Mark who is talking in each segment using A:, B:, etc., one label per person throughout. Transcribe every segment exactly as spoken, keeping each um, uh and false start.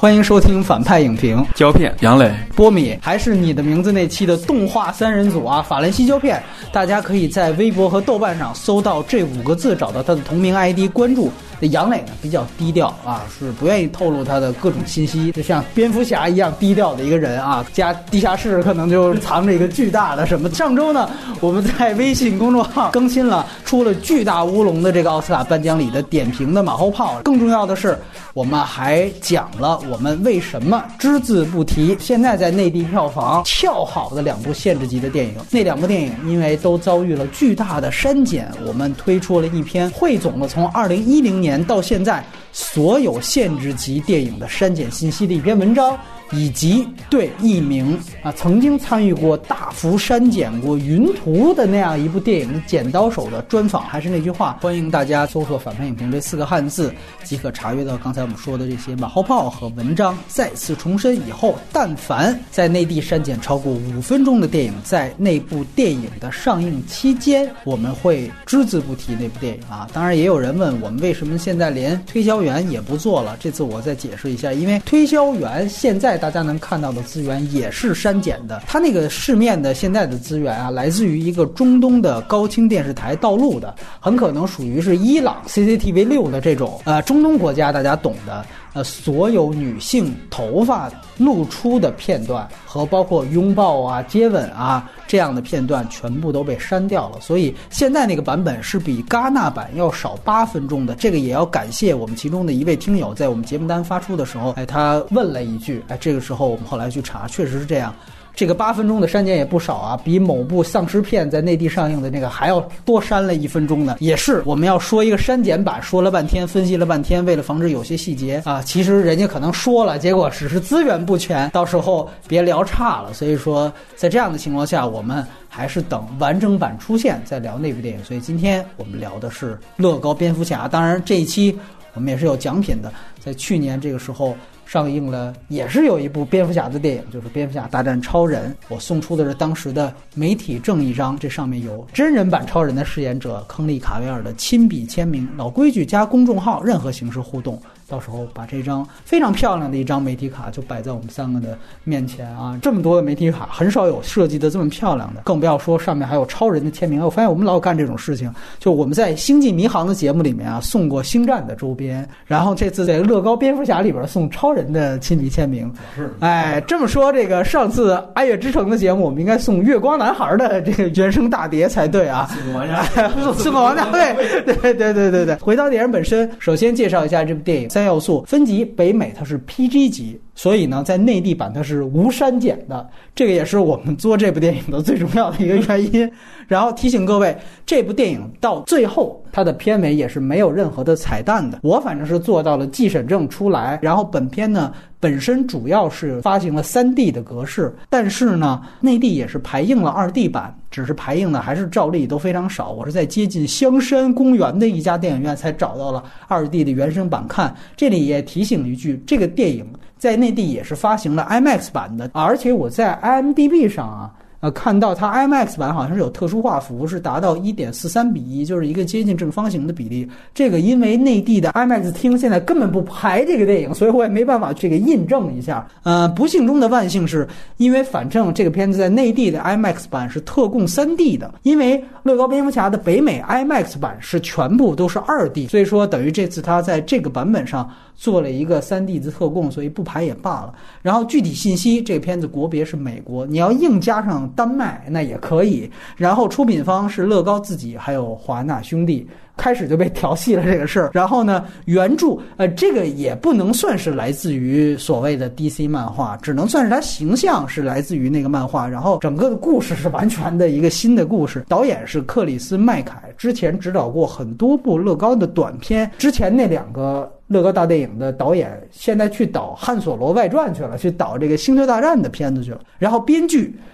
A: 欢迎收听反派影评。
B: 胶片杨磊
A: 波米还是你的名字那期的动画三人组啊，法兰西胶片，大家可以在微博和豆瓣上搜到这五个字，找到他的同名 I D 关注。杨磊呢比较低调啊，是不愿意透露他的各种信息，就像蝙蝠侠一样低调的一个人啊。家地下室可能就藏着一个巨大的什么。上周呢，我们在微信公众号更新了出了巨大乌龙的这个奥斯卡颁奖礼的点评的马后炮。更重要的是，我们还讲了我们为什么只字不提现在在内地票房翘好的两部限制级的电影。那两部电影因为都遭遇了巨大的删减，我们推出了一篇汇总了从二零一零年到现在所有限制级电影的删减信息的一篇文章，以及对一名啊曾经参与过大幅删减过云图的那样一部电影的剪刀手的专访。还是那句话，欢迎大家搜索反派影评这四个汉字，即可查阅到刚才我们说的这些马后炮和文章。再次重申，以后但凡在内地删减超过五分钟的电影，在那部电影的上映期间，我们会只字不提那部电影啊。当然也有人问我们为什么现在连推销员也不做了，这次我再解释一下。因为推销员现在大家能看到的资源也是删减的，它那个市面的现在的资源啊，来自于一个中东的高清电视台盗录的，很可能属于是伊朗 C C T V 六 的这种呃中东国家大家懂的。呃，所有女性头发露出的片段和包括拥抱啊、接吻啊这样的片段全部都被删掉了，所以现在那个版本是比戛纳版要少八分钟的。这个也要感谢我们其中的一位听友，在我们节目单发出的时候，哎，他问了一句，哎，这个时候我们后来去查，确实是这样。这个八分钟的删减也不少啊，比某部丧尸片在内地上映的那个还要多删了一分钟呢。也是我们要说一个删减版，说了半天，分析了半天，为了防止有些细节啊，其实人家可能说了，结果只是资源不全，到时候别聊差了。所以说，在这样的情况下，我们还是等完整版出现再聊那部电影。所以今天我们聊的是乐高蝙蝠侠。当然这一期我们也是有奖品的，在去年这个时候上映了，也是有一部蝙蝠侠的电影，就是蝙蝠侠大战超人。我送出的是当时的媒体证一张，这上面有真人版超人的饰演者亨利卡维尔的亲笔签名。老规矩，加公众号任何形式互动，到时候把这张非常漂亮的一张媒体卡就摆在我们三个的面前啊！这么多的媒体卡，很少有设计的这么漂亮的，更不要说上面还有超人的签名。我发现我们老干这种事情，就我们在星际迷航的节目里面啊送过星战的周边，然后这次在乐高蝙蝠侠里边送超人的亲笔签名。哎，这么说，这个上次爱乐之城的节目，我们应该送月光男孩的这个原声大碟才对啊！四个王家卫，四个王家卫，对对对对对对。回到电影本身，首先介绍一下这部电影。三要素分级，北美它是 P G 级，所以呢在内地版它是无删减的，这个也是我们做这部电影的最重要的一个原因。然后提醒各位，这部电影到最后它的片尾也是没有任何的彩蛋的，我反正是做到了既审证出来。然后本片呢本身主要是发行了 三 D 的格式，但是呢内地也是排映了 二 D 版，只是排映的还是照例都非常少。我是在接近香山公园的一家电影院才找到了 二 D 的原声版看。这里也提醒一句，这个电影在内地也是发行了 IMAX 版的，而且我在 I M D B 上啊呃，看到它 IMAX 版好像是有特殊画幅，是达到 一点四三比一，就是一个接近正方形的比例。这个因为内地的 IMAX 厅现在根本不排这个电影，所以我也没办法这个印证一下。呃，不幸中的万幸是，因为反正这个片子在内地的 IMAX 版是特供 三 D 的，因为乐高蝙蝠侠的北美 IMAX 版是全部都是 二 D， 所以说等于这次它在这个版本上做了一个 三 D 的特供，所以不排也罢了。然后具体信息，这个片子国别是美国，你要硬加上丹麦那也可以。然后出品方是乐高自己还有华纳兄弟，开始就被调戏了这个事儿。然后呢原著呃这个也不能算是来自于所谓的 D C 漫画，只能算是它形象是来自于那个漫画，然后整个的故事是完全的一个新的故事。导演是克里斯麦凯，之前指导过很多部乐高的短片，之前那两个乐高大电影的导演现在去导汉索罗外传去了，去导这个星球大战的片子去了。然后编剧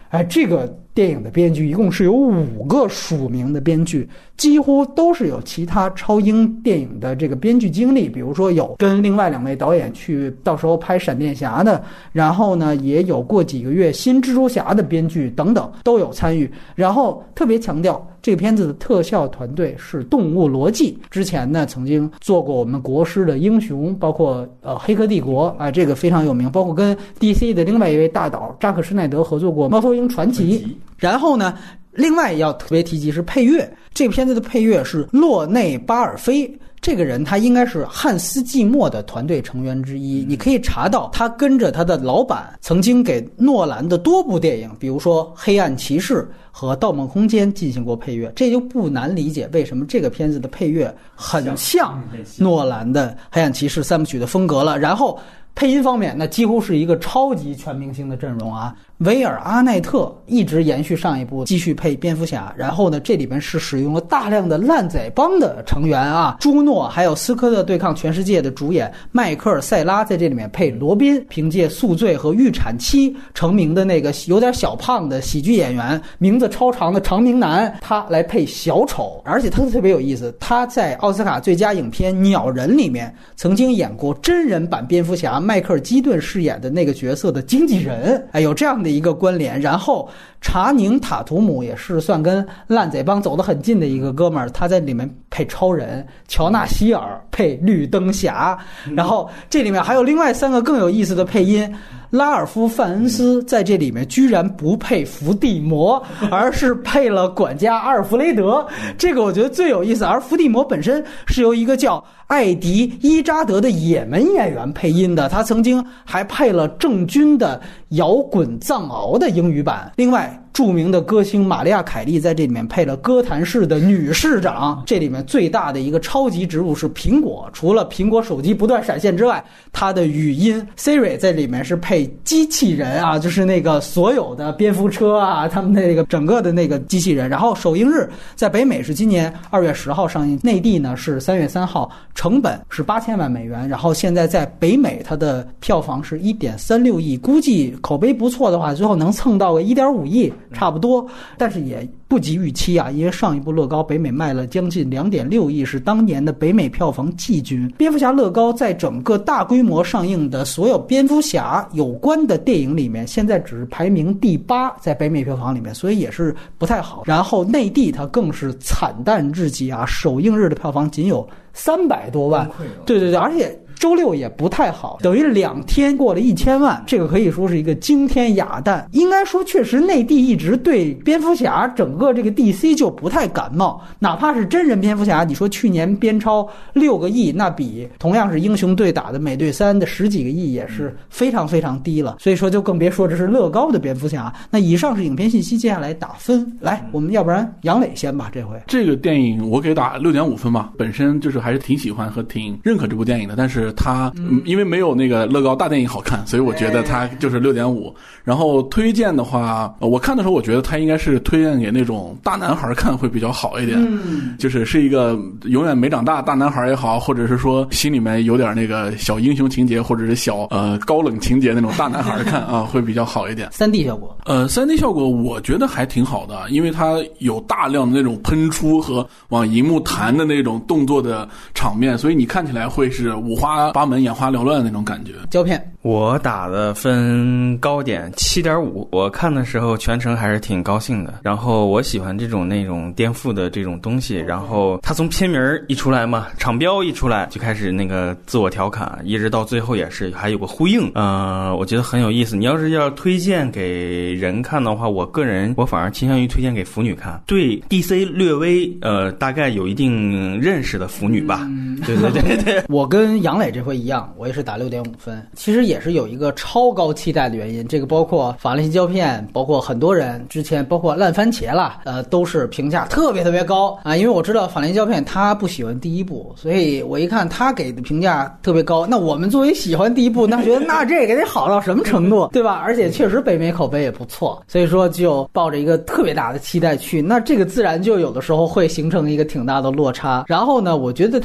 A: 哎，这个电影的编剧一共是有五个署名的编剧，几乎都是有其他超英电影的这个编剧经历，比如说有跟另外两位导演去到时候拍闪电侠的，然后呢也有过几个月新蜘蛛侠的编剧等等都有参与。然后特别强调这个片子的特效团队是动物逻辑，之前呢曾经做过我们国师的英雄，包括呃黑客帝国啊、呃，这个非常有名，包括跟 D C 的另外一位大导扎克施奈德合作过猫头鹰传奇。然后呢另外要特别提及是配乐，这个片子的配乐是洛内巴尔菲，这个人他应该是汉斯季默的团队成员之一，你可以查到他跟着他的老板曾经给诺兰的多部电影，比如说黑暗骑士和盗梦空间进行过配乐，这就不难理解为什么这个片子的配乐很像诺兰的黑暗骑士三部曲的风格了。然后配音方面那几乎是一个超级全明星的阵容啊，维尔阿奈特一直延续上一部继续配蝙蝠侠，然后呢这里面是使用了大量的烂仔帮的成员啊，朱诺还有斯科特对抗全世界的主演迈克尔塞拉在这里面配罗宾，凭借宿醉和预产期成名的那个有点小胖的喜剧演员名字超长的长明男，他来配小丑。而且他特别有意思，他在奥斯卡最佳影片鸟人里面曾经演过真人版蝙蝠侠迈克尔基顿饰演的那个角色的经纪人，哎，有这样的一个关联。然后查宁塔图姆也是算跟烂仔帮走得很近的一个哥们儿，他在里面配超人，乔纳希尔配绿灯侠，然后这里面还有另外三个更有意思的配音，拉尔夫·范恩斯在这里面居然不配伏地魔，而是配了管家阿尔弗雷德，这个我觉得最有意思。而伏地魔本身是由一个叫艾迪·伊扎德的也门演员配音的，他曾经还配了郑钧的摇滚藏獒的英语版。另外著名的歌星玛利亚·凯莉在这里面配了哥谭市的女市长。这里面最大的一个超级植入是苹果，除了苹果手机不断闪现之外，它的语音 Siri 在里面是配机器人啊，就是那个所有的蝙蝠车啊，他们那个整个的那个机器人。然后首映日在北美是今年二月十号上映，内地呢是三月三号，成本是八千万美元。然后现在在北美它的票房是一点三六亿，估计口碑不错的话，最后能蹭到个一点五亿。差不多，但是也不及预期啊，因为上一部乐高北美卖了将近两点六亿，是当年的北美票房季军。蝙蝠侠乐高在整个大规模上映的所有蝙蝠侠有关的电影里面，现在只是排名第八，在北美票房里面，所以也是不太好。然后内地它更是惨淡至极啊，首映日的票房仅有三百多万，对对对，而且周六也不太好，等于两天过了一千万，这个可以说是一个惊天雅诞。应该说确实内地一直对蝙蝠侠整个这个 D C 就不太感冒，哪怕是真人蝙蝠侠，你说去年编超六个亿，那比同样是英雄队打的美队三的十几个亿也是非常非常低了，所以说就更别说这是乐高的蝙蝠侠。那以上是影片信息，接下来打分，来我们要不然杨磊先吧，这回
B: 这个电影我给打六点五分吧，本身就是还是挺喜欢和挺认可这部电影的，但是它、嗯、因为没有那个乐高大电影好看，所以我觉得它就是六点五。然后推荐的话，我看的时候我觉得它应该是推荐给那种大男孩看会比较好一点，嗯，就是是一个永远没长大大男孩也好，或者是说心里面有点那个小英雄情节或者是小呃高冷情节那种大男孩看啊会比较好一点。
A: 三 D 效果，
B: 呃，三 D 效果我觉得还挺好的，因为它有大量的那种喷出和往荧幕弹的那种动作的场面，所以你看起来会是五花八门眼花缭乱的那种感觉。
A: 胶片
C: 我打的分高点 七点五， 我看的时候全程还是挺高兴的，然后我喜欢这种那种颠覆的这种东西，然后他从片名一出来嘛，厂标一出来就开始那个自我调侃，一直到最后也是还有个呼应，呃，我觉得很有意思。你要是要推荐给人看的话，我个人我反而倾向于推荐给腐女看，对 D C 略微呃大概有一定认识的腐女吧、嗯、对对对对。
A: 我跟杨磊这回一样，我也是打 六点五分，其实也是有一个超高期待的原因，这个包括法兰西胶片，包括很多人之前包括烂番茄啦，呃，都是评价特别特别高啊。因为我知道法兰西胶片他不喜欢第一部，所以我一看他给的评价特别高，那我们作为喜欢第一部，那觉得那这个得好到什么程度，对吧？而且确实北美口碑也不错，所以说就抱着一个特别大的期待去，那这个自然就有的时候会形成一个挺大的落差。然后呢，我觉得他最大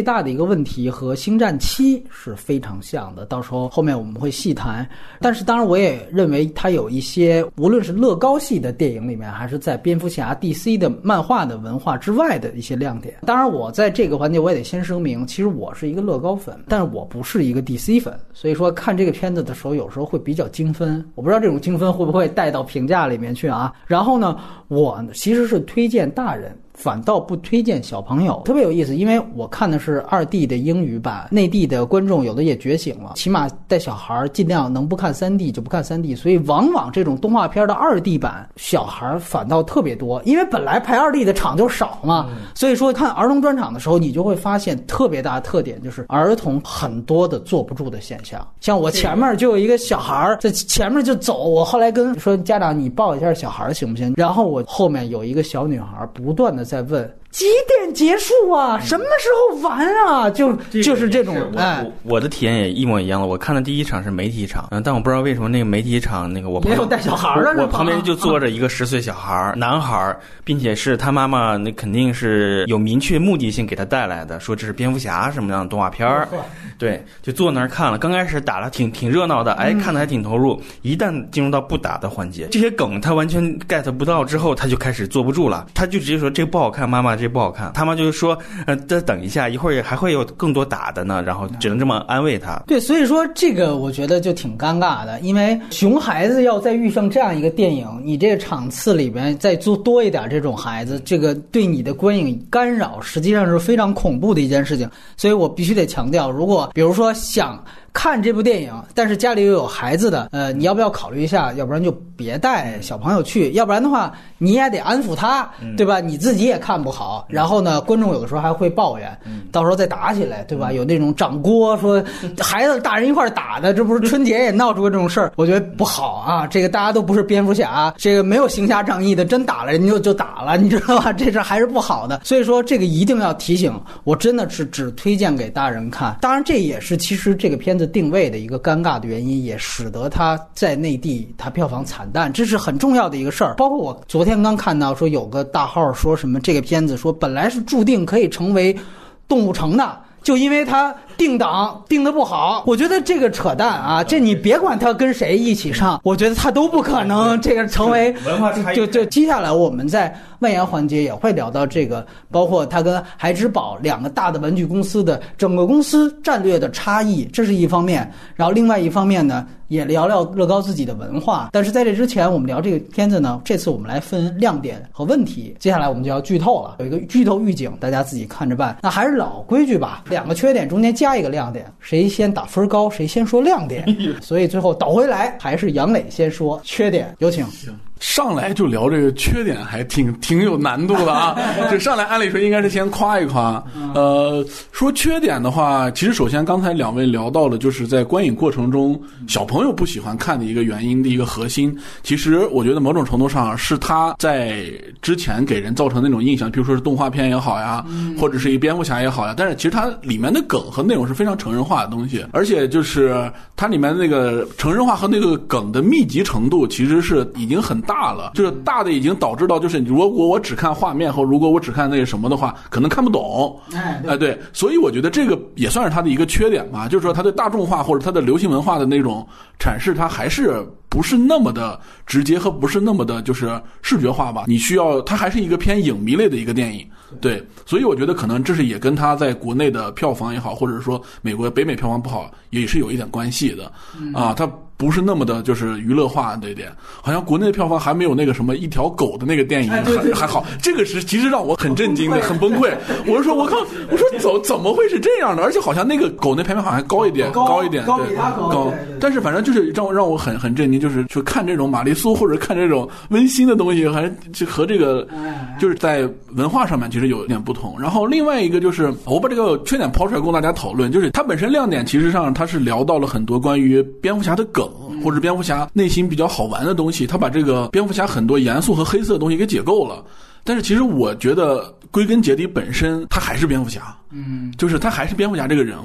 A: 大的一个问题和星战七是非常像的，到时候后面我们会细谈。但是当然我也认为它有一些无论是乐高系的电影里面，还是在蝙蝠侠 D C 的漫画的文化之外的一些亮点。当然我在这个环节我也得先声明，其实我是一个乐高粉，但是我不是一个 D C 粉，所以说看这个片子的时候有时候会比较精分，我不知道这种精分会不会带到评价里面去啊。然后呢，我其实是推荐大人，反倒不推荐小朋友，特别有意思，因为我看的是二 D 的英语版，内地的观众有的也觉醒了，起码带小孩尽量能不看 三 D 就不看 三 D， 所以往往这种动画片的二 D 版小孩反倒特别多，因为本来排二 D 的场就少嘛，嗯、所以说看儿童专场的时候，你就会发现特别大的特点就是儿童很多的坐不住的现象，像我前面就有一个小孩在前面就走，我后来跟说家长你抱一下小孩行不行？然后我后面有一个小女孩不断的在问几点结束啊？什么时候完啊？就就是这种哎，
C: 我的体验也一模一样了。我看的第一场是媒体场，嗯，但我不知道为什么那个媒体场那个我
A: 没有带小孩的，
C: 我旁边就坐着一个十岁小孩，男孩，并且是他妈妈那肯定是有明确目的性给他带来的，说这是蝙蝠侠什么样的动画片儿，对，就坐那儿看了。刚开始打了挺挺热闹的，哎，看得还挺投入。一旦进入到不打的环节，这些梗他完全 get 不到之后，他就开始坐不住了，他就直接说这个不好看，妈妈。这不好看，他妈就是说，呃，再等一下，一会儿还会有更多打的呢，然后只能这么安慰他。
A: 对，所以说这个我觉得就挺尴尬的，因为熊孩子要再遇上这样一个电影，你这个场次里边再做多一点这种孩子，这个对你的观影干扰实际上是非常恐怖的一件事情。所以我必须得强调，如果比如说想看这部电影，但是家里又有孩子的，呃，你要不要考虑一下？要不然就别带小朋友去，要不然的话你也得安抚他，对吧？你自己也看不好，然后呢，观众有的时候还会抱怨，到时候再打起来，对吧？有那种掌锅说孩子大人一块打的，这不是春节也闹出过这种事儿，我觉得不好啊。这个大家都不是蝙蝠侠，这个没有行侠仗义的，真打了人就就打了，你知道吧？这事还是不好的。所以说这个一定要提醒，我真的是只推荐给大人看。当然这也是其实这个片子定位的一个尴尬的原因，也使得它在内地它票房惨淡，这是很重要的一个事儿。包括我昨天刚看到说有个大号说什么这个片子说本来是注定可以成为动物城的，就因为它定档定的不好，我觉得这个扯淡啊！这你别管他跟谁一起上，我觉得他都不可能这个成为
C: 文化差异。
A: 就就接下来我们在外延环节也会聊到这个，包括他跟孩之宝两个大的玩具公司的整个公司战略的差异，这是一方面。然后另外一方面呢，也聊聊乐高自己的文化。但是在这之前，我们聊这个片子呢，这次我们来分亮点和问题。接下来我们就要剧透了，有一个剧透预警，大家自己看着办。那还是老规矩吧，两个缺点中间加一个亮点，谁先打分高，谁先说亮点。所以最后倒回来，还是杨磊先说缺点，有请。
B: 上来就聊这个缺点，还挺挺有难度的啊！这上来按理说应该是先夸一夸。呃，说缺点的话，其实首先刚才两位聊到了，就是在观影过程中，小朋友不喜欢看的一个原因的一个核心。其实我觉得某种程度上是他在之前给人造成那种印象，比如说是动画片也好呀，或者是一蝙蝠侠也好呀，但是其实它里面的梗和内容是非常成人化的东西，而且就是它里面那个成人化和那个梗的密集程度其实是已经很大了，就是大的已经导致到就是如果我只看画面和如果我只看那个什么的话，可能看不懂。哎，对，对，所以我觉得这个也算是它的一个缺点吧，就是说它对大众化或者它的流行文化的那种阐释，它还是不是那么的直接和不是那么的就是视觉化吧。你需要它还是一个偏影迷类的一个电影，对，所以我觉得可能这是也跟它在国内的票房也好，或者说美国北美票房不好也是有一点关系的啊，它不是那么的就是娱乐化这一点，好像国内的票房还没有那个什么一条狗的那个电影还还好，这个是其实让我很震惊的，很崩溃。我是说我靠，我说怎怎么会是这样的？而且好像那个狗那排名好像还高一点，高一点，
A: 高比它高。
B: 但是反正就是让让我很很震惊，就是去看这种玛丽苏或者看这种温馨的东西，还是和这个就是在文化上面其实有点不同。然后另外一个就是我把这个缺点抛出来供大家讨论，就是它本身亮点其实上它是聊到了很多关于蝙蝠侠的梗。或者蝙蝠侠内心比较好玩的东西，他把这个蝙蝠侠很多严肃和黑色的东西给解构了。但是其实我觉得归根结底本身他还是蝙蝠侠，嗯，就是他还是蝙蝠侠这个人物，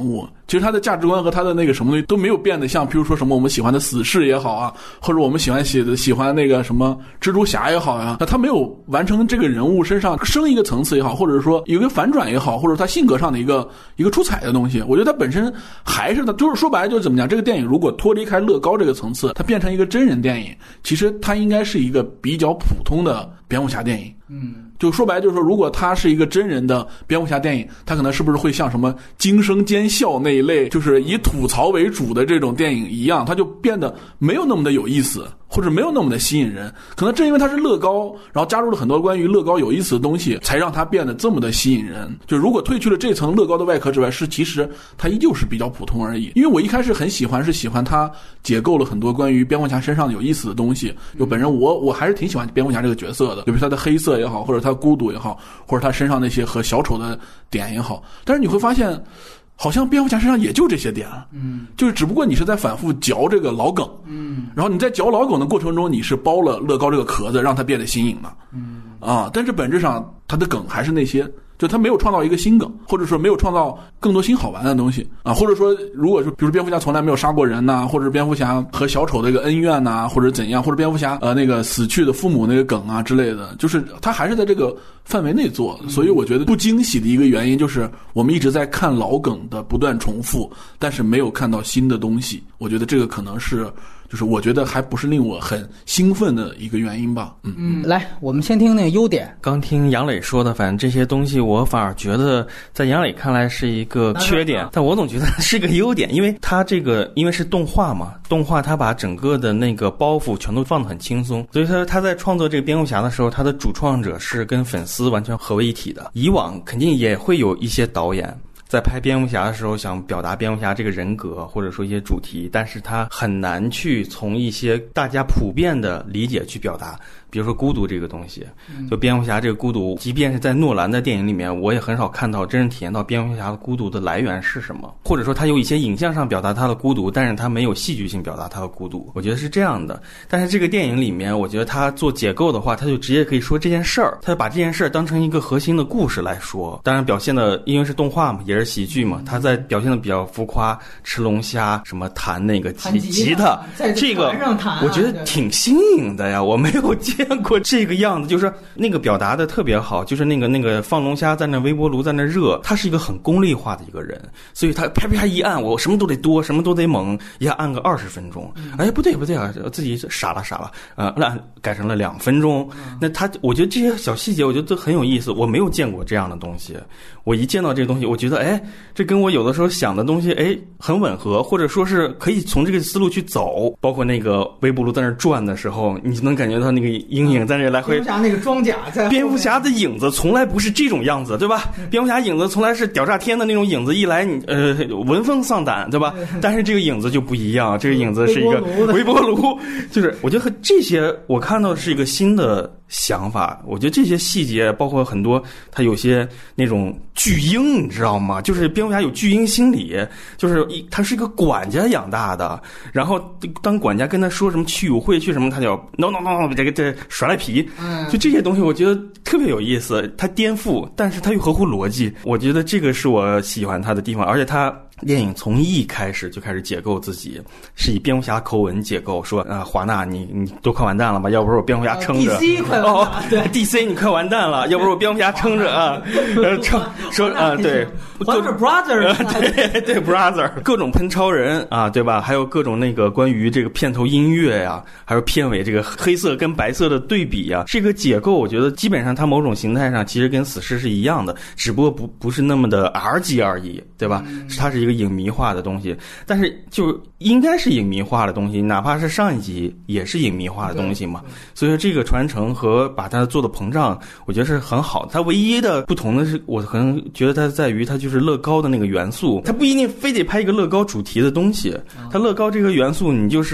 B: 其实他的价值观和他的那个什么东西都没有变得像，比如说什么我们喜欢的死侍也好啊，或者我们喜欢喜的喜欢那个什么蜘蛛侠也好呀，那他没有完成这个人物身上升一个层次也好，或者说有一个反转也好，或者他性格上的一个一个出彩的东西，我觉得他本身还是的，就是说白了就是怎么讲，这个电影如果脱离开乐高这个层次，它变成一个真人电影，其实它应该是一个比较普通的蝙蝠侠电影。
A: 嗯，
B: 就说白了就是说，如果他是一个真人的蝙蝠侠电影，他可能是不是会像什么惊声尖笑那一类，就是以吐槽为主的这种电影一样，他就变得没有那么的有意思，或者没有那么的吸引人。可能正因为他是乐高，然后加入了很多关于乐高有意思的东西，才让他变得这么的吸引人。就如果退去了这层乐高的外壳之外，是其实他依旧是比较普通而已。因为我一开始很喜欢，是喜欢他解构了很多关于蝙蝠侠身上有意思的东西。就本人我我还是挺喜欢蝙蝠侠这个角色的，比如他的黑色也好，或者他孤独也好，或者他身上那些和小丑的点也好。但是你会发现好像蝙蝠侠身上也就这些点，嗯，就是只不过你是在反复嚼这个老梗，嗯，然后你在嚼老梗的过程中，你是包了乐高这个壳子，让它变得新颖了，嗯啊，但是本质上它的梗还是那些，就他没有创造一个新梗，或者说没有创造更多新好玩的东西啊，或者说如果说比如蝙蝠侠从来没有杀过人呐、啊，或者蝙蝠侠和小丑的一个恩怨呐、啊，或者怎样，或者蝙蝠侠呃那个死去的父母那个梗啊之类的，就是他还是在这个范围内做，所以我觉得不惊喜的一个原因就是我们一直在看老梗的不断重复，但是没有看到新的东西。我觉得这个可能是就是我觉得还不是令我很兴奋的一个原因吧。嗯
A: 嗯，来，我们先听那个优点。
C: 刚听杨磊说的，反正这些东西我反而觉得在杨磊看来是一个缺点，但我总觉得是个优点，因为他这个因为是动画嘛，动画他把整个的那个包袱全都放得很轻松，所以他他在创作这个蝙蝠侠的时候，他的主创者是跟粉丝完全合为一体的。以往肯定也会有一些导演在拍蝙蝠侠的时候想表达蝙蝠侠这个人格或者说一些主题，但是他很难去从一些大家普遍的理解去表达。比如说孤独这个东西，就蝙蝠侠这个孤独，即便是在诺兰的电影里面，我也很少看到真正体验到蝙蝠侠的孤独的来源是什么，或者说他有一些影像上表达他的孤独，但是他没有戏剧性表达他的孤独，我觉得是这样的。但是这个电影里面，我觉得他做解构的话，他就直接可以说这件事儿，他就把这件事儿当成一个核心的故事来说。当然表现的因为是动画嘛，也是喜剧嘛，他在表现的比较浮夸，吃龙虾什么弹那个吉吉他，这个我觉得挺新颖的呀，我没有见过这个样子，就是那个表达的特别好，就是那个那个放龙虾在那微波炉在那热，他是一个很功利化的一个人，所以他啪啪一按，我什么都得多，什么都得猛，一下按个二十分钟，哎不对不对啊，自己傻了傻了，呃，那改成了两分钟，那他我觉得这些小细节我觉得都很有意思，我没有见过这样的东西，我一见到这个东西，我觉得哎，这跟我有的时候想的东西哎很吻合，或者说是可以从这个思路去走，包括那个微波炉在那转的时候，你能感觉到那个阴影在那来回。
A: 蝙蝠侠那个装甲在，
C: 蝙蝠侠的影子从来不是这种样子，对吧？蝙蝠侠影子从来是屌炸天的那种影子，一来你呃闻风丧胆，对吧？但是这个影子就不一样，这个影子是一个微波炉，就是我觉得这些我看到的是一个新的想法，我觉得这些细节包括很多，他有些那种巨婴，你知道吗？就是蝙蝠侠有巨婴心理，就是一他是一个管家养大的，然后当管家跟他说什么去舞会去什么，他就 no no no no 这个这耍赖皮，就这些东西我觉得特别有意思，他颠覆，但是他又合乎逻辑，我觉得这个是我喜欢他的地方，而且他电影从一开始就开始解构自己，是以蝙蝠侠口吻解构，说啊、呃、华纳你你都快完蛋了吧，要不是我蝙蝠侠撑着、
A: 呃、D C 快完蛋了、哦、
C: 对 D C 你快完蛋了，要不是我蝙蝠侠撑着啊，呃撑说啊对，
A: 或者 brother
C: 对对 brother 各种喷超人啊对吧，还有各种那个关于这个片头音乐呀、啊，还有片尾这个黑色跟白色的对比啊，这个解构我觉得基本上它某种形态上其实跟死侍是一样的，只不过不不是那么的 R 级而已，对吧？嗯、它是一个影迷化的东西，但是就应该是影迷化的东西，哪怕是上一集也是影迷化的东西嘛。所以说这个传承和把它做的膨胀，我觉得是很好的。它唯一的不同的是，我可能觉得它在于它就是乐高的那个元素，它不一定非得拍一个乐高主题的东西，它乐高这个元素你就是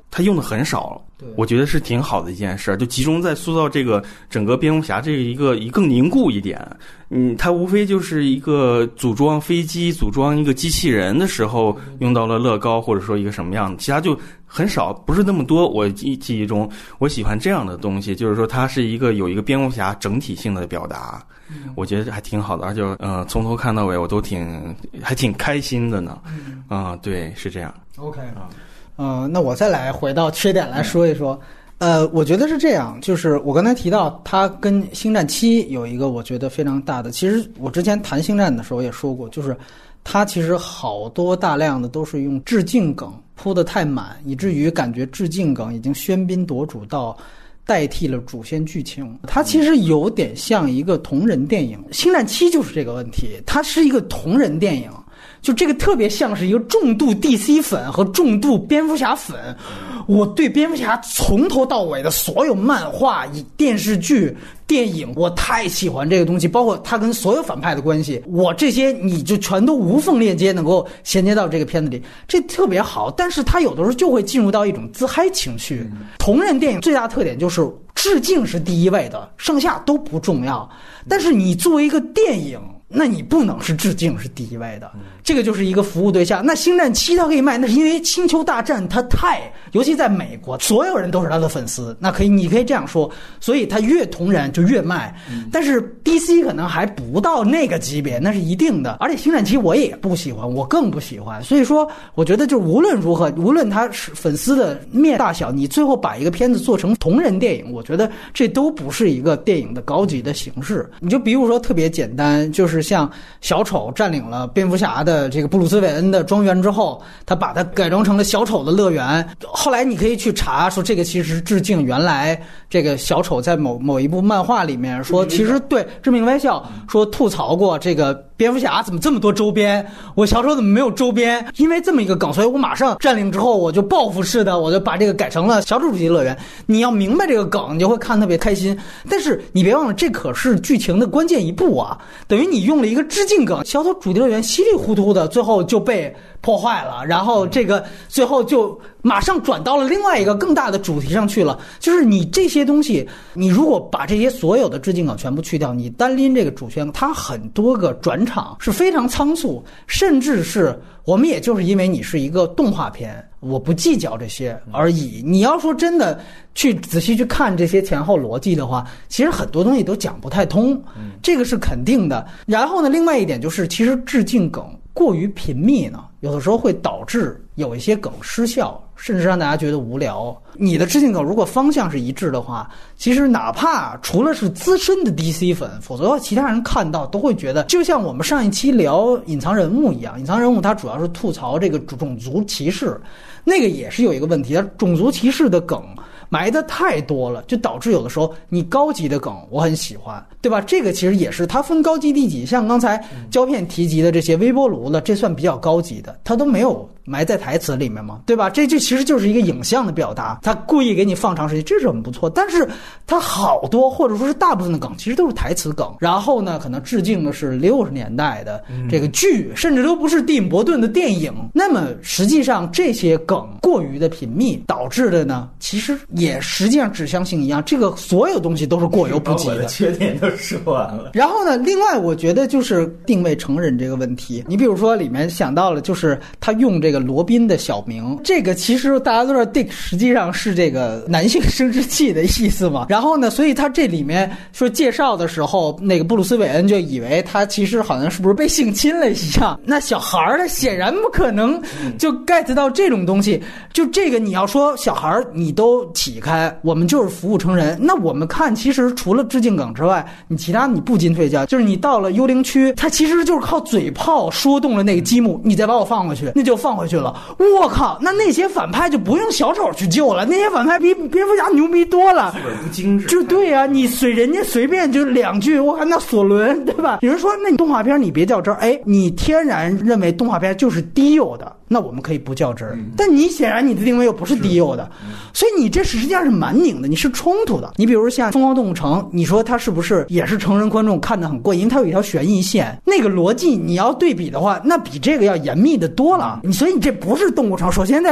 C: 他用的很少，我觉得是挺好的一件事，就集中在塑造这个整个蝙蝠侠这一个一更凝固一点。嗯，它无非就是一个组装飞机、组装一个机器人的时候用到了乐高，或者说一个什么样的，其他就很少，不是那么多。我记记忆中，我喜欢这样的东西，就是说它是一个有一个蝙蝠侠整体性的表达，我觉得还挺好的，而且呃从头看到尾我都挺还挺开心的呢。啊、呃，对，是这样。
A: OK 啊。呃，那我再来回到缺点来说一说。呃，我觉得是这样，就是我刚才提到它跟星战七有一个我觉得非常大的，其实我之前谈星战的时候也说过，就是它其实好多大量的都是用致敬梗铺得太满，以至于感觉致敬梗已经喧宾夺主到代替了主线剧情。它其实有点像一个同人电影，星战七就是这个问题，它是一个同人电影，就这个特别像是一个重度 D C 粉和重度蝙蝠侠粉。我对蝙蝠侠从头到尾的所有漫画、电视剧、电影，我太喜欢这个东西，包括他跟所有反派的关系，我这些你就全都无缝链接，能够衔接到这个片子里，这特别好。但是他有的时候就会进入到一种自嗨情绪。同人电影最大特点就是致敬是第一位的，剩下都不重要。但是你作为一个电影，那你不能是致敬是第一位的，这个就是一个服务对象。那星战七它可以卖，那是因为星球大战它太，尤其在美国，所有人都是他的粉丝，那可以，你可以这样说，所以它越同人就越卖。但是 D C 可能还不到那个级别，那是一定的。而且星战七我也不喜欢，我更不喜欢。所以说，我觉得就无论如何，无论它是粉丝的面大小，你最后把一个片子做成同人电影，我觉得这都不是一个电影的高级的形式。你就比如说特别简单，就是像小丑占领了蝙蝠侠的这个布鲁斯韦恩的庄园之后，他把它改装成了小丑的乐园。后来你可以去查说，这个其实致敬原来这个小丑在某某一部漫画里面说，其实对致命微笑说吐槽过这个蝙蝠侠怎么这么多周边，我小丑怎么没有周边？因为这么一个梗，所以我马上占领之后，我就报复式的，我就把这个改成了小丑主题乐园。你要明白这个梗，你就会看特别开心。但是你别忘了，这可是剧情的关键一步啊！等于你用了一个致敬梗，小丑主题乐园稀里糊涂的，最后就被破坏了，然后这个最后就马上转到了另外一个更大的主题上去了。就是你这些东西，你如果把这些所有的致敬梗全部去掉，你单拎这个主线，它很多个转场是非常仓促，甚至是我们也就是因为你是一个动画片，我不计较这些而已。你要说真的去仔细去看这些前后逻辑的话，其实很多东西都讲不太通，这个是肯定的。然后呢，另外一点就是，其实致敬梗过于频密呢，有的时候会导致有一些梗失效，甚至让大家觉得无聊。你的致敬梗如果方向是一致的话，其实哪怕除了是资深的 D C 粉，否则其他人看到都会觉得，就像我们上一期聊隐藏人物一样，隐藏人物它主要是吐槽这个种族歧视，那个也是有一个问题，它种族歧视的梗埋的太多了，就导致有的时候你高级的梗我很喜欢，对吧？这个其实也是它分高级低级，像刚才胶片提及的这些微波炉的，这算比较高级的，它都没有埋在台词里面嘛，对吧？这这其实就是一个影像的表达，它故意给你放长时间，这是很不错。但是它好多或者说是大部分的梗其实都是台词梗，然后呢可能致敬的是六十年代的这个剧，甚至都不是蒂姆伯顿的电影。那么实际上这些梗过于的频密导致的呢，其实也实际上指向性一样，这个所有东西都是过犹不及的。
C: 我的缺点都说完了。
A: 然后呢，另外我觉得就是定位成人这个问题，你比如说里面想到了，就是他用这个罗宾的小名，这个其实大家都知道 Dick 实际上是这个男性生殖器的意思嘛。然后呢，所以他这里面说介绍的时候，那个布鲁斯韦恩就以为他其实好像是不是被性侵了一样。那小孩儿他显然不可能就 get 到这种东西。就这个你要说小孩儿你都起开，我们就是服务成人，那我们看其实除了致敬梗之外，你其他你不进退将，就是你到了幽灵区，他其实就是靠嘴炮说动了那个积木，你再把我放回去，那就放回去了。我靠，那那些反派就不用小丑去救了，那些反派比蝙蝠侠牛逼多了，
C: 剧本不精致。
A: 就对啊，你随人家随便就两句，我看那索伦对吧？有人说那你动画片你别较真儿，哎，你天然认为动画片就是低幼的，那我们可以不较真儿，嗯、但你显然你的定位又不是低幼的，所以你这实际上是蛮拧的，你是冲突的。你比如像《疯狂动物城》，你说它是不是也是成人观众看得很过瘾？因为它有一条悬疑线，那个逻辑你要对比的话，那比这个要严密的多了。你所以你这不是动物城。首先在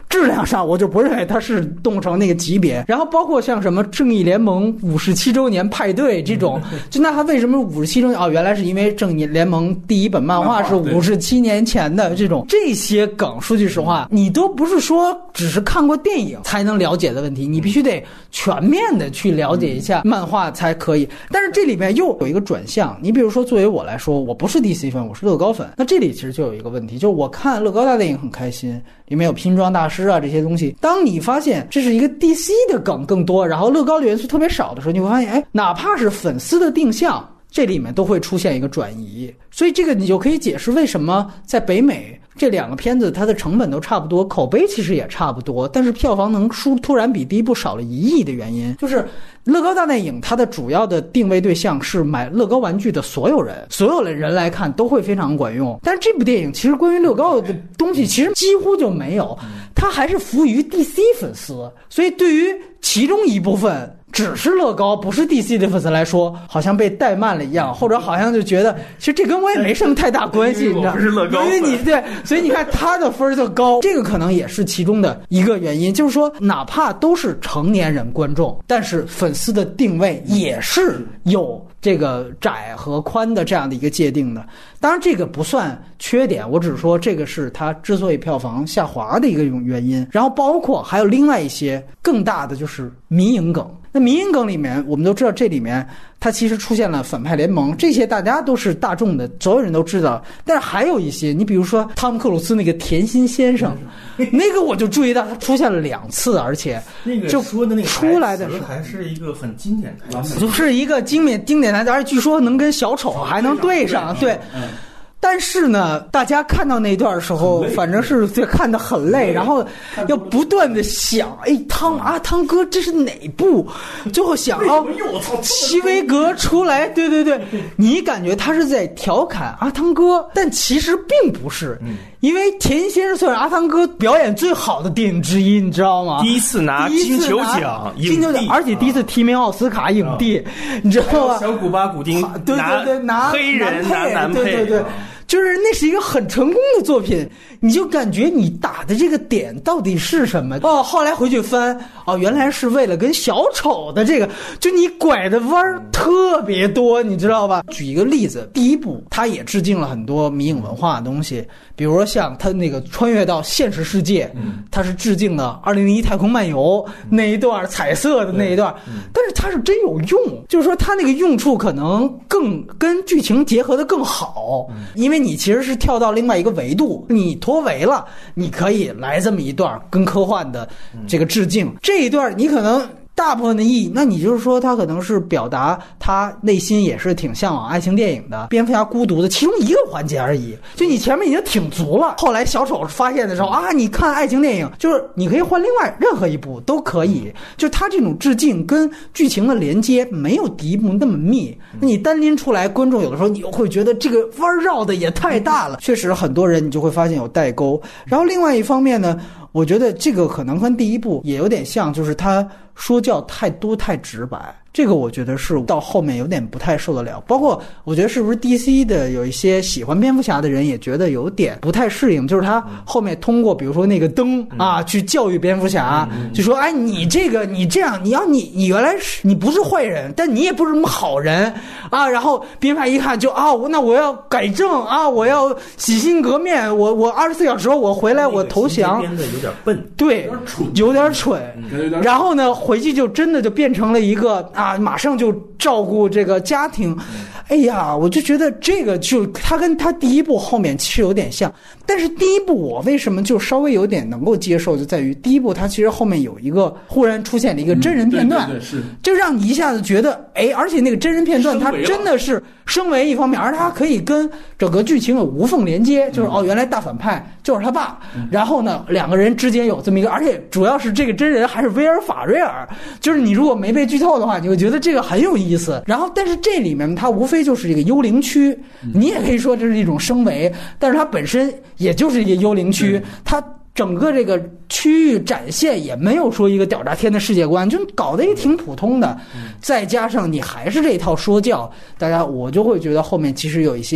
A: 质量上我就不认为它是动成那个级别。然后包括像什么正义联盟五十七周年派对这种，就那它为什么五十七周年？哦，原来是因为正义联盟第一本漫画是五十七年前的这种这些梗。说句实话，你都不是说只是看过电影才能了解的问题，你必须得全面的去了解一下漫画才可以。但是这里面又有一个转向，你比如说作为我来说，我不是 D C 粉，我是乐高粉。那这里其实就有一个问题，就是我看乐高大电影很开心，里面有拼装大师啊这些东西。当你发现这是一个 D C 的梗更多，然后乐高的元素特别少的时候，你会发现，哎，哪怕是粉丝的定向，这里面都会出现一个转移。所以这个你就可以解释为什么在北美这两个片子它的成本都差不多，口碑其实也差不多，但是票房能输突然比第一部少了一亿的原因，就是乐高大电影它的主要的定位对象是买乐高玩具的所有人，所有的人来看都会非常管用。但是这部电影其实关于乐高的东西其实几乎就没有，它还是服务于 D C 粉丝，所以对于其中一部分只是乐高不是 D C 的粉丝来说，好像被怠慢了一样，或者好像就觉得其实这跟我也没什么太大关系，你知道吗？
C: 不是乐高，
A: 因为你对，所以你看他的分就高，这个可能也是其中的一个原因。就是说，哪怕都是成年人观众，但是粉丝的定位也是有这个窄和宽的这样的一个界定的。当然，这个不算缺点，我只是说这个是它之所以票房下滑的一个原因。然后包括还有另外一些更大的，就是迷影梗。那迷影梗里面，我们都知道这里面它其实出现了反派联盟，这些大家都是大众的，所有人都知道。但是还有一些，你比如说汤姆克鲁斯那个甜心先生，那个我就注意到他出现了两次，而且
D: 那个
A: 就
D: 说的那个
A: 出来的时候
D: 还是一个很经典的，
A: 就是一个经典经典台词，而且据说能跟小丑还能对上，对。但是呢，大家看到那段的时候，反正是对看得很累，然后要不断的想，哎，汤啊汤哥这是哪部？最后想哦，齐维格出来，对对对，你感觉他是在调侃阿汤哥，但其实并不是，因为甜心先生算是阿汤哥表演最好的电影之一，你知道吗？
C: 第一次拿金球奖，
A: 金球奖，而且第一次提名奥斯卡影帝，你知道吗？
C: 小古巴古丁，
A: 对对对，拿
C: 黑人拿男配，
A: 对对对。就是那是一个很成功的作品，你就感觉你打的这个点到底是什么？哦，后来回去翻，哦，原来是为了跟小丑的这个，就你拐的弯儿特别多，你知道吧？举一个例子，第一部它也致敬了很多迷影文化的东西，比如说像它那个穿越到现实世界，它是致敬了二零零一太空漫游那一段彩色的那一段，但是它是真有用，就是说它那个用处可能更跟剧情结合的更好，因为你其实是跳到另外一个维度，你脱维了，你可以来这么一段跟科幻的这个致敬。这一段你可能大部分的意义，那你就是说他可能是表达他内心也是挺向往爱情电影的，蝙蝠侠孤独的其中一个环节而已，就你前面已经挺足了。后来小丑发现的时候啊，你看爱情电影就是你可以换另外任何一部都可以，就他这种致敬跟剧情的连接没有第一部那么密，那你单拎出来，观众有的时候你又会觉得这个弯绕的也太大了，确实很多人你就会发现有代沟。然后另外一方面呢，我觉得这个可能跟第一部也有点像，就是他说教太多太直白，这个我觉得是到后面有点不太受得了。包括我觉得是不是 D C 的有一些喜欢蝙蝠侠的人也觉得有点不太适应，就是他后面通过比如说那个灯啊去教育蝙蝠侠，就说哎你这个你这样，你要你你原来是你不是坏人，但你也不是什么好人啊。然后蝙蝠侠一看就啊，那我要改正啊，我要洗心革面，我我二十四小时后我回来我投降。
D: 编的有点笨，
A: 对，有点蠢。然后呢，回去就真的就变成了一个啊，马上就照顾这个家庭。哎呀，我就觉得这个就他跟他第一部后面其实有点像，但是第一部我为什么就稍微有点能够接受，就在于第一部它其实后面有一个忽然出现了一个真人片段，
B: 嗯、对对对是
A: 就让你一下子觉得哎，而且那个真人片段它真的是升维一方面，而它可以跟整个剧情有无缝连接，就是哦，原来大反派就是他爸，嗯、然后呢两个人之间有这么一个，而且主要是这个真人还是威尔法瑞尔，就是你如果没被剧透的话，你会觉得这个很有意思。然后但是这里面它无非就是一个幽灵区，你也可以说这是一种升维，但是它本身也就是一个幽灵区，它整个这个区域展现也没有说一个屌炸天的世界观，就搞得也挺普通的。再加上你还是这一套说教，大家我就会觉得后面其实有一些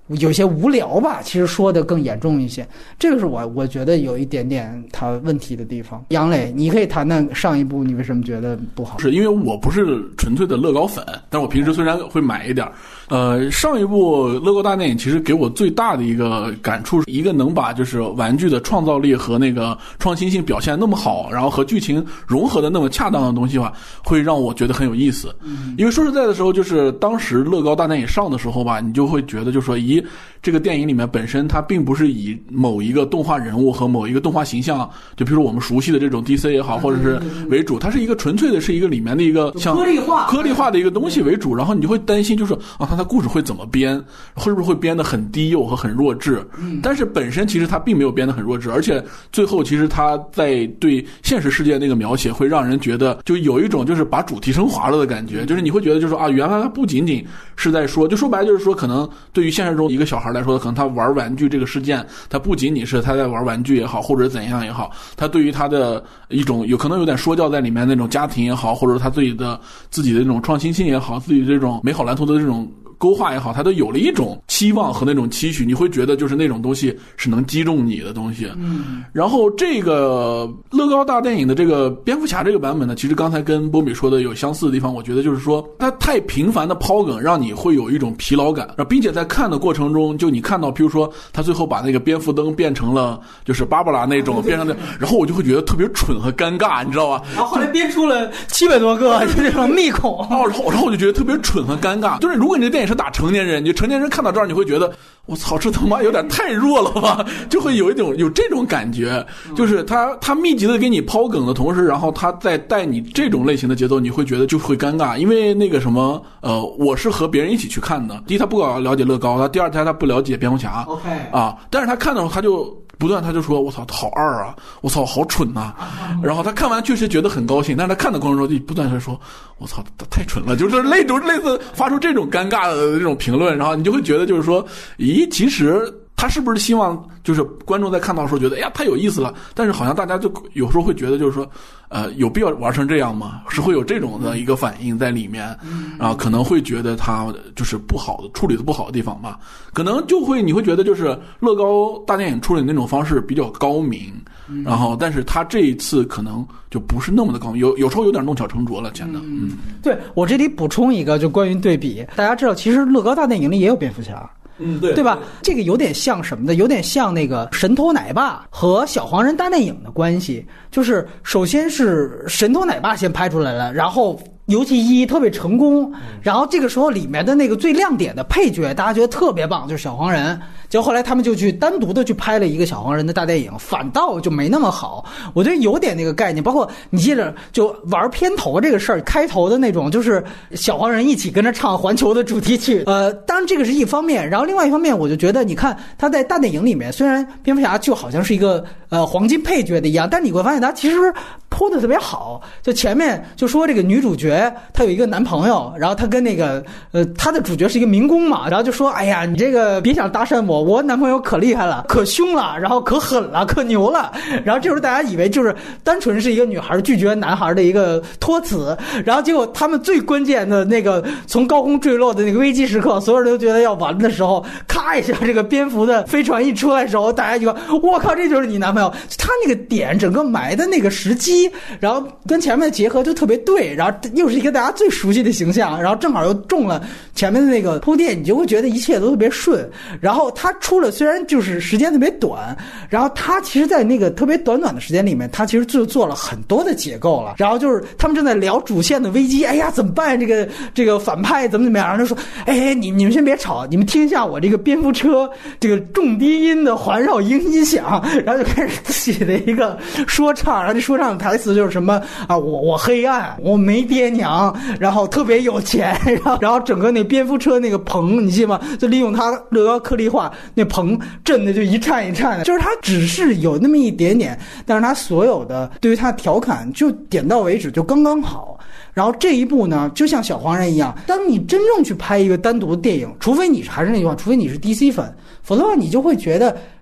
A: 有些无聊吧，其实说的更严重一些，这个是我我觉得有一点点他问题的地方。杨磊，你可以谈谈上一部你为什么觉得不好？
B: 是因为我不是纯粹的乐高粉，但我平时虽然会买一点，呃，上一部乐高大电影其实给我最大的一个感触，一个能把就是玩具的创造力和那个创新性表现那么好，然后和剧情融合的那么恰当的东西吧，会让我觉得很有意思。嗯、因为说实在的时候，就是当时乐高大电影上的时候吧，你就会觉得就说，咦，这个电影里面本身它并不是以某一个动画人物和某一个动画形象，就比如说我们熟悉的这种 D C 也好，或者是为主，它是一个纯粹的是一个里面的一个像
A: 颗粒化
B: 颗粒化的一个东西为主，然后你就会担心，就是啊，它的故事会怎么编，会不会会编得很低幼和很弱智？嗯，但是本身其实它并没有编得很弱智，而且最后其实它在对现实世界那个描写，会让人觉得就有一种就是把主题升华了的感觉，就是你会觉得就是啊，原来它不仅仅是在说，就说白了就是说，可能对于现实中一个小孩来说，可能他玩玩具这个事件，他不仅仅是他在玩玩具也好，或者怎样也好，他对于他的一种有可能有点说教在里面那种家庭也好，或者他自己的自己的这种创新性也好，自己这种美好蓝图的这种勾画也好，他都有了一种期望和那种期许，你会觉得就是那种东西是能击中你的东西。嗯，然后这个乐高大电影的这个蝙蝠侠这个版本呢，其实刚才跟波米说的有相似的地方，我觉得就是说它太频繁的抛梗，让你会有一种疲劳感，并且在看的过程中，就你看到，比如说他最后把那个蝙蝠灯变成了就是芭芭拉那种，变成的，然后我就会觉得特别蠢和尴尬，你知道吧？
A: 然后后来编出了七百多个，就这种密孔。
B: 哦，然后然后我就觉得特别蠢和尴尬。就是如果你的电影是打成年人，你成年人看到这儿，你会觉得我操，这他妈有点太弱了吧，就会有一种有这种感觉，就是他他密集的给你抛梗的同时，然后他在带你这种类型的节奏，你会觉得就会尴尬，因为那个什么呃，我是和别人一起去看的，第一他不了解乐高，他第二他他不了解蝙蝠侠
A: ，OK
B: 啊，但是他看的时候他就不断他就说我操好二啊，我操好蠢呐、啊，然后他看完确实觉得很高兴，但是他看的过程中就不断是说我操太蠢了，就是类种类似发出这种尴尬的这种评论，然后你就会觉得就是说咦其实他是不是希望就是观众在看到的时候觉得哎呀太有意思了，但是好像大家就有时候会觉得就是说呃有必要玩成这样吗？是会有这种的一个反应在里面，然后可能会觉得他就是不好的处理的不好的地方吧，可能就会你会觉得就是乐高大电影处理的那种方式比较高明，然后但是他这一次可能就不是那么的高明，有有时候有点弄巧成拙了，显得嗯，
A: 对我这里补充一个就关于对比，大家知道其实乐高大电影里也有蝙蝠侠。
B: 嗯，对，
A: 对吧？这个有点像什么的？有点像那个神偷奶爸和小黄人大电影的关系，就是首先是神偷奶爸先拍出来了，然后游戏一特别成功，然后这个时候里面的那个最亮点的配角，大家觉得特别棒，就是小黄人。结果后来他们就去单独的去拍了一个小黄人的大电影，反倒就没那么好。我觉得有点那个概念，包括你记得就玩片头这个事儿，开头的那种就是小黄人一起跟着唱环球的主题曲。呃，当然这个是一方面，然后另外一方面，我就觉得你看他在大电影里面，虽然蝙蝠侠就好像是一个呃黄金配角的一样，但你会发现他其实铺的特别好。就前面就说这个女主角她有一个男朋友，然后她跟那个呃她的主角是一个民工嘛，然后就说哎呀你这个别想搭讪我，我男朋友可厉害了，可凶了，然后可狠了，可牛了。然后这时候大家以为就是单纯是一个女孩拒绝男孩的一个托词，然后结果他们最关键的那个从高空坠落的那个危机时刻，所有人都觉得要完了的时候，咔一下这个蝙蝠的飞船一出来的时候，大家就说我靠这就是你男朋友。他那个点整个埋的那个时机，然后跟前面的结合就特别对，然后又是一个大家最熟悉的形象，然后正好又中了前面的那个铺垫，你就会觉得一切都特别顺。然后他出了虽然就是时间特别短，然后他其实在那个特别短短的时间里面，他其实就做了很多的解构了。然后就是他们正在聊主线的危机，哎呀怎么办，这个这个反派怎么怎么样，然后就说哎你你们先别吵，你们听一下我这个蝙蝠车这个重低音的环绕音音响，然后就开始写的一个说唱，然后这说唱的台词就是什么啊我我黑暗，我没爹娘，然后特别有钱，然后然后整个那蝙蝠车那个棚你记得吗，就利用它乐高颗粒化那棚震的就一颤一颤的，就是它只是有那么一点点，但是它所有的对于它的调侃就点到为止，就刚刚好。然后这一部呢就像小黄人一样，当你真正去拍一个单独的电影，除非你是还是那句话，除非你是 D C 粉，否则的话你就会觉得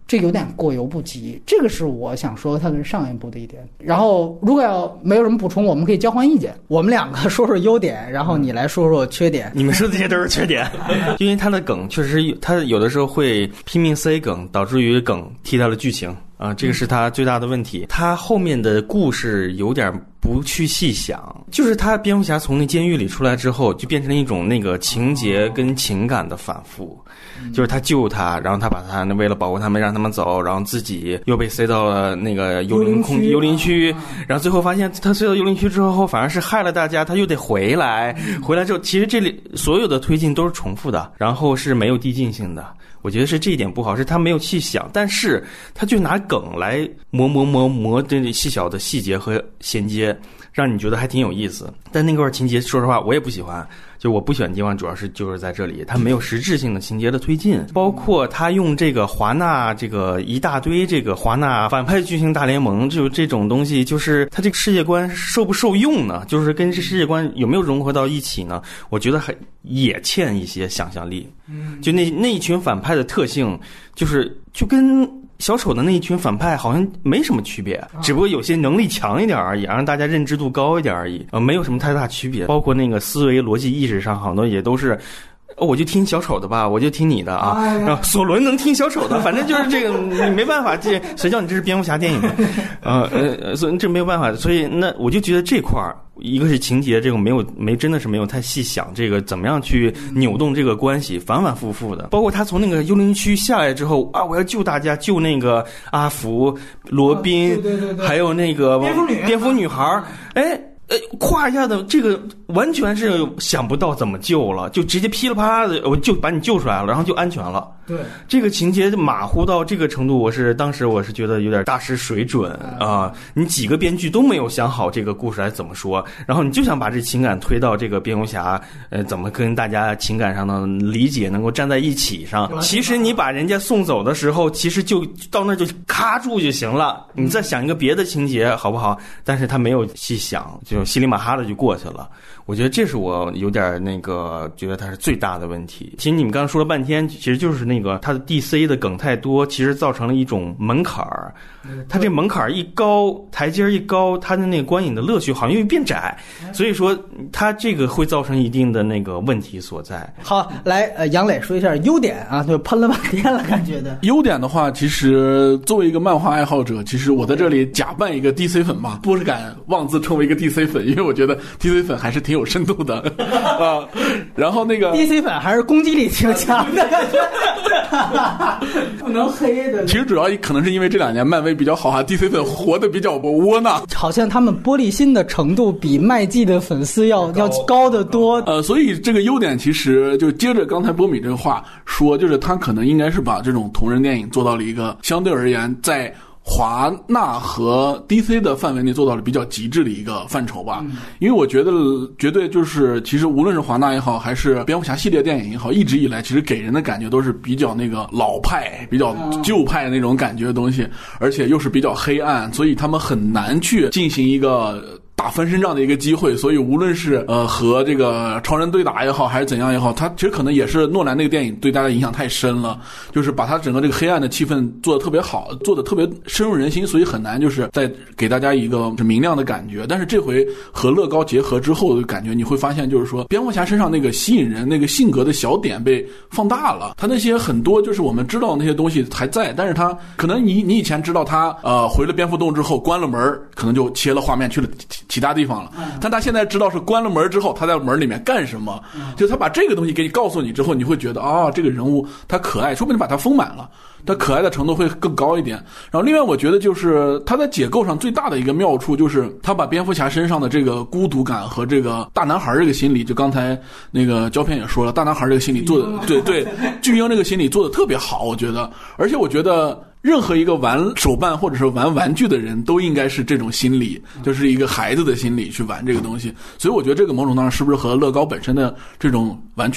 A: 这有点过犹不及，这个是我想说它跟上一部的一点。然后如果要没有什么补充，我们可以交换意见，我们两个说说优点，然后你来说说缺点。
C: 你们说这些都是缺点，因为它的梗确实，它有的时候会拼命塞梗，导致于梗替代了剧情啊、呃，这个是它最大的问题。它后面的故事有点不去细想，就是他蝙蝠侠从那监狱里出来之后，就变成一种那个情节跟情感的反复。就是他救他，然后他把他为了保护他们让他们走，然后自己又被塞到了那个幽灵空幽灵区，然后最后发现他塞到幽灵区之后反而是害了大家，他又得回来，回来之后其实这里所有的推进都是重复的，然后是没有递进性的。我觉得是这一点不好，是他没有去想，但是他就拿梗来磨磨磨磨这细小的细节和衔接，让你觉得还挺有意思。但那块情节说实话我也不喜欢，就我不喜欢的地方主要是就是在这里，他没有实质性的情节的推进，包括他用这个华纳这个一大堆这个华纳反派巨星大联盟就这种东西，就是他这个世界观受不受用呢？就是跟这世界观有没有融合到一起呢？我觉得还也欠一些想象力。就那那一群反派的特性，就是就跟小丑的那一群反派好像没什么区别，只不过有些能力强一点而已，让大家认知度高一点而已，呃，没有什么太大区别。包括那个思维逻辑意识上，好多也都是。哦，我就听小丑的吧，我就听你的啊。然后索伦能听小丑的，反正就是这个，你没办法，这谁叫你这是蝙蝠侠电影？呃呃，所以这没有办法，所以那我就觉得这块儿，一个是情节这种没有没真的是没有太细想这个怎么样去扭动这个关系，反反复复的。包括他从那个幽灵区下来之后啊，我要救大家，救那个阿福、罗宾，
A: 对对对，
C: 还有那个
A: 蝙蝠女
C: 蝙蝠女孩，哎。呃，咵一下子，这个完全是想不到怎么救了，就直接噼里啪啦的，我就把你救出来了，然后就安全了。
A: 对，
C: 这个情节马虎到这个程度，我是当时我是觉得有点大失水准啊！你几个编剧都没有想好这个故事来怎么说，然后你就想把这情感推到这个蝙蝠侠，呃，怎么跟大家情感上的理解能够站在一起上。其实你把人家送走的时候，其实就到那就卡住就行了，你再想一个别的情节好不好？但是他没有细想，就稀里马哈的就过去了。我觉得这是我有点那个觉得它是最大的问题。其实你们刚刚说了半天，其实就是那个它的 D C 的梗太多，其实造成了一种门槛儿。它这门槛一高，台阶一高，它的那个观影的乐趣好像又变窄，所以说它这个会造成一定的那个问题所在。
A: 好，来，呃，杨磊说一下优点啊，就喷了半天了，感觉的。
B: 优点的话，其实作为一个漫画爱好者，其实我在这里假扮一个 D C 粉嘛，不是敢妄自称为一个 D C 粉，因为我觉得 D C 粉还是挺有深度的啊。然后那个
A: D C 粉还是攻击力挺强的感觉，不能黑的。
B: 其实主要可能是因为这两年漫威比较好啊 ，D C 粉活得比较窝囊，
A: 好像他们玻璃心的程度比麦季的粉丝要要高得多。
B: 呃，所以这个优点其实就接着刚才波米这个话说，就是他可能应该是把这种同人电影做到了一个相对而言在华纳和 D C 的范围内做到了比较极致的一个范畴吧，嗯、因为我觉得绝对就是其实无论是华纳也好，还是蝙蝠侠系列电影也好，一直以来其实给人的感觉都是比较那个老派、比较旧派的那种感觉的东西，而且又是比较黑暗，所以他们很难去进行一个打翻身仗的一个机会，所以无论是呃和这个超人对打也好，还是怎样也好，他其实可能也是诺兰那个电影对大家影响太深了，就是把他整个这个黑暗的气氛做得特别好，做得特别深入人心，所以很难就是再给大家一个明亮的感觉。但是这回和乐高结合之后的感觉，你会发现就是说蝙蝠侠身上那个吸引人那个性格的小点被放大了，他那些很多就是我们知道那些东西还在，但是他可能你你以前知道他呃回了蝙蝠洞之后关了门，可能就切了画面去了其他地方了，但他现在知道是关了门之后他在门里面干什么，就他把这个东西给你告诉你之后，你会觉得啊、哦，这个人物他可爱，说不定把他丰满了，他可爱的程度会更高一点。然后另外我觉得就是他在解构上最大的一个妙处，就是他把蝙蝠侠身上的这个孤独感和这个大男孩这个心理，就刚才那个胶片也说了，大男孩这个心理做的对对巨婴这个心理做的特别好，我觉得。而且我觉得任何一个玩手办或者是玩玩具的人都应该是这种心理，就是一个孩子的心理去玩这个东西。所以我觉得这个某种当然是不是和乐高本身的这种玩具的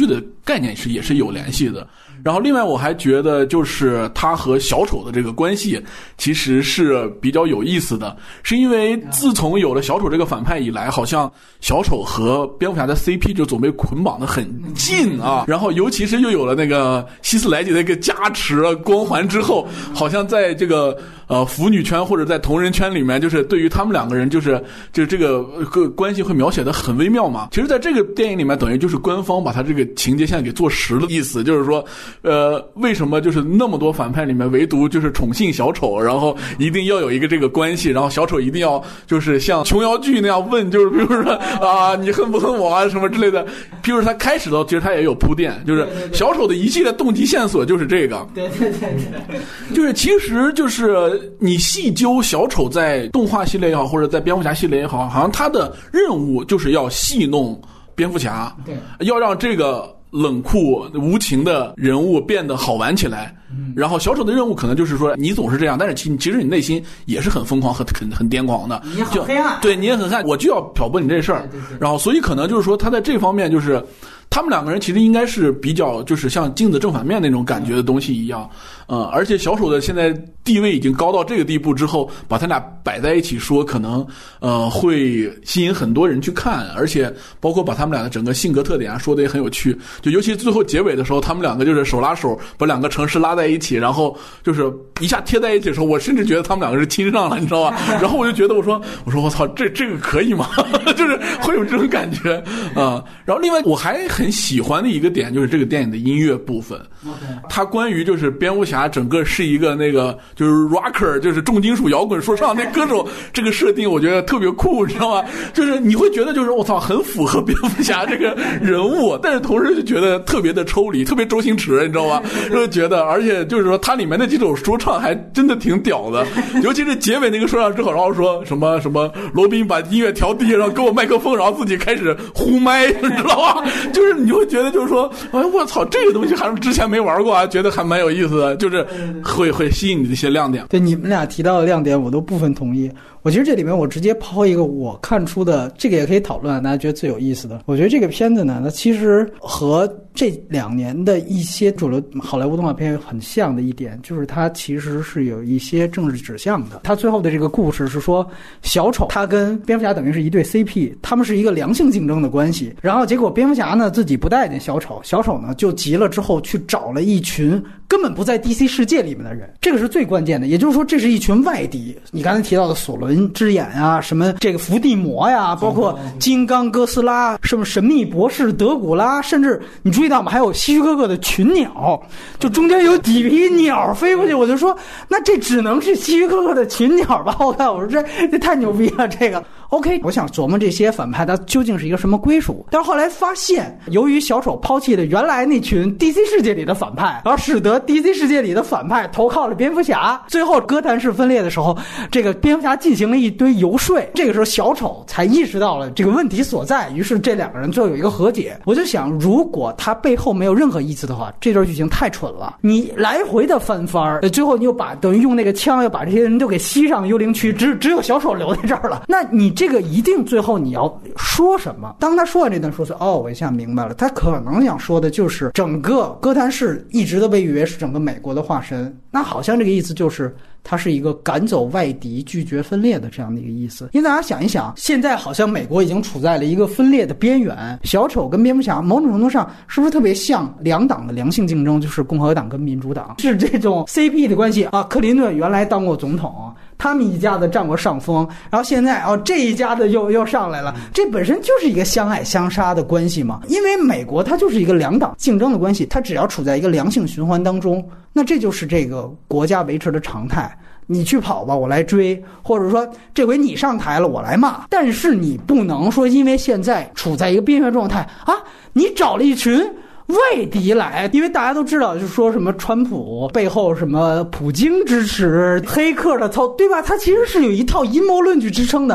B: 概念是也是有联系的。然后另外我还觉得就是他和小丑的这个关系其实是比较有意思的，是因为自从有了小丑这个反派以来，好像小丑和蝙蝠侠的 C P 就总被捆绑得很近啊，然后尤其是又有了那个希斯莱杰的一个加持光环之后，好像在这个呃腐女圈或者在同人圈里面，就是对于他们两个人就是就是这个个关系会描写得很微妙嘛。其实在这个电影里面等于就是官方把他这个情节线给做实了，意思就是说呃，为什么就是那么多反派里面唯独就是宠幸小丑，然后一定要有一个这个关系，然后小丑一定要就是像琼瑶剧那样问，就是比如说啊你恨不恨我啊什么之类的。比如他开始的其实他也有铺垫，就是小丑的一系列动机线索就是这个，
A: 对对对对，
B: 就是其实就是你细究小丑在动画系列也好，或者在蝙蝠侠系列也好，好像他的任务就是要戏弄蝙蝠侠，
A: 对，
B: 要让这个冷酷无情的人物变得好玩起来。然后小丑的任务可能就是说你总是这样，但是其其实你内心也是很疯狂很很很癫狂的，
A: 你很黑暗，
B: 对，你也很黑暗，我就要挑拨你这事儿。然后所以可能就是说他在这方面就是他们两个人其实应该是比较就是像镜子正反面那种感觉的东西一样。呃，而且小丑的现在地位已经高到这个地步之后，把他俩摆在一起说，可能呃会吸引很多人去看，而且包括把他们俩的整个性格特点啊说的也很有趣。就尤其最后结尾的时候，他们两个就是手拉手把两个城市拉在一起，然后就是一下贴在一起的时候，我甚至觉得他们两个是亲上了，你知道吧？然后我就觉得我说我说我操，这这个可以吗？就是会有这种感觉啊、呃。然后另外我还很喜欢的一个点就是这个电影的音乐部分，它关于就是蝙蝠侠整个是一个那个就是 rocker 就是重金属摇滚说唱那歌手这个设定，我觉得特别酷，你知道吗？就是你会觉得就是我操很符合蝙蝠侠这个人物，但是同时就觉得特别的抽离，特别周星驰，你知道吗？就觉得而且就是说它里面那几首说唱还真的挺屌的，尤其是结尾那个说唱之后，然后说什么什么罗宾把音乐调低，然后给我麦克风，然后自己开始呼麦，你知道吗？就是你会觉得就是说哎我操这个东西还是之前没玩过啊，觉得还蛮有意思的，就是会会吸引你的一些亮点。
A: 对，你们俩提到的亮点我都部分同意。我其实这里面我直接抛一个我看出的，这个也可以讨论，大家觉得最有意思的。我觉得这个片子呢，它其实和这两年的一些主流好莱坞动画片很像的一点，就是它其实是有一些政治指向的。它最后的这个故事是说，小丑他跟蝙蝠侠等于是一对 C P， 他们是一个良性竞争的关系。然后结果蝙蝠侠呢自己不待见小丑，小丑呢就急了之后去找了一群根本不在 D C 世界里面的人，这个是最关键的。也就是说，这是一群外敌。你刚才提到的索伦之眼啊，什么这个伏地魔呀，包括金刚、哥斯拉，什么神秘博士、德古拉，甚至你注意到吗？还有希区柯克的群鸟，就中间有几匹鸟飞过去，我就说，那这只能是希区柯克的群鸟吧？我看，我说这这太牛逼了，这个。OK， 我想琢磨这些反派他究竟是一个什么归属，但是后来发现，由于小丑抛弃了原来那群 D C 世界里的反派，而使得 D C 世界里的反派投靠了蝙蝠侠。最后哥谭市分裂的时候，这个蝙蝠侠进行了一堆游说，这个时候小丑才意识到了这个问题所在，于是这两个人最后有一个和解。我就想，如果他背后没有任何意思的话，这段剧情太蠢了，你来回的翻番，最后你又把等于用那个枪要把这些人都给吸上幽灵区，只只有小丑留在这儿了，那你这个一定最后你要说什么？当他说完这段说辞，哦，我一下明白了，他可能想说的就是整个哥谭市一直都被誉为是整个美国的化身，那好像这个意思就是它是一个赶走外敌、拒绝分裂的这样的一个意思。因为大家想一想，现在好像美国已经处在了一个分裂的边缘，小丑跟蝙蝠侠某种程度上是不是特别像两党的良性竞争，就是共和党跟民主党，是这种 C P 的关系啊。克林顿原来当过总统，他们一家子占过上风，然后现在哦这一家子又又上来了，这本身就是一个相爱相杀的关系嘛。因为美国它就是一个两党竞争的关系，它只要处在一个良性循环当中，那这就是这个国家维持的常态。你去跑吧，我来追，或者说这回你上台了，我来骂。但是你不能说因为现在处在一个边缘状态啊，你找了一群外敌来，因为大家都知道，就说什么川普背后什么普京支持黑客的操，对吧？他其实是有一套阴谋论去支撑的。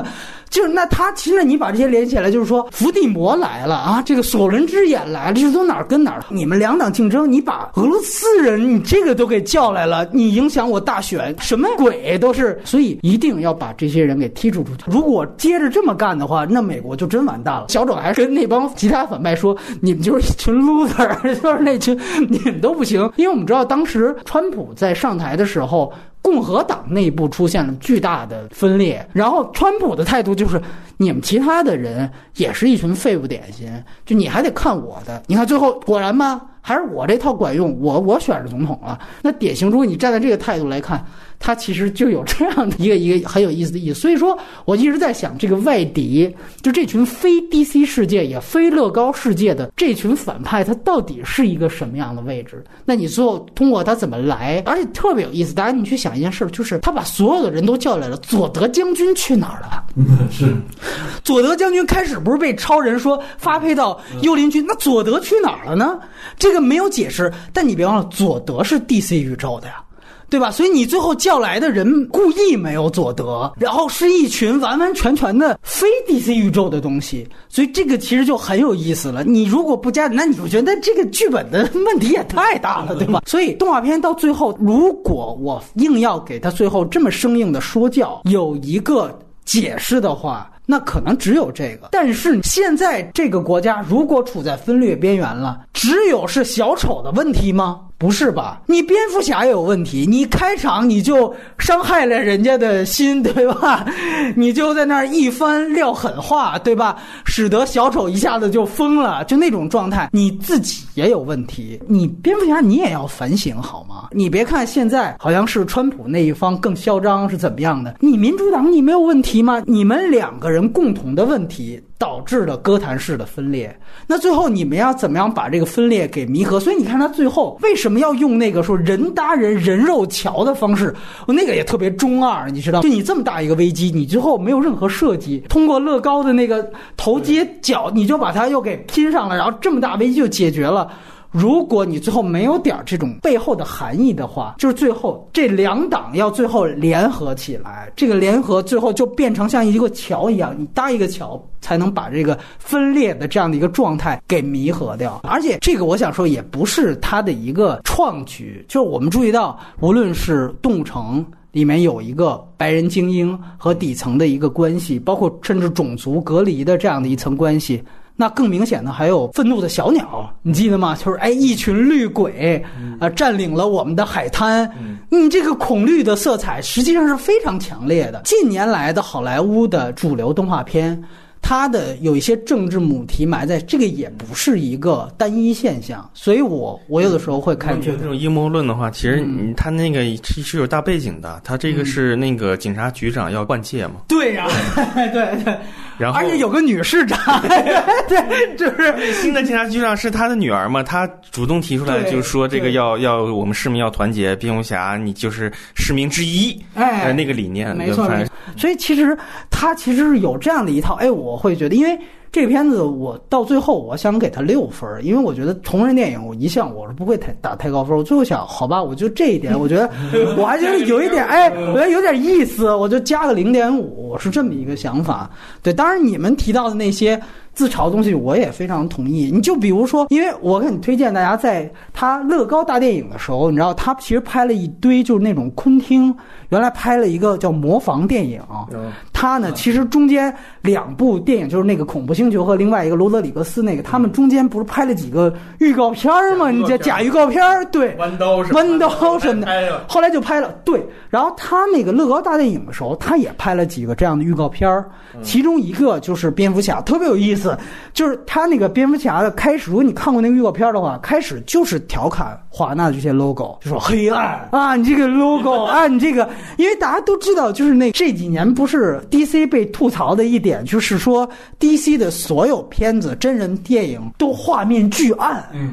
A: 就是那他其实你把这些连起来，就是说伏地魔来了啊，这个索伦之眼来了，这从哪儿跟哪儿？你们两党竞争，你把俄罗斯人你这个都给叫来了，你影响我大选，什么鬼都是，所以一定要把这些人给踢出出去。如果接着这么干的话，那美国就真完蛋了。小丑还跟那帮其他反派说，你们就是一群 loser， 就是那群你们都不行。因为我们知道当时川普在上台的时候，共和党内部出现了巨大的分裂，然后川普的态度就是你们其他的人也是一群废物点心，就你还得看我的。你看最后果然吗？还是我这套管用，我我选上总统了。那典型，如果你站在这个态度来看，他其实就有这样的一个一个很有意思的意思。所以说我一直在想，这个外敌，就这群非 D C 世界也非乐高世界的这群反派，他到底是一个什么样的位置？那你最后通过他怎么来，而且特别有意思。大家你去想一件事，就是他把所有的人都叫来了，佐德将军去哪儿了？
D: 嗯，是
A: 佐德将军开始不是被超人说发配到幽灵军，那佐德去哪儿了呢？这个没有解释，但你别忘了，佐德是 D C 宇宙的呀。对吧？所以你最后叫来的人故意没有佐德，然后是一群完完全全的非 D C 宇宙的东西，所以这个其实就很有意思了。你如果不加，那你就觉得这个剧本的问题也太大了，对吧？所以动画片到最后，如果我硬要给他最后这么生硬的说教有一个解释的话，那可能只有这个。但是现在这个国家如果处在分裂边缘了，只有是小丑的问题吗？不是吧？你蝙蝠侠也有问题，你开场你就伤害了人家的心，对吧？你就在那儿一番撂狠话，对吧？使得小丑一下子就疯了，就那种状态，你自己也有问题。你蝙蝠侠你也要反省好吗？你别看现在好像是川普那一方更嚣张是怎么样的，你民主党你没有问题吗？你们两个人共同的问题导致了哥谭市的分裂，那最后你们要怎么样把这个分裂给弥合？所以你看他最后为什么要用那个说人搭人人肉桥的方式，那个也特别中二，你知道，就你这么大一个危机，你最后没有任何设计，通过乐高的那个头接脚你就把它又给拼上了，然后这么大危机就解决了。如果你最后没有点这种背后的含义的话，就是最后这两党要最后联合起来，这个联合最后就变成像一个桥一样，你搭一个桥才能把这个分裂的这样的一个状态给弥合掉。而且这个我想说也不是它的一个创举，就是我们注意到无论是动物城里面有一个白人精英和底层的一个关系，包括甚至种族隔离的这样的一层关系，那更明显的还有愤怒的小鸟，你记得吗？就是哎，一群绿鬼啊、呃，占领了我们的海滩。你、嗯、这个恐绿的色彩实际上是非常强烈的。近年来的好莱坞的主流动画片，它的有一些政治母题埋在这个，也不是一个单一现象。所以我我有的时候会看
C: 觉得这种阴谋论的话，其实你他那个是是有大背景的，他这个是那个警察局长要换届嘛？
A: 对呀、啊，对对。
C: 然后
A: 而且有个女市长，对，就是
C: 新的警察局长是他的女儿嘛，他主动提出来，就是说这个要要我们市民要团结，蝙蝠侠你就是市民之一，
A: 哎，
C: 呃、那个理念，
A: 没错。所以其实他其实是有这样的一套，哎，我会觉得，因为这个片子我到最后我想给他六分，因为我觉得同人电影我一向我是不会太打太高分，我最后想好吧，我就这一点我觉得我还觉得有一点哎，我觉得有点意思，我就加个零点五，我是这么一个想法。对，当然你们提到的那些自嘲的东西我也非常同意。你就比如说，因为我很推荐大家在他乐高大电影的时候，你知道他其实拍了一堆就是那种昆汀原来拍了一个叫模仿电影，他呢其实中间两部电影就是那个恐怖星球和另外一个罗德里格斯那个，他们中间不是拍了几个预告片吗？你这假预告片，对，
D: 弯刀什么
A: 弯刀什么的，后来就拍了。对，然后他那个乐高大电影的时候，他也拍了几个这样的预告片，其中一个就是蝙蝠侠，特别有意思，就是他那个蝙蝠侠的开始，如果你看过那个预告片的话，开始就是调侃华纳的这些 logo， 就说黑暗啊，你这个 logo 啊，你这个，因为大家都知道，就是那这几年不是 D C 被吐槽的一点，就是说 D C 的所有片子真人电影都画面巨暗，嗯，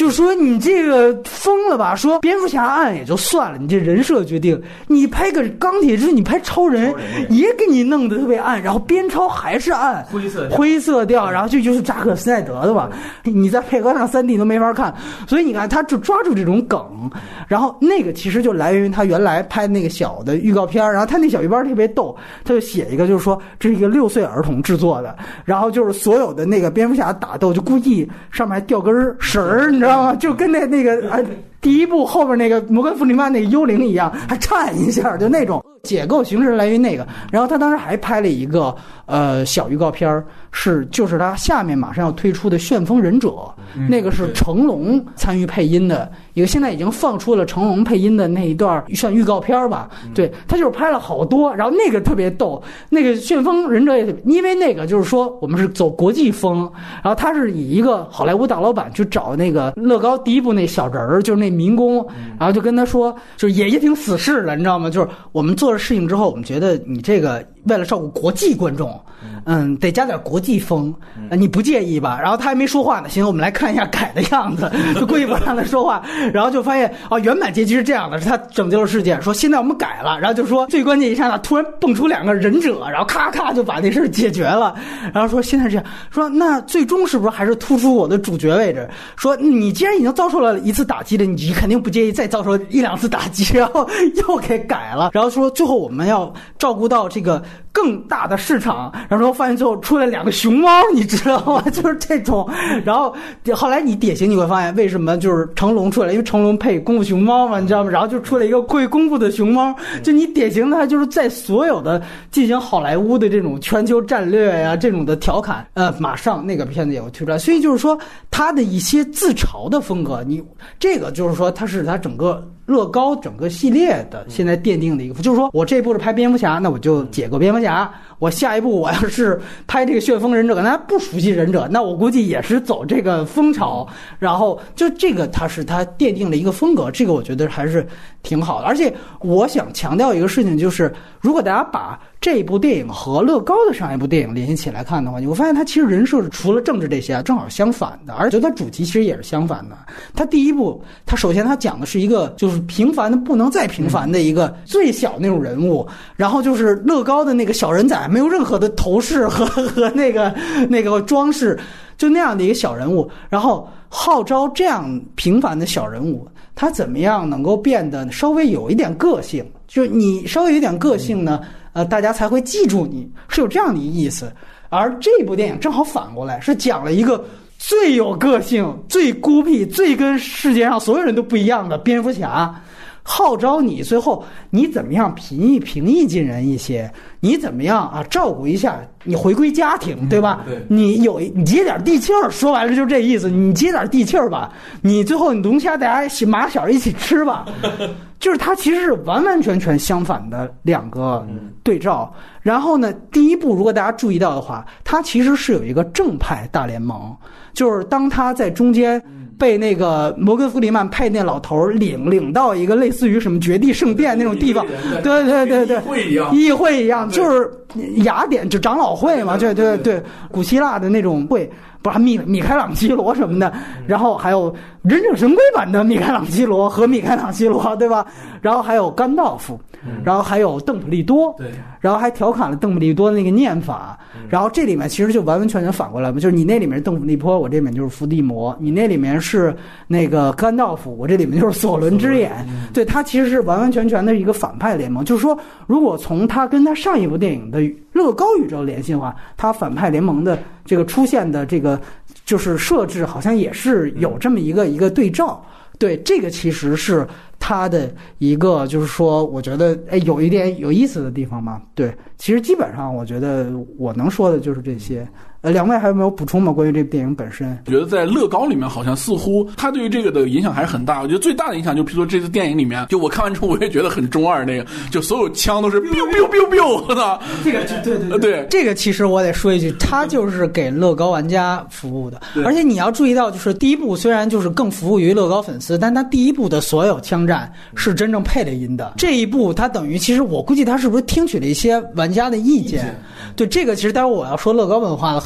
A: 就说你这个疯了吧？说蝙蝠侠暗也就算了，你这人设决定，你拍个钢铁之，你拍超人也给你弄得特别暗，然后边超还是暗，
D: 灰色
A: 灰色调，然后这就是扎克施耐德的吧？你在配合上三 D 都没法看，所以你看他就抓住这种梗，然后那个其实就来源于他原来拍那个小的预告片，然后他那小预告片特别逗，他就写一个就是说这是一个六岁儿童制作的，然后就是所有的那个蝙蝠侠打斗就故意上面还掉根绳儿，你知道吗？就跟那那个啊第一部后边那个摩根弗里曼那个幽灵一样，还颤一下，就那种解构形式来源于那个。然后他当时还拍了一个呃小预告片，是就是他下面马上要推出的《旋风忍者》，嗯、那个是成龙参与配音的一个，现在已经放出了成龙配音的那一段算预告片吧。对，他就是拍了好多，然后那个特别逗，那个《旋风忍者》也因为那个就是说我们是走国际风，然后他是以一个好莱坞大老板去找那个乐高第一部那小人儿，就是那民工，然后就跟他说，就是也也挺死士的，你知道吗？就是我们做了事情之后，我们觉得你这个为了照顾国际观众，嗯，得加点国际风，你不介意吧？然后他还没说话呢，行，我们来看一下改的样子，就故意不让他说话，然后就发现啊，原版结局是这样的，是他拯救了世界，说现在我们改了，然后就说最关键一刹那突然蹦出两个忍者，然后咔咔就把那事解决了，然后说现在这样，说那最终是不是还是突出我的主角位置？说你既然已经遭受了一次打击了，你肯定不介意再遭受一两次打击，然后又给改了，然后说最后我们要照顾到这个更大的市场，然后发现最后出来两个熊猫，你知道吗？就是这种，然后后来你典型你会发现为什么就是成龙出来，因为成龙配功夫熊猫嘛，你知道吗？然后就出来一个会功夫的熊猫，就你典型的他就是在所有的进行好莱坞的这种全球战略呀、啊、这种的调侃，呃，马上那个片子也会推出来，所以就是说他的一些自嘲的风格，你这个就是说他是他整个乐高整个系列的现在奠定的一个，就是说我这一部是拍蝙蝠侠，那我就解构蝙蝠侠，我下一步我要是拍这个旋风忍者，大家不熟悉忍者，那我估计也是走这个风潮，然后就这个它是它奠定了一个风格，这个我觉得还是挺好的。而且我想强调一个事情，就是如果大家把这一部电影和乐高的上一部电影联系起来看的话，你会发现它其实人设是除了政治这些啊，正好相反的，而且它主题其实也是相反的。它第一部，它首先它讲的是一个就是平凡的不能再平凡的一个最小那种人物，然后就是乐高的那个小人仔，没有任何的头饰和和那个那个装饰，就那样的一个小人物，然后号召这样平凡的小人物，他怎么样能够变得稍微有一点个性？就你稍微有一点个性呢，呃，大家才会记住你，是有这样的一个意思。而这部电影正好反过来，是讲了一个最有个性、最孤僻、最跟世界上所有人都不一样的蝙蝠侠，号召你最后你怎么样平易平易近人一些，你怎么样啊照顾一下，你回归家庭，对吧？
D: 对，
A: 你有你接点地气儿，说白了就是这意思，你接点地气儿吧，你最后你龙虾大家一起马小一起吃吧。就是它其实是完完全全相反的两个对照。然后呢，第一部如果大家注意到的话，它其实是有一个正派大联盟，就是当他在中间被那个摩根弗里曼配那老头领领到一个类似于什么绝地圣殿那种地方，对对对对，
B: 议会一样，
A: 议会一样，就是雅典就长老会嘛，对对对，古希腊的那种会。不是米米开朗基罗什么的，然后还有忍者神龟版的米开朗基罗和米开朗基罗，对吧？然后还有甘道夫，然后还有邓普利多，对，然后还调侃了邓普利多那个念法，然后这里面其实就完完全全反过来嘛，就是你那里面是邓普利多，我这里面就是伏地魔；你那里面是那个甘道夫，我这里面就是索伦之眼。对，他其实是完完全全的一个反派联盟。就是说，如果从他跟他上一部电影的乐高宇宙联系的话，他反派联盟的这个出现的这个就是设置，好像也是有这么一个一个对照。对，这个其实是他的一个，就是说，我觉得哎，有一点有意思的地方嘛。对，其实基本上我觉得我能说的就是这些。呃，两位还有没有补充吗？关于这个电影本身？
B: 我觉得在乐高里面，好像似乎它对于这个的影响还是很大。我觉得最大的影响就比如说这次电影里面，就我看完之后我也觉得很中二，那个就所有枪都是 biu biu biu biu 的。
A: 这个对对对对，这个其实我得说一句，它就是给乐高玩家服务的。而且你要注意到，就是第一部虽然就是更服务于乐高粉丝，但它第一部的所有枪战是真正配了音的。这一部它等于其实我估计它是不是听取了一些玩家的意见？对，这个其实待会儿我要说乐高文化的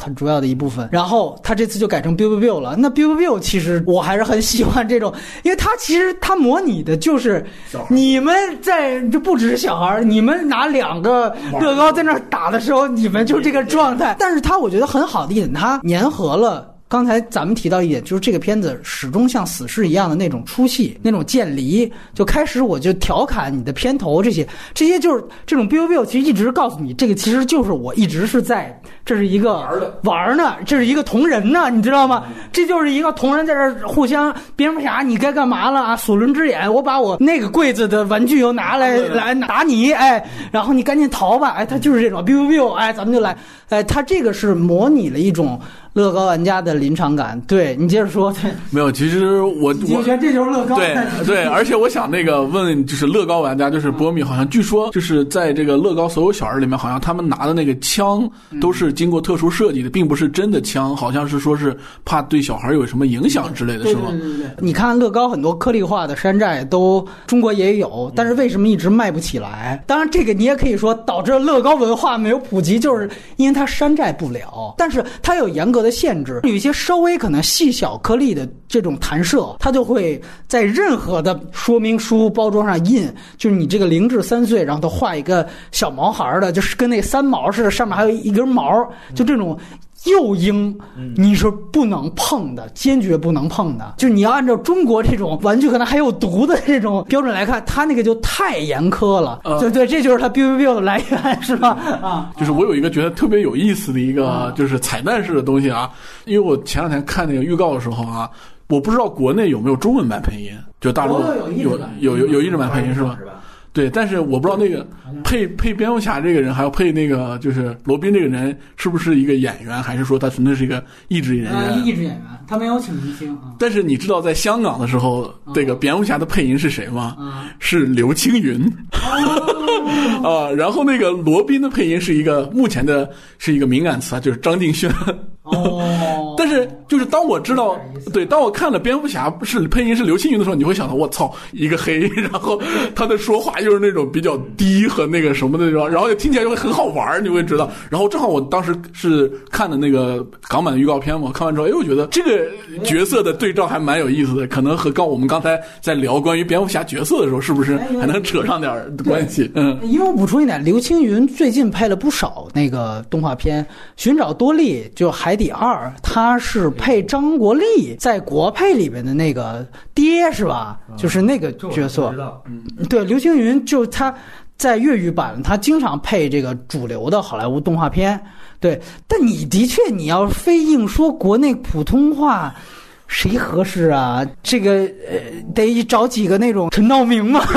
A: 很主要的一部分。然后他这次就改成 biu biu biu 了。那 biu biu biu 其实我还是很喜欢这种，因为它其实它模拟的就是你们在就不只是小孩，你们拿两个乐高在那儿打的时候，你们就这个状态。但是它我觉得很好的一点，它粘合了。刚才咱们提到一点，就是这个片子始终像死侍一样的那种出戏，那种渐离。就开始我就调侃你的片头这些，这些就是这种 biu biu， 其实一直告诉你，这个其实就是我一直是在，这是一个玩呢，这是一个同人呢，你知道吗？这就是一个同人在这互相，蝙蝠侠你该干嘛了啊？索伦之眼，我把我那个柜子的玩具又拿来来打你，哎，然后你赶紧逃吧，哎，他就是这种 biu biu， 哎，咱们就来，哎，他这个是模拟了一种乐高玩家的临场感。对，你接着说。对，
B: 没有，其实我我
A: 这就是乐高。
B: 对对，而且我想那个问，就是乐高玩家，就是波米，好像据说就是在这个乐高所有小人里面，好像他们拿的那个枪都是经过特殊设计的，并不是真的枪，好像是说是怕对小孩有什么影响之类的，是吗？
A: 对对对对。你看乐高很多颗粒化的山寨都中国也有，但是为什么一直卖不起来？当然，这个你也可以说导致乐高文化没有普及，就是因为它山寨不了，但是它有严格的限制，有一些稍微可能细小颗粒的这种弹射，它就会在任何的说明书包装上印，就是你这个零至三岁，然后都画一个小毛孩的，就是跟那三毛似的，上面还有一根毛，就这种幼婴你是不能碰的，坚决不能碰的。就你要按照中国这种玩具可能还有毒的这种标准来看，它那个就太严苛了。呃、对对，这就是它 biu biu biu 的来源，是吧？啊，
B: 就是我有一个觉得特别有意思的一个就是彩蛋式的东西啊，因为我前两天看那个预告的时候啊，我不知道国内有没有中文版配音，就大陆有有有有译制版配音是吧？对，但是我不知道那个配配蝙蝠侠这个人，还有配那个就是罗宾这个人，是不是一个演员，还是说他纯粹是一个译制人员？
A: 译制演员，他没有请明星啊。
B: 但是你知道在香港的时候，这个蝙蝠侠的配音是谁吗？是刘青云。啊，然后那个罗宾的配音是一个目前的是一个敏感词啊，就是张敬轩。哦，但是就是当我知道，对，当我看了蝙蝠侠是配音是刘青云的时候，你会想到我操，一个黑，然后他的说话又是那种比较低和那个什么的那种，然后听起来就会很好玩，你会知道。然后正好我当时是看的那个港版的预告片嘛，看完之后，哎，我觉得这个角色的对照还蛮有意思的，可能和刚我们刚才在聊关于蝙蝠侠角色的时候，是不是还能扯上点关系？嗯，
A: 因为我补充一点，刘青云最近配了不少那个动画片，《寻找多利》就海底二，他是配张国立在国配里边的那个爹是吧？就是那个角色。嗯，对，刘青云就他在粤语版，他经常配这个主流的好莱坞动画片。对，但你的确你要非硬说国内普通话。谁合适啊？这个呃，得找几个那种陈道明嘛。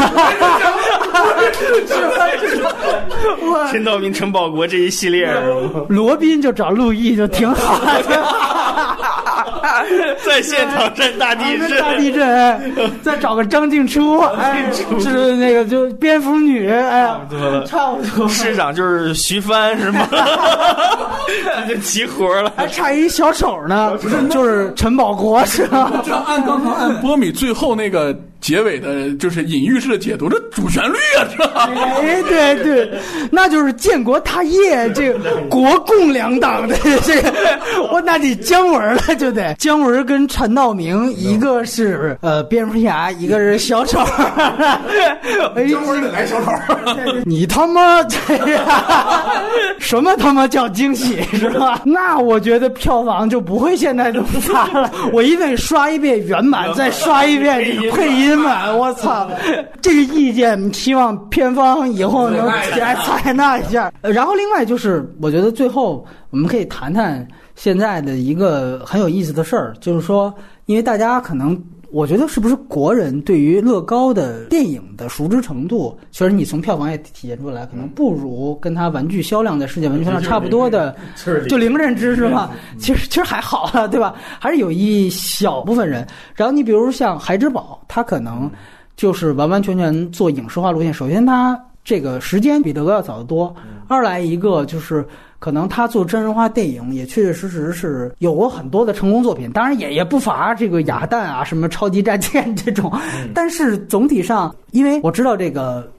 C: 陈道明、陈宝国这一系列，
A: 罗宾就找陆毅就挺好的。
C: 在现场震大地震，
A: 大地震，再找个张静初，哎，是那个就蝙蝠女，哎，差不多了，差不多。
C: 市长就是徐帆是吗？就齐活了，
A: 还差一小丑呢，就是陈宝国是吧？
B: 这按刚刚按波米最后那个结尾的，就是隐喻式的解读，这主旋律啊，是吧？
A: 哎，对对，那就是建国大业，这个国共两党的这个，我那得姜文了，就得姜文跟陈道明，一个是呃蝙蝠侠，一个是小丑。
B: 姜文得来小丑，
A: 你他妈这呀，什么他妈叫惊喜是吧？那我觉得票房就不会现在这么差了，我一定刷一遍原版，再刷一遍这个配音版。我操，这个意见希望片方以后能来采纳一下。然后另外就是，我觉得最后我们可以谈谈现在的一个很有意思的事儿，就是说，因为大家可能。我觉得是不是国人对于乐高的电影的熟知程度，其实你从票房也体现出来，可能不如跟它玩具销量在世界玩具销量差不多的，就零认知是吧？其实其实还好了，对吧？还是有一小部分人。然后你比如像孩之宝，他可能就是完完全全做影视化路线。首先，他这个时间比乐高要早得多；二来一个就是。可能他做真人化电影也确确实实是有过很多的成功作品，当然也也不乏这个哑弹啊、什么超级战舰这种，但是总体上，因为我知道这个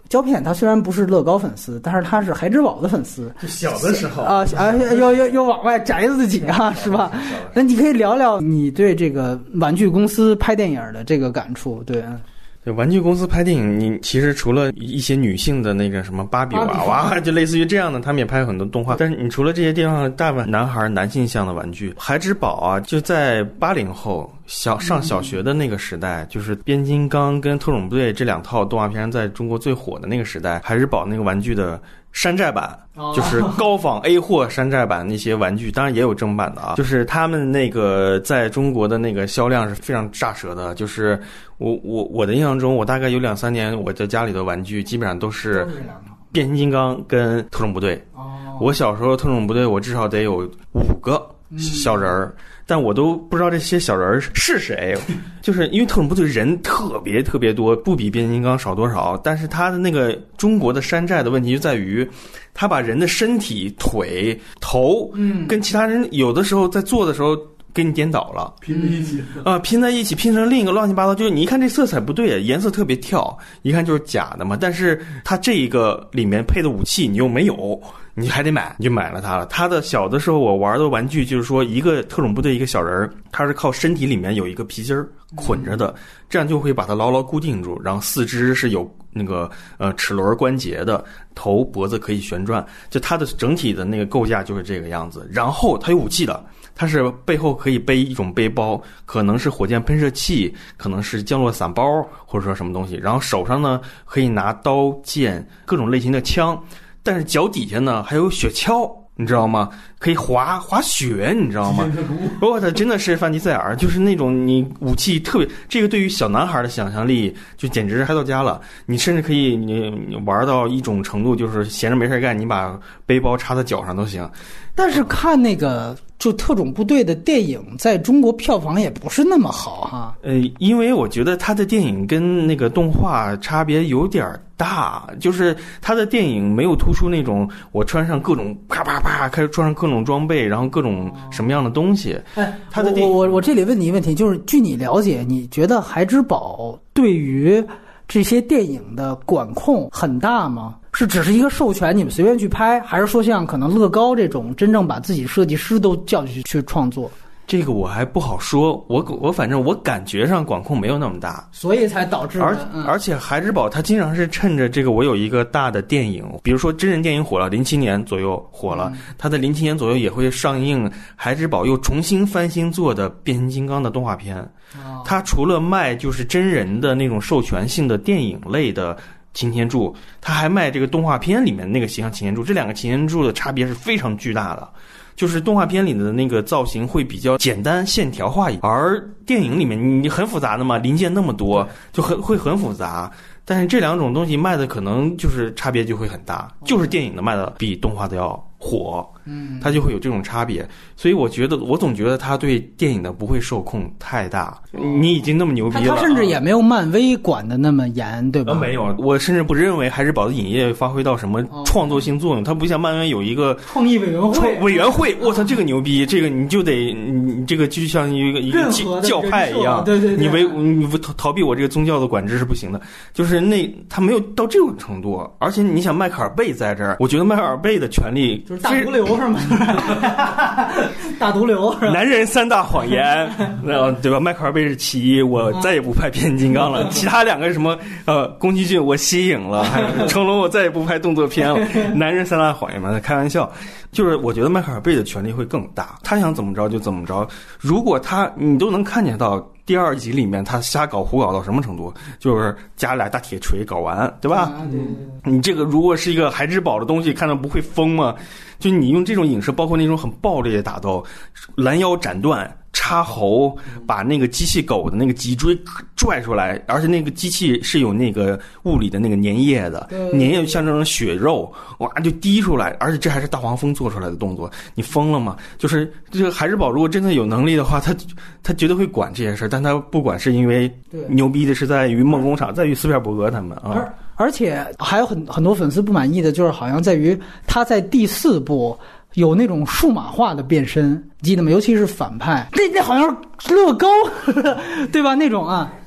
A: 胶片他虽然不是乐高粉丝，但是他是孩之宝的粉丝。
D: 就小的时候
A: 啊啊，要要要往外摘自己啊，是吧？那你可以聊聊你对这个玩具公司拍电影的这个感触，对。
C: 对，玩具公司拍电影，你其实除了一些女性的那个什么芭比娃娃，就类似于这样的，他们也拍很多动画。但是你除了这些地方，大部分男孩男性向的玩具，孩之宝啊，就在八零后小上小学的那个时代，就是变形金刚跟特种部队这两套动画片在中国最火的那个时代，孩之宝那个玩具的山寨版，就是高仿 A 货山寨版那些玩具，当然也有正版的啊。就是他们那个在中国的那个销量是非常炸舌的。就是我我我的印象中，我大概有两三年，我在家里的玩具基本上都是变形金刚跟特种部队。我小时候特种部队，我至少得有五个小人儿。但我都不知道这些小人是谁，就是因为特种部队人特别特别多，不比变形金刚少多少。但是他的那个中国的山寨的问题就在于，他把人的身体、腿、头，嗯，跟其他人有的时候在做的时候给你颠倒了，
B: 拼在一起
C: 啊、呃，拼在一起，拼成另一个乱七八糟。就是你一看这色彩不对，颜色特别跳，一看就是假的嘛。但是它这一个里面配的武器你又没有。你还得买，你就买了它了。它的小的时候我玩的玩具就是说，一个特种部队一个小人，它是靠身体里面有一个皮筋儿捆着的，这样就会把它牢牢固定住。然后四肢是有那个呃齿轮关节的，头脖子可以旋转，就它的整体的那个构架就是这个样子。然后它有武器的，它是背后可以背一种背包，可能是火箭喷射器，可能是降落伞包，或者说什么东西。然后手上呢可以拿刀剑各种类型的枪。但是脚底下呢还有雪橇，你知道吗？可以滑滑雪，你知道吗？我操，真的是范迪塞尔，就是那种你武器特别，这个对于小男孩的想象力就简直嗨到家了。你甚至可以你你玩到一种程度，就是闲着没事干，你把背包插在脚上都行。
A: 但是看那个就特种部队的电影，在中国票房也不是那么好哈。
C: 呃，因为我觉得他的电影跟那个动画差别有点大，就是他的电影没有突出那种我穿上各种啪啪啪开始穿上各种装备，然后各种什么样的东西。
A: 哎，他的电影我我我这里问你一个问题，就是据你了解，你觉得孩之宝对于这些电影的管控很大吗？是只是一个授权你们随便去拍，还是说像可能乐高这种真正把自己设计师都叫去去创作？
C: 这个我还不好说，我我反正我感觉上管控没有那么大，
A: 所以才导致。
C: 而、
A: 嗯、
C: 而且孩之宝他经常是趁着这个，我有一个大的电影，比如说真人电影火了，零七年左右火了，他在零七年左右也会上映孩之宝又重新翻新做的变形金刚的动画片。哦、他除了卖就是真人的那种授权性的电影类的擎天柱，他还卖这个动画片里面那个形象擎天柱，这两个擎天柱的差别是非常巨大的。就是动画片里的那个造型会比较简单线条化一点，而电影里面你很复杂的嘛，零件那么多，就很会很复杂。但是这两种东西卖的可能就是差别就会很大，就是电影的卖的比动画的要火，嗯，它就会有这种差别。所以我觉得，我总觉得他对电影的不会受控太大。你已经那么牛逼了，
A: 他甚至也没有漫威管的那么严，对吧？
C: 没有，我甚至不认为孩之宝的影业发挥到什么创作性作用。它不像漫威有一个
A: 创意委员会，
C: 委员会，我操，这个牛逼，这个你就得，你这个就像一个一个教派一样，
A: 对对对，
C: 你违你逃逃避我这个宗教的管制是不行的。就是那他没有到这种程度，而且你想迈克尔贝在这儿，我觉得迈克尔贝的权利
A: 就是大毒瘤是吗？大毒瘤是吧？
C: 男人三大谎言，对吧？迈克尔贝是其一，我再也不拍变形金刚了。其他两个什么呃宫崎骏我息影了，成龙我再也不拍动作片了。男人三大谎言嘛，开玩笑。就是我觉得迈克尔贝的权力会更大，他想怎么着就怎么着。如果他你都能看见到第二集里面他瞎搞胡搞到什么程度，就是加俩大铁锤搞完，对吧？
A: 啊、对对对，
C: 你这个如果是一个孩之宝的东西，看到不会疯吗？就你用这种影视，包括那种很暴力的打斗，拦腰斩断、插喉，把那个机器狗的那个脊椎拽出来，而且那个机器是有那个物理的那个粘液的，粘液像这种血肉，哇就滴出来，而且这还是大黄蜂做出来的动作，你疯了吗？就是这个孩之宝如果真的有能力的话，他他绝对会管这些事，但他不管是因为牛逼的是在于梦工厂，在于斯皮尔伯格他们啊。
A: 而而且还有很很多粉丝不满意的就是好像在于他在第四部有那种数码化的变身，记得吗？尤其是反派，那那好像是乐高，对吧？那种啊，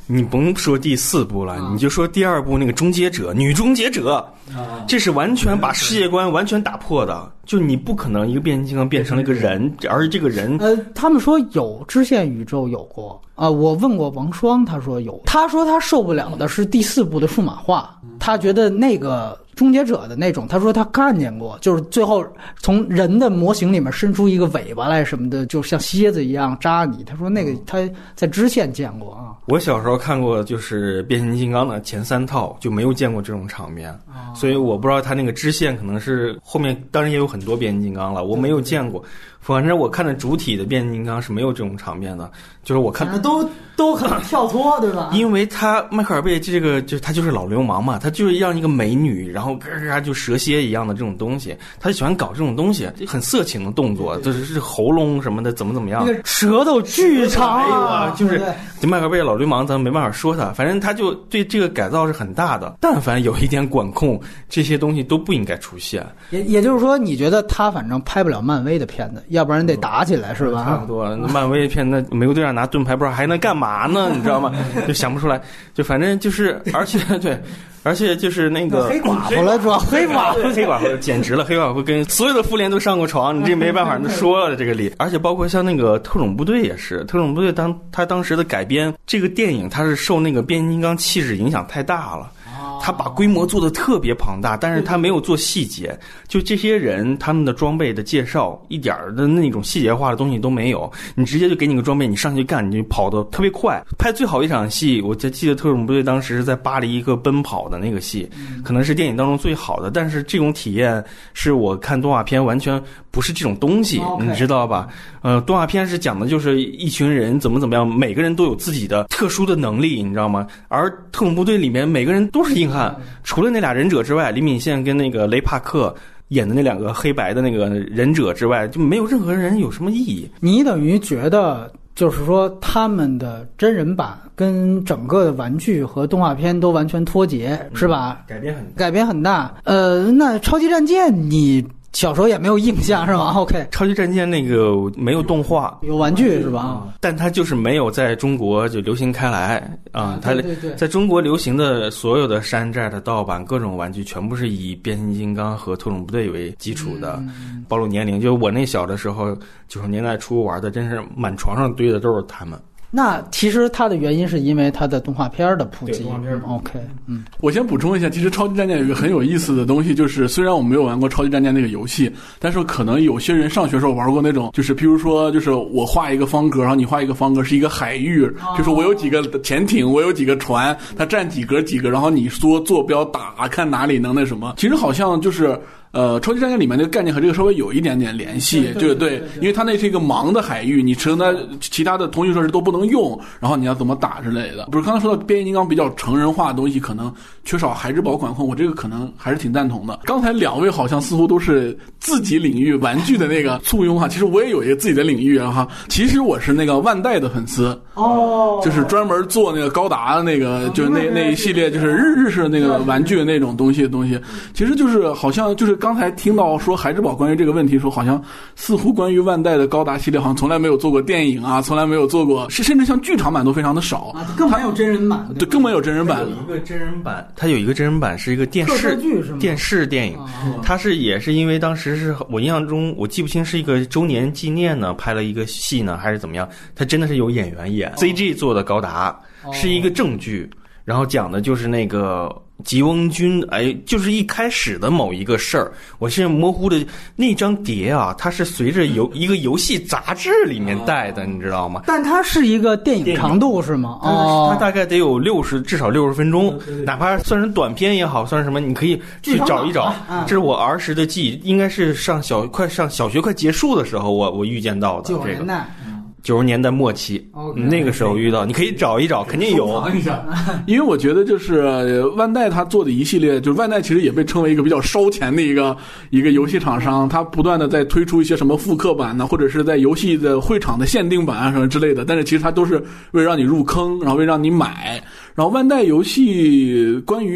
C: 你甭说第四部了，
A: 啊、
C: 你就说第二部那个终结者，女终结者，
A: 啊、
C: 这是完全把世界观完全打破的。就你不可能一个变形金刚变成了一个人，而且这个人，
A: 呃，他们说有支线宇宙有过啊、呃，我问过王双，他说有，他说他受不了的是第四部的数码化，他觉得那个终结者的那种，他说他看见过，就是最后从人的模型里面伸出一个尾巴来什么的，就像蝎子一样扎你。他说那个他在支线见过啊。
C: 我小时候看过，就是变形金刚的前三套，就没有见过这种场面，
A: 啊、
C: 所以我不知道他那个支线可能是后面，当然也有很多变形金刚了，我没有见过。反正我看的主体的变形金刚是没有这种场面的，就是我看
A: 都都很跳脱，对吧？
C: 因为他迈克尔贝这个就他就是老流氓嘛，他就是让一个美女，然后嘎嘎就蛇蝎一样的这种东西，他就喜欢搞这种东西，很色情的动作，就是是喉咙什么的，怎么怎么样，
A: 那个舌头巨长
C: 啊，就是迈克尔贝老流氓，咱没办法说他，反正他就对这个改造是很大的，但凡有一点管控，这些东西都不应该出现。
A: 也也就是说，你觉得他反正拍不了漫威的片子，要不然得打起来是吧？
C: 差不多，漫威片那美国队长拿盾牌不知道还能干嘛呢？你知道吗？就想不出来，就反正就是，而且对，而且就是那个
A: 黑寡妇了，主要黑寡妇，
C: 黑寡妇简直了，黑寡妇跟所有的复联都上过床，你这没办法说了这个理。而且包括像那个特种部队也是，特种部队当他当时的改编这个电影，它是受那个变形金刚气质影响太大了。他把规模做得特别庞大，但是他没有做细节，就这些人他们的装备的介绍一点的那种细节化的东西都没有，你直接就给你个装备，你上去干，你就跑得特别快。拍最好一场戏，我就记得特种部队当时是在巴黎一个奔跑的那个戏，可能是电影当中最好的，但是这种体验是我看动画片完全不是这种东西，你知道吧？呃，动画片是讲的就是一群人怎么怎么样，每个人都有自己的特殊的能力，你知道吗？而特种部队里面每个人都是硬汉，除了那俩忍者之外，李敏宪跟那个雷帕克演的那两个黑白的那个忍者之外，就没有任何人有什么意义。
A: 你等于觉得就是说他们的真人版跟整个的玩具和动画片都完全脱节，嗯、是吧？
C: 改变很
A: 改变很大。呃，那超级战舰你小时候也没有印象是吧 ？OK，
C: 超级战舰那个没有动画，
A: 有玩具是吧？
C: 但它就是没有在中国就流行开来啊、嗯。它
A: 对对对，
C: 在中国流行的所有的山寨的盗版各种玩具，全部是以变形金刚和特种部队为基础的。嗯、暴露年龄，就我那小的时候，九十年代初玩的，真是满床上堆的都是他们。
A: 那其实它的原因是因为它的动画片的普及。
C: 动画片、
A: 嗯、OK， 嗯，
B: 我先补充一下，其实超级战舰有一个很有意思的东西，就是虽然我没有玩过超级战舰那个游戏，但是可能有些人上学时候玩过那种，就是譬如说，就是我画一个方格，然后你画一个方格是一个海域，
A: 哦、
B: 就是我有几个潜艇，我有几个船，它占几格几个，然后你说坐标打，看哪里能那什么。其实好像就是。呃，超级战舰里面那个概念和这个稍微有一点点联系，
A: 对
B: 对 对, 对, 对，因为它那是一个盲的海域，你承担其他的通讯设施都不能用，然后你要怎么打之类的。不是刚才说到变形金刚比较成人化的东西，可能缺少孩之宝管控，我这个可能还是挺赞同的。刚才两位好像似乎都是自己领域玩具的那个簇拥哈，其实我也有一个自己的领域哈。其实我是那个万代的粉丝
A: 哦，
B: 就是专门做那个高达的那个，就是那那一系列就是日日式的那个玩具的那种东西的东西，其实就是好像就是。刚才听到说孩之宝关于这个问题说，好像似乎关于万代的高达系列好像从来没有做过电影啊，从来没有做过，甚至像剧场版都非常的少
A: 啊，更没有真人版，
B: 对，更没有真人版。
C: 有一个真人版，它有一个真人版是一个电视
A: 剧是吗？
C: 电视电影，它是也是因为当时是我印象中我记不清是一个周年纪念呢，拍了一个戏呢还是怎么样，它真的是有演员演、哦、C G 做的高达，是一个正剧，然后讲的就是那个。吉翁军，哎，就是一开始的某一个事儿，我现在模糊的那张碟啊，它是随着游一个游戏杂志里面带的，你知道吗？
A: 但它是一个电影长度是吗？
C: 哦，它大概得有六十，至少六十分钟，哪怕算是短片也好，算是什么，你可以去找一找。这是我儿时的记忆，应该是上小快上小学快结束的时候，我我遇见到的。
A: 九十年代。
C: 九十年代末期，
A: okay,
C: 那个时候遇到，你可以找一找，肯定有。
B: 因为我觉得就是万代他做的一系列，就是万代其实也被称为一个比较烧钱的一个一个游戏厂商，他不断的在推出一些什么复刻版呢，或者是在游戏的会场的限定版啊什么之类的，但是其实它都是为了让你入坑，然后为了让你买。然后万代游戏关于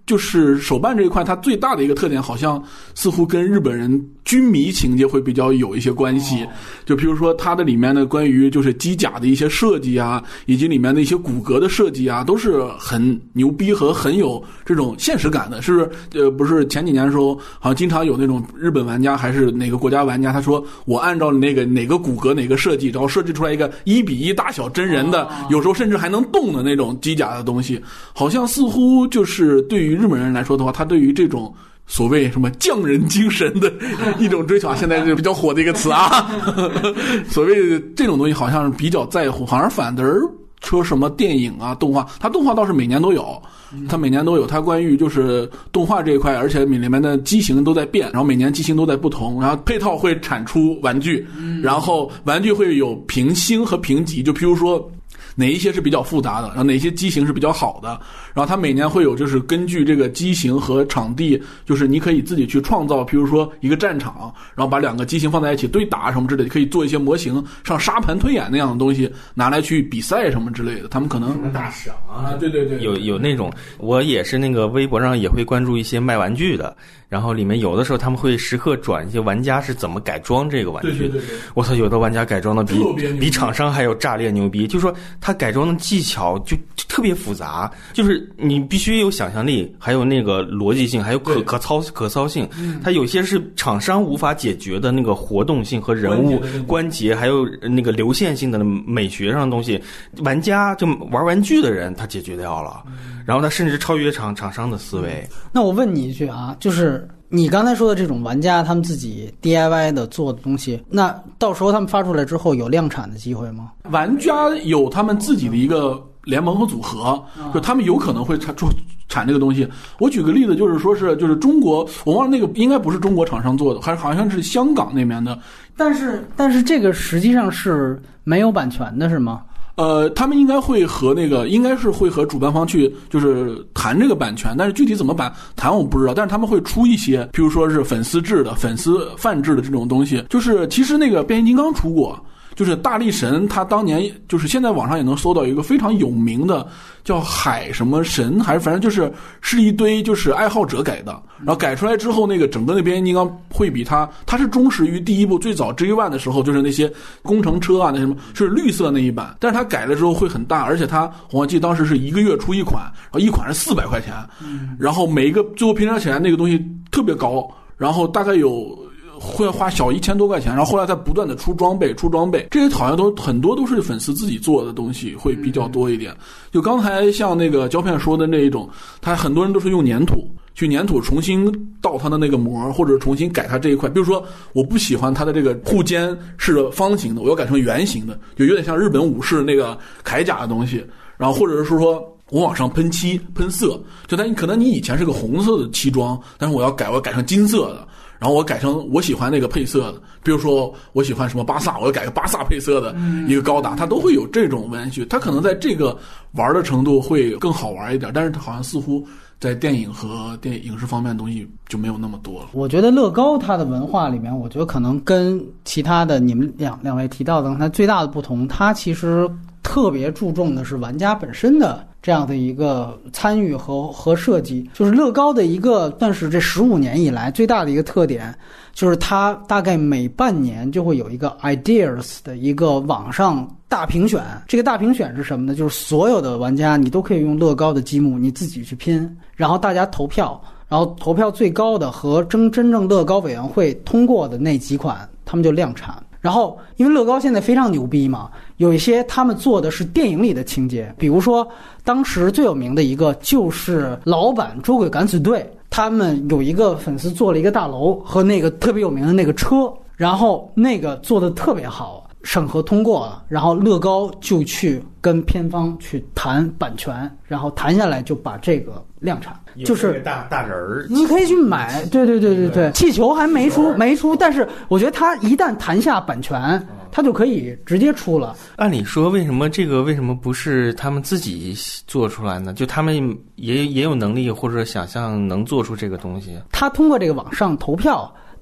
B: 就是手办这一块，它最大的一个特点，好像似乎跟日本人军迷情节会比较有一些关系。就比如说它的里面的关于就是机甲的一些设计啊，以及里面的一些骨骼的设计啊，都是很牛逼和很有这种现实感的。是不是？呃，不是前几年的时候，好像经常有那种日本玩家还是哪个国家玩家，他说我按照那个哪个骨骼哪个设计，然后设计出来一个一比一大小真人的，有时候甚至还能动的那种机甲的东西，好像似乎就是对于日本人来说的话，他对于这种所谓什么匠人精神的一种追求啊，现在是比较火的一个词啊。所谓这种东西好像是比较在乎，好像反而说什么电影啊、动画，它动画倒是每年都有，它每年都有。它关于就是动画这一块，而且里面的机型都在变，然后每年机型都在不同，然后配套会产出玩具，然后玩具会有评星和评级，就譬如说哪一些是比较复杂的，然后哪些机型是比较好的，然后它每年会有就是根据这个机型和场地，就是你可以自己去创造，比如说一个战场，然后把两个机型放在一起对打什么之类的，可以做一些模型，像沙盘推演那样的东西拿来去比赛什么之类的。他们可能
D: 大赏啊，
B: 对对对，
C: 有有那种，我也是那个微博上也会关注一些卖玩具的，然后里面有的时候他们会时刻转一些玩家是怎么改装这个玩具。
B: 对对对对，
C: 我操，有的玩家改装的比比厂商还有炸裂牛逼，就是说他改装的技巧就就特别复杂，就是你必须有想象力，还有那个逻辑性，还有可可操可操性。它有些是厂商无法解决的那个活动性和人物关节，还有那个流线性的美学上的东西，玩家就玩玩具的人他解决掉了，然后他甚至超越厂厂商的思维。
A: 那我问你一句啊，就是你刚才说的这种玩家他们自己 D I Y 的做的东西，那到时候他们发出来之后有量产的机会吗？
B: 玩家有他们自己的一个联盟和组合，就他们有可能会产出产这个东西。我举个例子，就是说是就是中国，我忘了那个应该不是中国厂商做的，还好像是香港那边的。
A: 但是但是这个实际上是没有版权的，是吗？
B: 呃，他们应该会和那个，应该是会和主办方去就是谈这个版权，但是具体怎么版谈我不知道。但是他们会出一些，比如说是粉丝制的、粉丝泛制的这种东西。就是其实那个变形金刚出过，就是大力神，他当年就是现在网上也能搜到一个非常有名的叫海什么神，还是反正就是是一堆就是爱好者改的，然后改出来之后，那个整个那变形金刚会比他，他是忠实于第一部最早 G 一 的时候，就是那些工程车啊，那什么是绿色那一版，但是他改了之后会很大，而且他我记得当时是一个月出一款，然后一款是四百块钱，然后每一个最后拼凑起来那个东西特别高，然后大概有。会花小一千多块钱，然后后来再不断的出装备，出装备，这些好像都很多都是粉丝自己做的东西，会比较多一点。就刚才像那个胶片说的那一种，他很多人都是用粘土去粘土重新倒它的那个模，或者重新改它这一块。比如说，我不喜欢它的这个护肩是方形的，我要改成圆形的，就有点像日本武士那个铠甲的东西。然后或者是说。我往上喷漆喷色，就它可能你以前是个红色的漆装，但是我要改，我要改成金色的，然后我改成我喜欢那个配色的，比如说我喜欢什么巴萨，我要改个巴萨配色的一个高达，它都会有这种玩具，它可能在这个玩的程度会更好玩一点，但是它好像似乎在电影和电影视方面的东西就没有那么多了。
A: 我觉得乐高它的文化里面，我觉得可能跟其他的你们两两位提到的它最大的不同，它其实特别注重的是玩家本身的这样的一个参与和和设计。就是乐高的一个算是这十五年以来最大的一个特点，就是它大概每半年就会有一个 ideas 的一个网上大评选。这个大评选是什么呢？就是所有的玩家你都可以用乐高的积木你自己去拼，然后大家投票，然后投票最高的和真真正乐高委员会通过的那几款他们就量产。然后因为乐高现在非常牛逼嘛，有一些他们做的是电影里的情节，比如说当时最有名的一个就是老版捉鬼敢死队，他们有一个粉丝做了一个大楼和那个特别有名的那个车，然后那个做的特别好，审核通过了，然后乐高就去跟片方去谈版权，然后谈下来就把这个量产，就是
C: 大大人儿，
A: 你可以去买。对对对对对，气球还没出没出，但是我觉得他一旦谈下版权，他就可以直接出了。
C: 按理说，为什么这个为什么不是他们自己做出来呢？就他们也也有能力或者想象能做出这个东西。
A: 他通过这个网上投票。他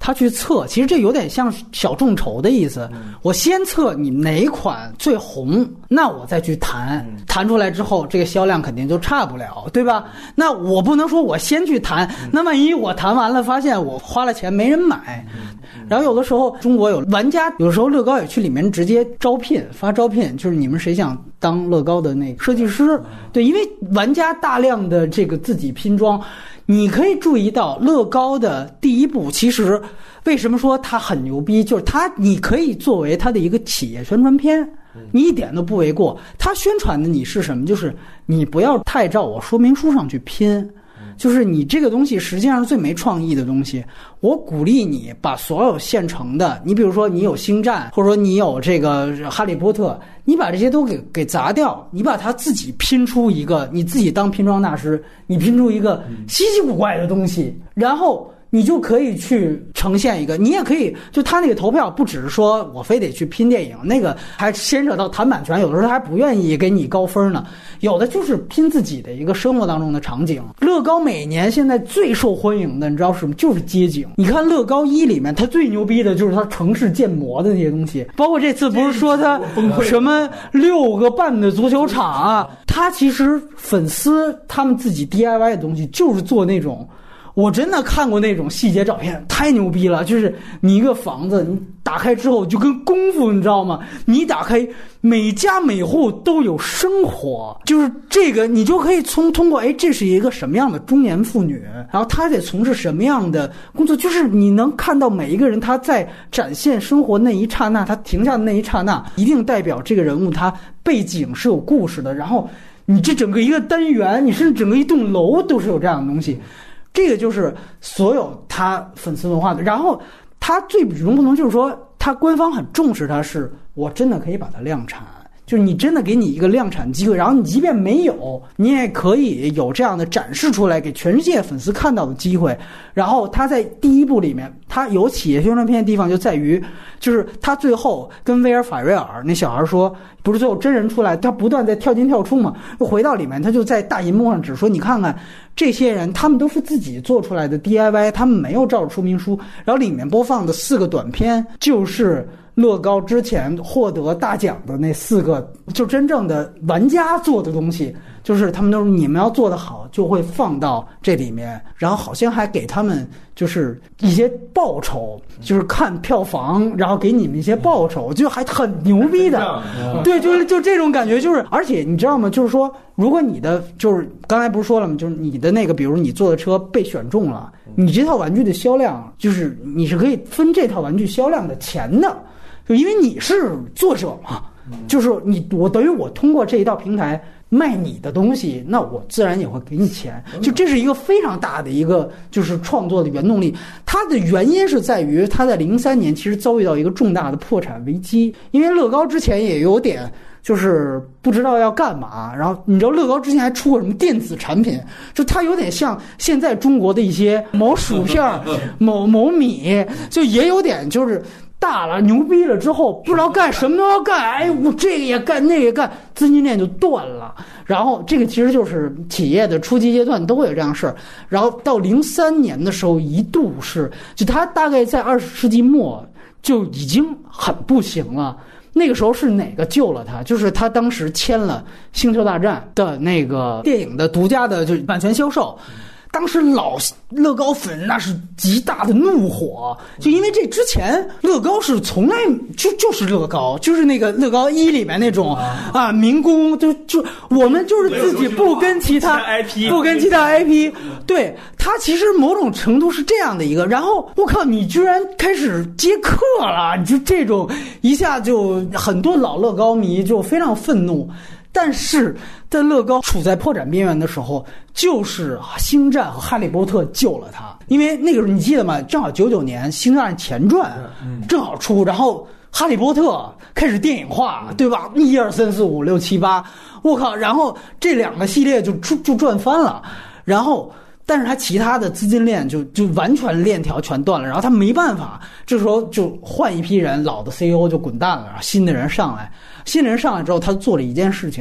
A: 他去测，其实这有点像小众筹的意思。嗯、我先测你哪款最红，那我再去谈，嗯、谈出来之后，这个销量肯定就差不了，对吧？那我不能说我先去谈，嗯、那万一我谈完了发现我花了钱没人买，嗯嗯、然后有的时候中国有玩家，有时候乐高也去里面直接招聘发招聘，就是你们谁想当乐高的那个设计师？对，因为玩家大量的这个自己拼装。你可以注意到乐高的第一步，其实为什么说它很牛逼，就是它你可以作为它的一个企业宣传片，你一点都不为过。它宣传的你是什么，就是你不要太照我说明书上去拼，就是你这个东西实际上是最没创意的东西。我鼓励你把所有现成的，你比如说你有星战，或者说你有这个哈利波特，你把这些都给给砸掉，你把它自己拼出一个，你自己当拼装大师，你拼出一个稀奇古怪的东西，然后你就可以去呈现一个，你也可以就他那个投票不只是说我非得去拼电影，那个还牵扯到谈版权，有的时候还不愿意给你高分呢，有的就是拼自己的一个生活当中的场景。乐高每年现在最受欢迎的你知道什么，就是街景。你看乐高一里面它最牛逼的就是它城市建模的那些东西，包括这次不是说它什么六个半的足球场啊，它其实粉丝他们自己 D I Y 的东西就是做那种，我真的看过那种细节照片，太牛逼了！就是你一个房子，你打开之后就跟功夫，你知道吗？你打开每家每户都有生活，就是这个你就可以从通过哎，这是一个什么样的中年妇女，然后她得从事什么样的工作，就是你能看到每一个人他在展现生活那一刹那，他停下的那一刹那，一定代表这个人物他背景是有故事的。然后你这整个一个单元，你甚至整个一栋楼都是有这样的东西。这个就是所有他粉丝文化的，然后他最与众不同就是说，他官方很重视他，是我真的可以把它量产，就是你真的给你一个量产机会，然后你即便没有，你也可以有这样的展示出来给全世界粉丝看到的机会。然后他在第一部里面，他有企业宣传片的地方就在于，就是他最后跟威尔法瑞尔那小孩说，不是最后真人出来，他不断在跳进跳出嘛，又回到里面，他就在大银幕上只说，你看看这些人，他们都是自己做出来的 D I Y， 他们没有照着说明书。然后里面播放的四个短片就是乐高之前获得大奖的那四个，就真正的玩家做的东西，就是他们都是你们要做得好，就会放到这里面，然后好像还给他们就是一些报酬，就是看票房，然后给你们一些报酬，就还很牛逼的。对，就是就这种感觉，就是而且你知道吗？就是说，如果你的就是刚才不是说了吗？就是你的那个，比如你做的车被选中了，你这套玩具的销量，就是你是可以分这套玩具销量的钱的。就因为你是作者嘛，就是你我等于我通过这一道平台卖你的东西，那我自然也会给你钱。就这是一个非常大的一个就是创作的原动力。它的原因是在于它在零三年其实遭遇到一个重大的破产危机，因为乐高之前也有点就是不知道要干嘛，然后你知道乐高之前还出过什么电子产品，就它有点像现在中国的一些某薯片、某某米，就也有点就是大了牛逼了之后不知道干什么都要干，哎，我这个也干那个也干，资金链就断了。然后这个其实就是企业的初级阶段都会有这样的事儿。然后到零三年的时候，一度是就他大概在二十世纪末就已经很不行了。那个时候是哪个救了他？就是他当时签了《星球大战》的那个电影的独家的就版权销售。当时老乐高粉那是极大的怒火，就因为这之前乐高是从来就就是乐高，就是那个乐高一里面那种啊民工，就就我们就是自己不跟其他 I P 不跟其他 I P， 对他其实某种程度是这样的一个。然后我靠，你居然开始接客了，就这种一下就很多老乐高迷就非常愤怒。但是在乐高处在破产边缘的时候，就是星战和哈利波特救了他。因为那个时候你记得吗？正好九九年星战前传正好出，然后哈利波特开始电影化，对吧？一二三四五六七八，我靠！然后这两个系列就就赚翻了。然后但是他其他的资金链就就完全链条全断了，然后他没办法，这时候就换一批人，老的 C E O 就滚蛋了，然后新的人上来，新的人上来之后，他做了一件事情，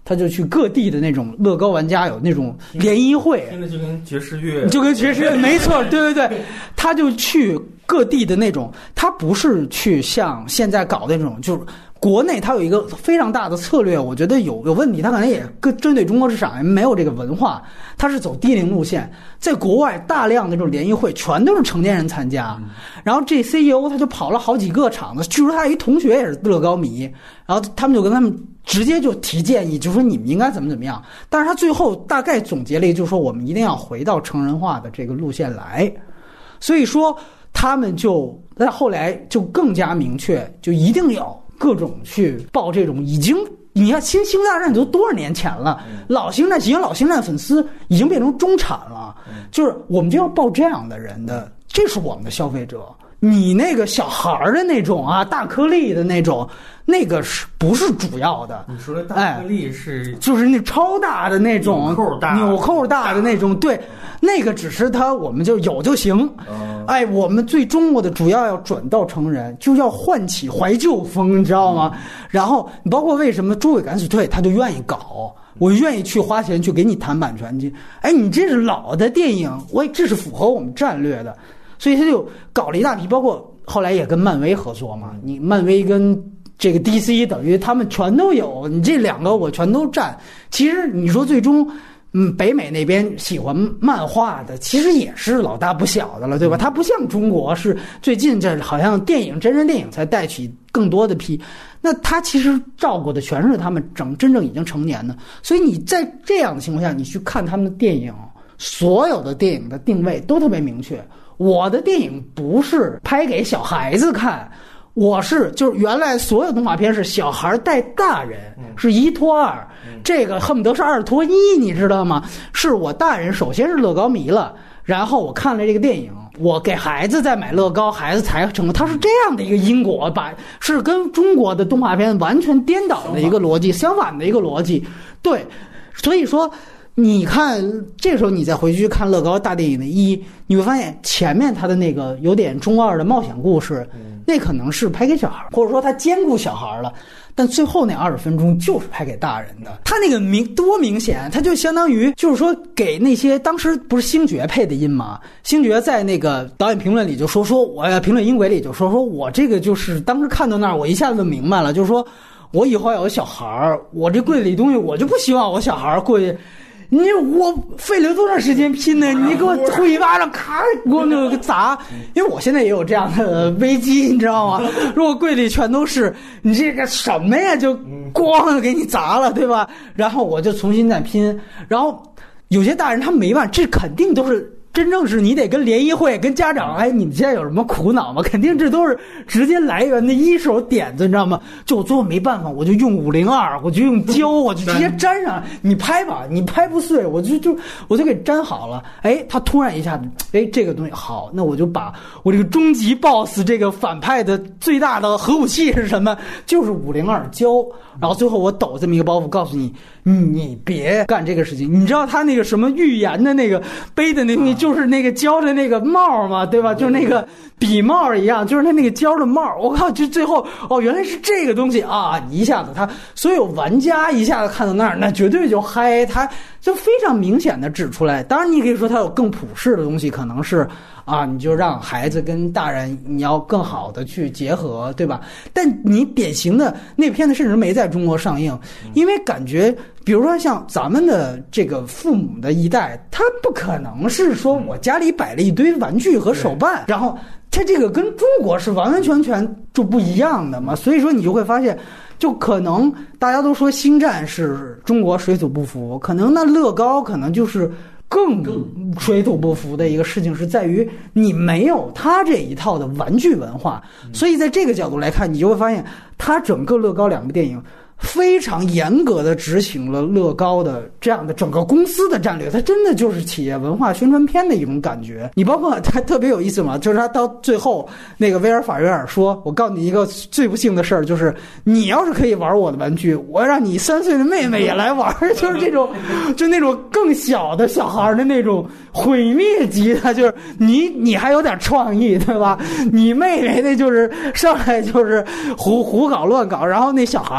A: 他就去各地的那种乐高玩家有那种联谊会，
C: 听着就跟爵士乐，
A: 就跟爵士乐，没错，对对对，他就去各地的那种，他不是去像现在搞的那种，就是国内它有一个非常大的策略，我觉得有有问题，它可能也跟针对中国市场没有这个文化，它是走低龄路线，在国外大量的这种联谊会全都是成年人参加，然后这 C E O 他就跑了好几个场子，据说他一同学也是乐高迷，然后他们就跟他们直接就提建议，就说你们应该怎么怎么样，但是他最后大概总结了一个，就是说我们一定要回到成人化的这个路线来，所以说他们就在后来就更加明确，就一定要各种去报这种已经，你看星星大战都多少年前了，老星战，已经老星战粉丝已经变成中产了，就是我们就要报这样的人的，这是我们的消费者。你那个小孩的那种啊，大颗粒的那种，那个是不是主要的？
C: 你说的大颗粒是、
A: 哎、就是那超大的那种，
C: 纽扣大
A: 纽扣大的那种，对，那个只是它我们就有就行。嗯、哎，我们最终我的主要要转到成人，就要唤起怀旧风，你知道吗？嗯、然后包括为什么诸位敢死队他就愿意搞。我愿意去花钱去给你谈版权去，哎，你这是老的电影，我这是符合我们战略的。所以他就搞了一大批，包括后来也跟漫威合作嘛。你漫威跟这个 D C 等于他们全都有，你这两个我全都占。其实你说最终，嗯，北美那边喜欢漫画的，其实也是老大不小的了，对吧？它不像中国是最近这好像电影真人电影才带起更多的批，那他其实照顾的全是他们整真正已经成年的。所以你在这样的情况下，你去看他们的电影，所有的电影的定位都特别明确。我的电影不是拍给小孩子看，我是就是原来所有动画片是小孩带大人，是一拖二，这个恨不得是二拖一，你知道吗？是我大人首先是乐高迷了，然后我看了这个电影，我给孩子再买乐高，孩子才成，它是这样的一个因果，把是跟中国的动画片完全颠倒的一个逻辑，相反的一个逻辑，对，所以说。你看，这个时候你再回去看乐高大电影的一，你会发现前面它的那个有点中二的冒险故事，那可能是拍给小孩，或者说它兼顾小孩了。但最后那二十分钟就是拍给大人的，他那个明多明显，他就相当于就是说给那些当时不是星爵配的音吗？星爵在那个导演评论里就说说我评论音轨里就说说我这个就是当时看到那儿，我一下子就明白了，就是说我以后要有小孩，我这柜子里东西我就不希望我小孩过去。你我费了多长时间拼呢？你给我推一巴掌，咔给我那个砸！因为我现在也有这样的危机，你知道吗？如果柜里全都是你这个什么呀，就咣给你砸了，对吧？然后我就重新再拼。然后有些大人他没办法，这肯定都是。真正是你得跟联谊会跟家长，哎，你们现在有什么苦恼吗？肯定这都是直接来源的一手点子，你知道吗？就我最后没办法，我就用五零二，我就用胶，我就直接粘上，你拍吧，你拍不碎，我就就我就给粘好了。哎，他突然一下子，哎，这个东西好，那我就把我这个终极 boss 这个反派的最大的核武器是什么？就是五零二胶。然后最后我抖这么一个包袱，告诉你，你别干这个事情。你知道他那个什么预言的那个背的那东西，就是那个胶的那个帽嘛，对吧？就是那个笔帽一样，就是他那个胶的帽。我靠，就最后哦，原来是这个东西啊！一下子他所有玩家一下子看到那儿，那绝对就嗨，他就非常明显的指出来。当然，你可以说他有更普世的东西，可能是。啊，你就让孩子跟大人你要更好的去结合，对吧？但你典型的那片子甚至没在中国上映，因为感觉比如说像咱们的这个父母的一代，他不可能是说我家里摆了一堆玩具和手办，然后他这个跟中国是完完全全就不一样的嘛，所以说你就会发现就可能大家都说星战是中国水土不服，可能那乐高可能就是更水土不服的一个事情是在于你没有他这一套的玩具文化，所以在这个角度来看，你就会发现他整个乐高两部电影非常严格的执行了乐高的这样的整个公司的战略，它真的就是企业文化宣传片的一种感觉。你包括它特别有意思嘛，就是他到最后那个威尔法约尔说，我告诉你一个最不幸的事儿，就是你要是可以玩我的玩具，我要让你三岁的妹妹也来玩，就是这种就那种更小的小孩的那种毁灭级的，就是你你还有点创意对吧，你妹妹那就是上来就是胡胡搞乱搞，然后那小孩也崩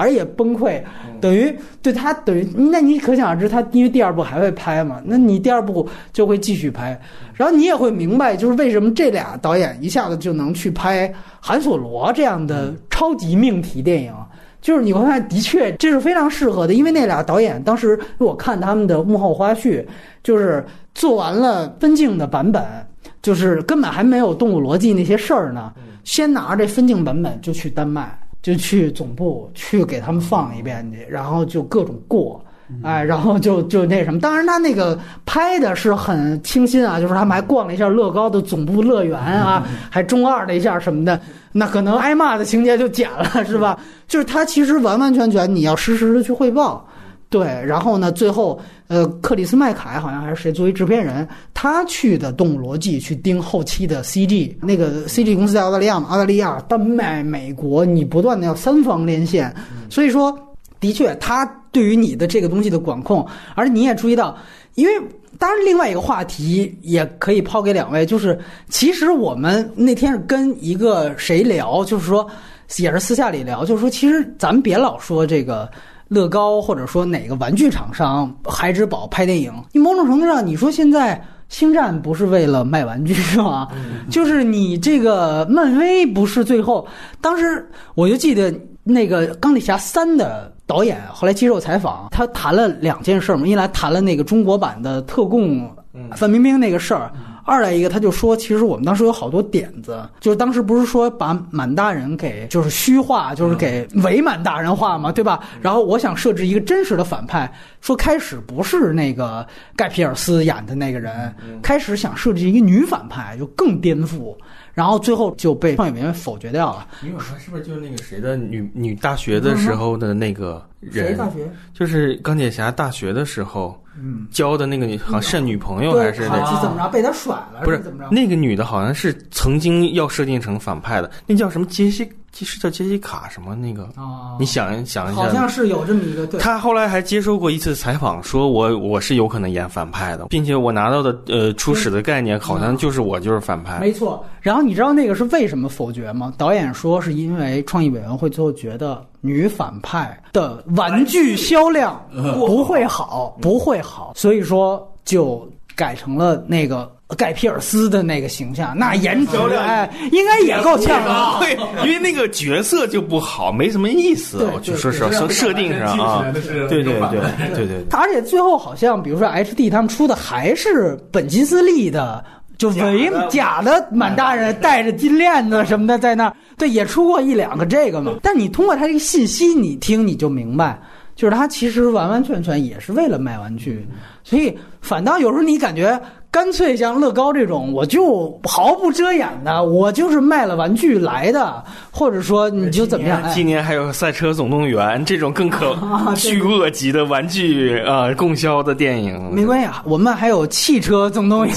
A: 崩溃，等于对他等于，那你可想而知，他因为第二部还会拍嘛，那你第二部就会继续拍，然后你也会明白，就是为什么这俩导演一下子就能去拍韩索罗这样的超级命题电影。就是你会发现，的确这是非常适合的，因为那俩导演当时我看他们的幕后花絮，就是做完了分镜的版本，就是根本还没有动物逻辑那些事儿呢，先拿着这分镜版本就去丹麦，就去总部去给他们放一遍去，然后就各种过。哎，然后就就那什么，当然他那个拍的是很清新啊，就是他们还逛了一下乐高的总部乐园啊，还中二了一下什么的，那可能挨骂的情节就减了，是吧？就是他其实完完全全你要实时的去汇报，对，然后呢，最后呃，克里斯麦凯好像还是谁作为制片人，他去的动物逻辑去盯后期的 C G， 那个 C G 公司在澳大利亚嘛，澳大利亚、丹麦、美国，你不断的要三方连线，所以说。的确，他对于你的这个东西的管控，而你也注意到，因为当然另外一个话题也可以抛给两位，就是其实我们那天是跟一个谁聊，就是说也是私下里聊，就是说其实咱们别老说这个乐高或者说哪个玩具厂商孩之宝拍电影，你某种程度上你说现在星战不是为了卖玩具吗？就是你这个漫威不是最后，当时我就记得那个钢铁侠三的导演后来接受采访，他谈了两件事嘛，一来谈了那个中国版的特供范冰冰那个事儿，二来一个他就说，其实我们当时有好多点子，就是当时不是说把满大人给就是虚化，就是给伪满大人化嘛，对吧？然后我想设置一个真实的反派，说开始不是那个盖皮尔斯演的那个人，开始想设置一个女反派，就更颠覆。然后最后就被创意委员否决掉了。
C: 女反派是不是就是那个谁的女女大学的时候的那个人？
A: 谁大学？
C: 就是钢铁侠大学的时候，嗯，交的那个女好像是女朋友还是
A: 那？是怎么着被他甩了？
C: 不是
A: 怎么着？
C: 那个女的好像是曾经要设定成反派的，那叫什么杰西？是叫杰西卡什么那个？哦，你想想一下，
A: 好像是有这么一个。对，
C: 他后来还接受过一次采访，说我我是有可能演反派的，并且我拿到的呃初始的概念好像就是我就是反派。
A: 没错。然后你知道那个是为什么否决吗？导演说是因为创意委员会最后觉得女反派的玩具销量不会好，不会好，所以说就改成了那个盖皮尔斯的那个形象，那颜值哎，应该也够呛啊。
C: 对，因为那个角色就不好，没什么意思。我就说是设定上啊，对对对对对。
A: 而且最后好像，比如说 H D 他们出的还是本金斯利的，就伪假的满大人带着金链子什么的在那儿，对，也出过一两个这个嘛。但你通过他这个信息，你听你就明白。就是他其实完完全全也是为了卖玩具，所以反倒有时候你感觉干脆像乐高这种，我就毫不遮掩的，我就是卖了玩具来的，或者说你就怎么样？
C: 今年还有赛车总动员这种更可巨恶级的玩具啊、呃、供销的电影。
A: 没关系啊，我们还有汽车总动员，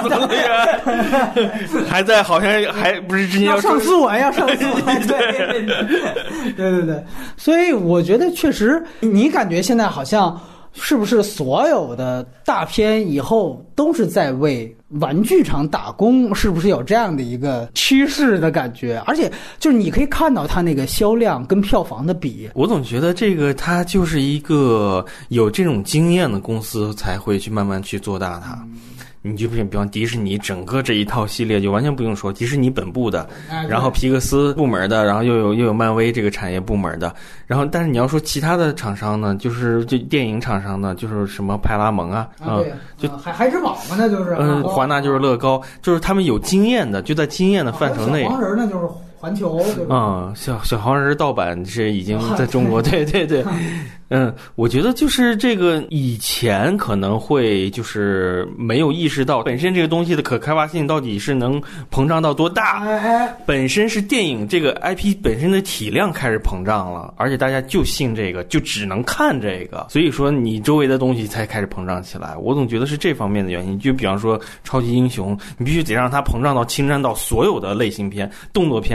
C: 还在好像还不是之前
A: 要上诉啊，要上诉。对对对对，所以我觉得确实，你感觉现在好像。是不是所有的大片以后都是在为玩具厂打工？是不是有这样的一个趋势的感觉？而且就是你可以看到它那个销量跟票房的比，
C: 我总觉得这个它就是一个有这种经验的公司才会去慢慢去做大它。嗯，你就比方迪士尼整个这一套系列就完全不用说，迪士尼本部的，然后皮克斯部门的，然后又有又有漫威这个产业部门的，然后但是你要说其他的厂商呢，就是就电影厂商呢，就是什么派拉蒙啊，
A: 啊，对，就海海之宝嘛，那就是，
C: 嗯，华纳就是乐高，就是他们有经验的，就在经验的范畴内。
A: 小黄人呢，就是环球，对吧？
C: 嗯，小小黄人盗版是已经在中国，对对对。嗯，我觉得就是这个以前可能会就是没有意识到本身这个东西的可开发性到底是能膨胀到多大，本身是电影这个 I P 本身的体量开始膨胀了，而且大家就信这个，就只能看这个，所以说你周围的东西才开始膨胀起来。我总觉得是这方面的原因，就比方说超级英雄，你必须得让它膨胀到侵占到所有的类型片，动作片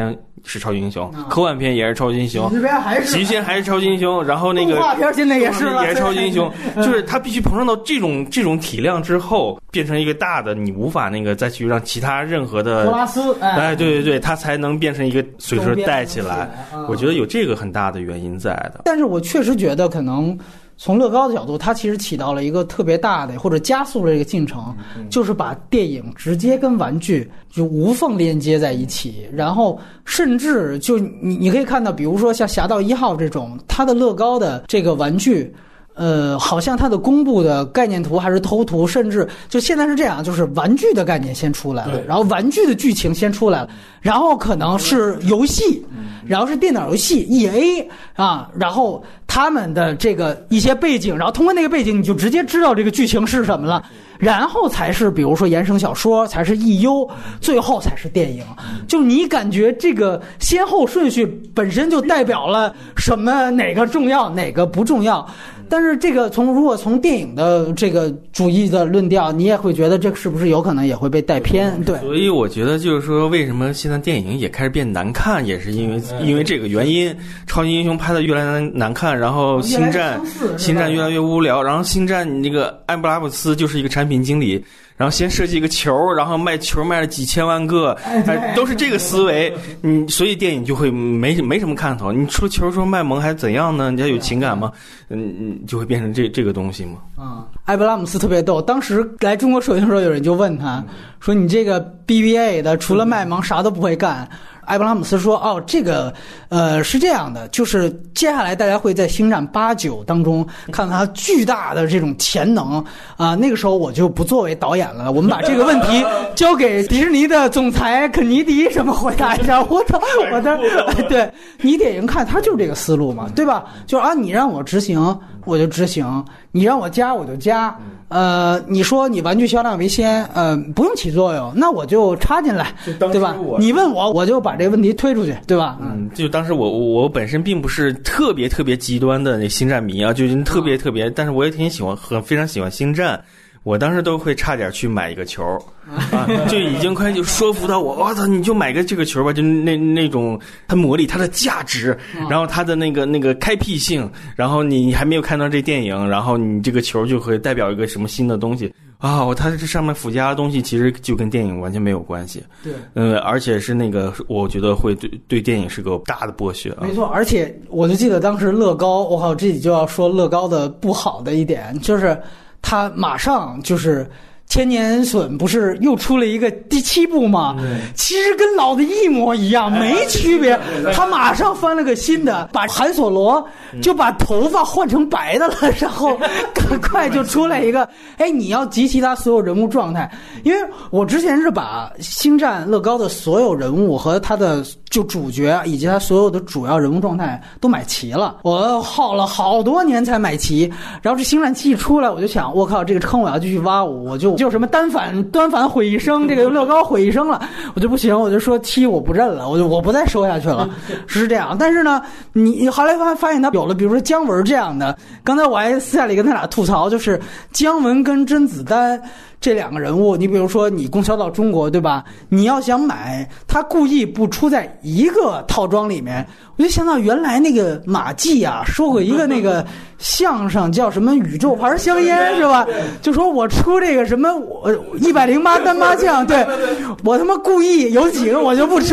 C: 是超级英雄，科幻片也是超级英雄，
A: 这边还是
C: 喜剧片还是超级英雄，然后那个
A: 动画片现在也是了，
C: 也是超级英雄，就是它必须膨胀到这种这种体量之后，变成一个大的，你无法那个再去让其他任何的
A: 托拉斯，哎，
C: 哎，对对对，它才能变成一个随时带起来。我觉得有这个很大的原因在的。
A: 但是我确实觉得可能。从乐高的角度，它其实起到了一个特别大的，或者加速了这个进程，就是把电影直接跟玩具就无缝连接在一起，然后甚至就你你可以看到，比如说像《侠盗一号》这种，它的乐高的这个玩具。呃，好像它的公布的概念图还是偷图，甚至就现在是这样，就是玩具的概念先出来了，然后玩具的剧情先出来了，然后可能是游戏，然后是电脑游戏 E A 啊，然后他们的这个一些背景，然后通过那个背景你就直接知道这个剧情是什么了，然后才是比如说衍生小说，才是 E U， 最后才是电影。就你感觉这个先后顺序本身就代表了什么，哪个重要，哪个不重要。但是这个从如果从电影的这个主义的论调，你也会觉得这是不是有可能也会被带偏？对，
C: 所以我觉得就是说，为什么现在电影也开始变难看，也是因为因为这个原因。超级英雄拍的越来越难看，然后星战星战越来越无聊，然后星战你那个安布拉姆斯就是一个产品经理。然后先设计一个球，然后卖球卖了几千万个，哎，都是这个思维，嗯，所以电影就会没没什么看头。你出球说卖萌还怎样呢？人家有情感吗？嗯嗯，就会变成这这个东西嘛。
A: 啊、嗯，埃布拉姆斯特别逗，当时来中国首映的时候，有人就问他说：“你这个 B B A 的除了卖萌啥都不会干。”埃布拉姆斯说：“哦，这个，呃，是这样的，就是接下来大家会在星战八九当中看到他巨大的这种潜能啊、呃。那个时候我就不作为导演了，我们把这个问题交给迪士尼的总裁肯尼迪什么回答一下。我操，我的，对你电影看他就是这个思路嘛，对吧？就是啊，你让我执行我就执行，你让我加我就加。”呃，你说你玩具销量为先，呃，不用起作用，那我就插进来，对吧？你问我，我就把这个问题推出去，对吧？
C: 嗯，就当时我我本身并不是特别特别极端的那星战迷啊，就是特别特别，但是我也挺喜欢，很非常喜欢星战。我当时都会差点去买一个球啊，就已经快就说服到我，我操，你就买个这个球吧，就那那种它魔力、它的价值，然后它的那个那个开辟性，然后你还没有看到这电影，然后你这个球就会代表一个什么新的东西啊！我它这上面附加的东西其实就跟电影完全没有关系，
A: 对，
C: 呃，而且是那个我觉得会对对电影是个大的剥削啊。
A: 没错，而且我就记得当时乐高，我靠，这里就要说乐高的不好的一点就是。他马上就是千年隼不是又出了一个第七部吗？其实跟老的一模一样，没区别。他马上翻了个新的，把韩索罗就把头发换成白的了，然后赶快就出来一个，哎，你要集齐他所有人物状态。因为我之前是把星战乐高的所有人物和他的就主角以及他所有的主要人物状态都买齐了，我耗了好多年才买齐。然后这星战七一出来，我就想，我靠，这个坑我要继续挖，我就就什么单反端反毁一生，这个乐高毁一生了，我就不行，我就说七我不认了，我就我不再收下去了，是这样。但是呢，你后来发发现他有了，比如说姜文这样的，刚才我还私下里跟他俩吐槽，就是姜文跟甄子丹。这两个人物，你比如说你供销到中国，对吧？你要想买，他故意不出在一个套装里面，我就想到原来那个马季啊说过一个那个相声叫什么宇宙牌香烟是吧？就说我出这个什么我一百零八单八酱，对我他妈故意有几个我就不出，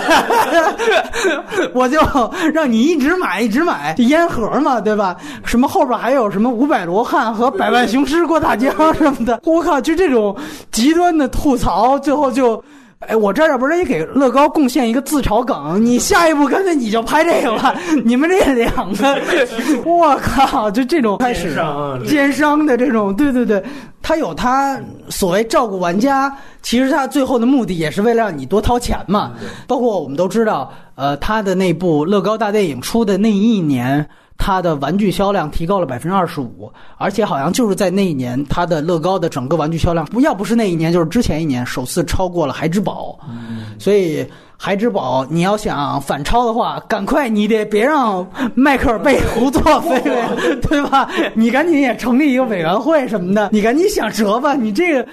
A: 我就让你一直买一直买烟盒嘛，对吧？什么后边还有什么五百罗汉和百万雄师过大江什么的，我靠！就这种极端的吐槽，最后就，哎，我这儿要不然也给乐高贡献一个自嘲梗，你下一步干脆你就拍这个吧，你们这两个，我靠，就这种开始奸商的这种，对对对，他有他所谓照顾玩家，其实他最后的目的也是为了让你多掏钱嘛。包括我们都知道，呃，他的那部乐高大电影出的那一年。它的玩具销量提高了百分之二十五，而且好像就是在那一年，它的乐高的整个玩具销量，不要不是那一年，就是之前一年首次超过了孩之宝。嗯、所以孩之宝，你要想反超的话，赶快你得别让迈克尔贝胡作非为，对吧？你赶紧也成立一个委员会什么的，你赶紧想辙吧，你这个。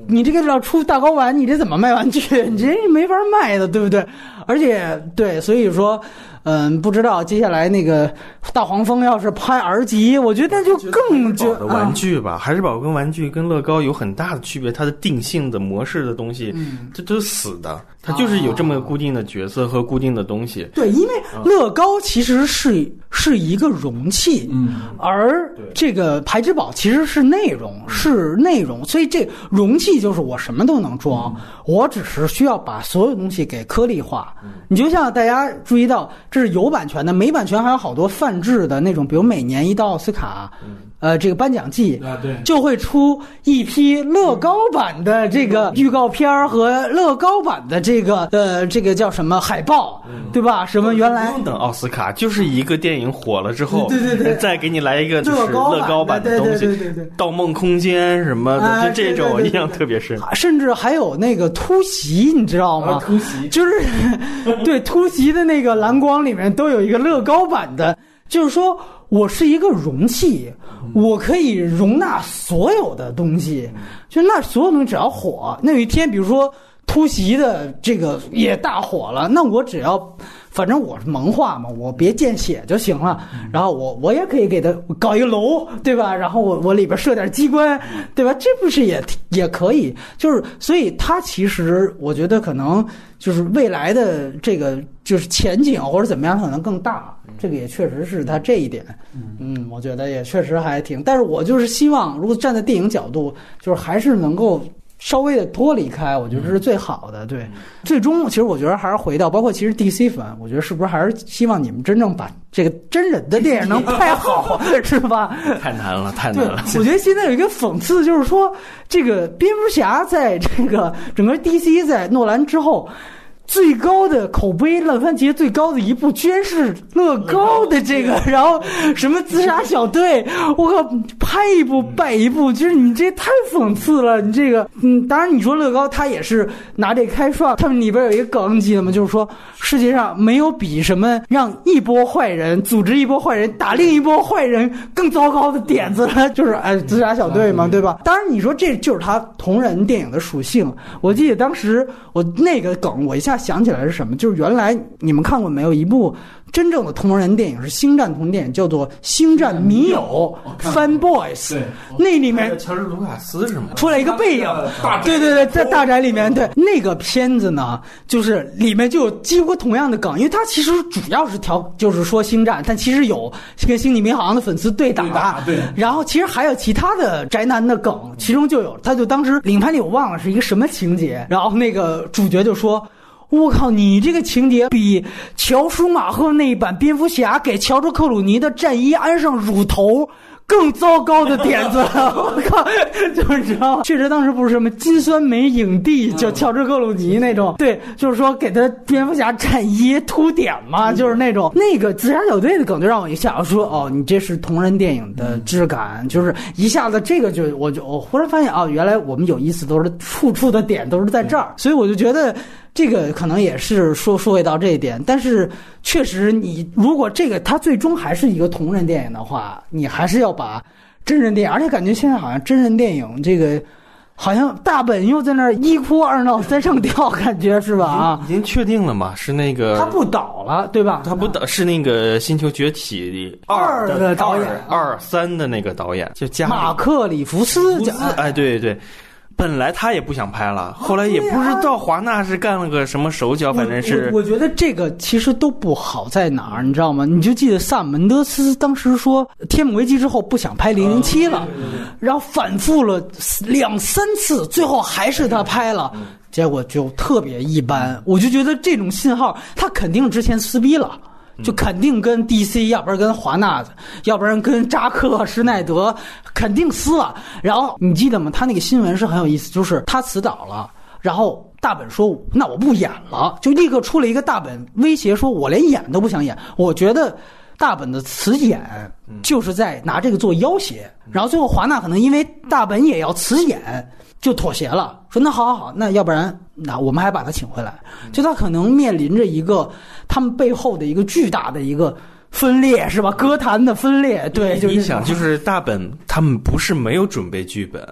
A: 你这个要出大睾丸，你这怎么卖玩具？你这没法卖的，对不对？而且对，所以说。嗯，不知道接下来那个大黄蜂要是拍 R 级，我觉得就更就
C: 的玩具吧，海之宝跟玩具跟乐高有很大的区别，它的定性的模式的东西，嗯，这都是死的，它就是有这么个固定的角色和固定的东西。
A: 对，因为乐高其实是是一个容器，嗯，而这个海之宝其实是内容，是内容，所以这容器就是我什么都能装，嗯、我只是需要把所有东西给颗粒化。嗯、你就像大家注意到。这是有版权的，没版权还有好多泛制的那种，比如每年一到奥斯卡，嗯、呃，这个颁奖季，啊、对，就会出一批乐高版的这个预告片和乐高版的这个呃，这个叫什么海报，嗯、对吧？什么原来
C: 不用等奥斯卡，就是一个电影火了之后，
A: 对对对，
C: 再给你来一个就是乐高版的东西，
A: 对对对对，《
C: 盗梦空间》什么的，啊、就这种印象特别深。
A: 甚至还有那个突袭，你知道吗？
C: 啊、突袭
A: 就是对突袭的那个蓝光。里面都有一个乐高版的，就是说我是一个容器，我可以容纳所有的东西，就那所有东西只要火，那有一天比如说突袭的这个也大火了，那我只要反正我是萌化嘛，我别见血就行了，然后我我也可以给它搞一个楼，对吧？然后我我里边设点机关，对吧？这不是也也可以？就是所以它其实我觉得可能就是未来的这个就是前景或者怎么样可能更大，这个也确实是它这一点，嗯，我觉得也确实还挺。但是我就是希望，如果站在电影角度，就是还是能够。稍微的脱离开，我觉得这是最好的。对，最终其实我觉得还是回到，包括其实 D C 粉，我觉得是不是还是希望你们真正把这个真人的电影能拍好，是吧？
C: 太难了，太难了。
A: 我觉得现在有一个讽刺，就是说这个蝙蝠侠在这个整个 D C 在诺兰之后。最高的口碑，烂番茄最高的一部居然是乐高的这个，然后什么自杀小队，我靠，拍一部败一部，就是你这太讽刺了，你这个，嗯，当然你说乐高他也是拿这开涮，他们里边有一个梗，你记得吗？就是说世界上没有比什么让一波坏人组织一波坏人打另一波坏人更糟糕的点子了，就是哎，自杀小队嘛，对吧？当然你说这就是他同人电影的属性，我记得当时我那个梗，我一下。想起来是什么？就是原来你们看过没有一部真正的同人电影是星战同人电影，叫做《星战迷友》Fan Boys， 那里面
C: 乔治卢卡斯是吗？
A: 出来一个背影，对对对，在大宅里面，对那个片子呢，就是里面就有几乎同样的梗，因为它其实主要是调就是说星战，但其实有跟星际迷航的粉丝对打，
B: 对打对，
A: 然后其实还有其他的宅男的梗，其中就有他就当时领拍里我忘了是一个什么情节，然后那个主角就说。我靠，你这个情节比乔舒马赫那一版蝙蝠侠给乔治克鲁尼的战衣安上乳头更糟糕的点子，我靠，就是你知道，确实当时不是什么金酸梅影帝叫乔治克鲁尼那种，对，就是说给他蝙蝠侠战衣凸点嘛，就是那种那个自杀小队的梗就让我一下我说哦，你这是同人电影的质感，就是一下子这个就我就我忽然发现哦，原来我们有意思都是处处的点都是在这儿，所以我就觉得。这个可能也是说说回到这一点，但是确实你如果这个它最终还是一个同人电影的话，你还是要把真人电影，而且感觉现在好像真人电影这个好像大本又在那儿一哭二闹三上吊，感觉是吧？啊，
C: 已经确定了嘛？是那个
A: 他不导了，对吧？
C: 他不导是那个《星球崛起》
A: 二的导演，
C: 二三的那个导演就加
A: 马克里弗斯，
C: 哎，对对。本来他也不想拍了，后来也不知道华纳是干了个什么手脚，反正是
A: 我, 我, 我觉得这个其实都不好在哪儿，你知道吗？你就记得萨姆门德斯当时说天幕危机之后不想拍零零七了，然后反复了两三次，最后还是他拍了，结果就特别一般。我就觉得这种信号他肯定之前撕逼了，就肯定跟 D C， 要不然跟华纳，要不然跟扎克施耐德，肯定撕了。然后你记得吗？他那个新闻是很有意思，就是他辞导了，然后大本说那我不演了，就立刻出了一个大本威胁说我连演都不想演。我觉得大本的辞演就是在拿这个做要挟，然后最后华纳可能因为大本也要辞演就妥协了，说那好好好，那要不然那我们还把他请回来。就他可能面临着一个他们背后的一个巨大的一个分裂，是吧？歌坛的分裂，对，就是
C: 你想，就是大本他们不是没有准备剧本，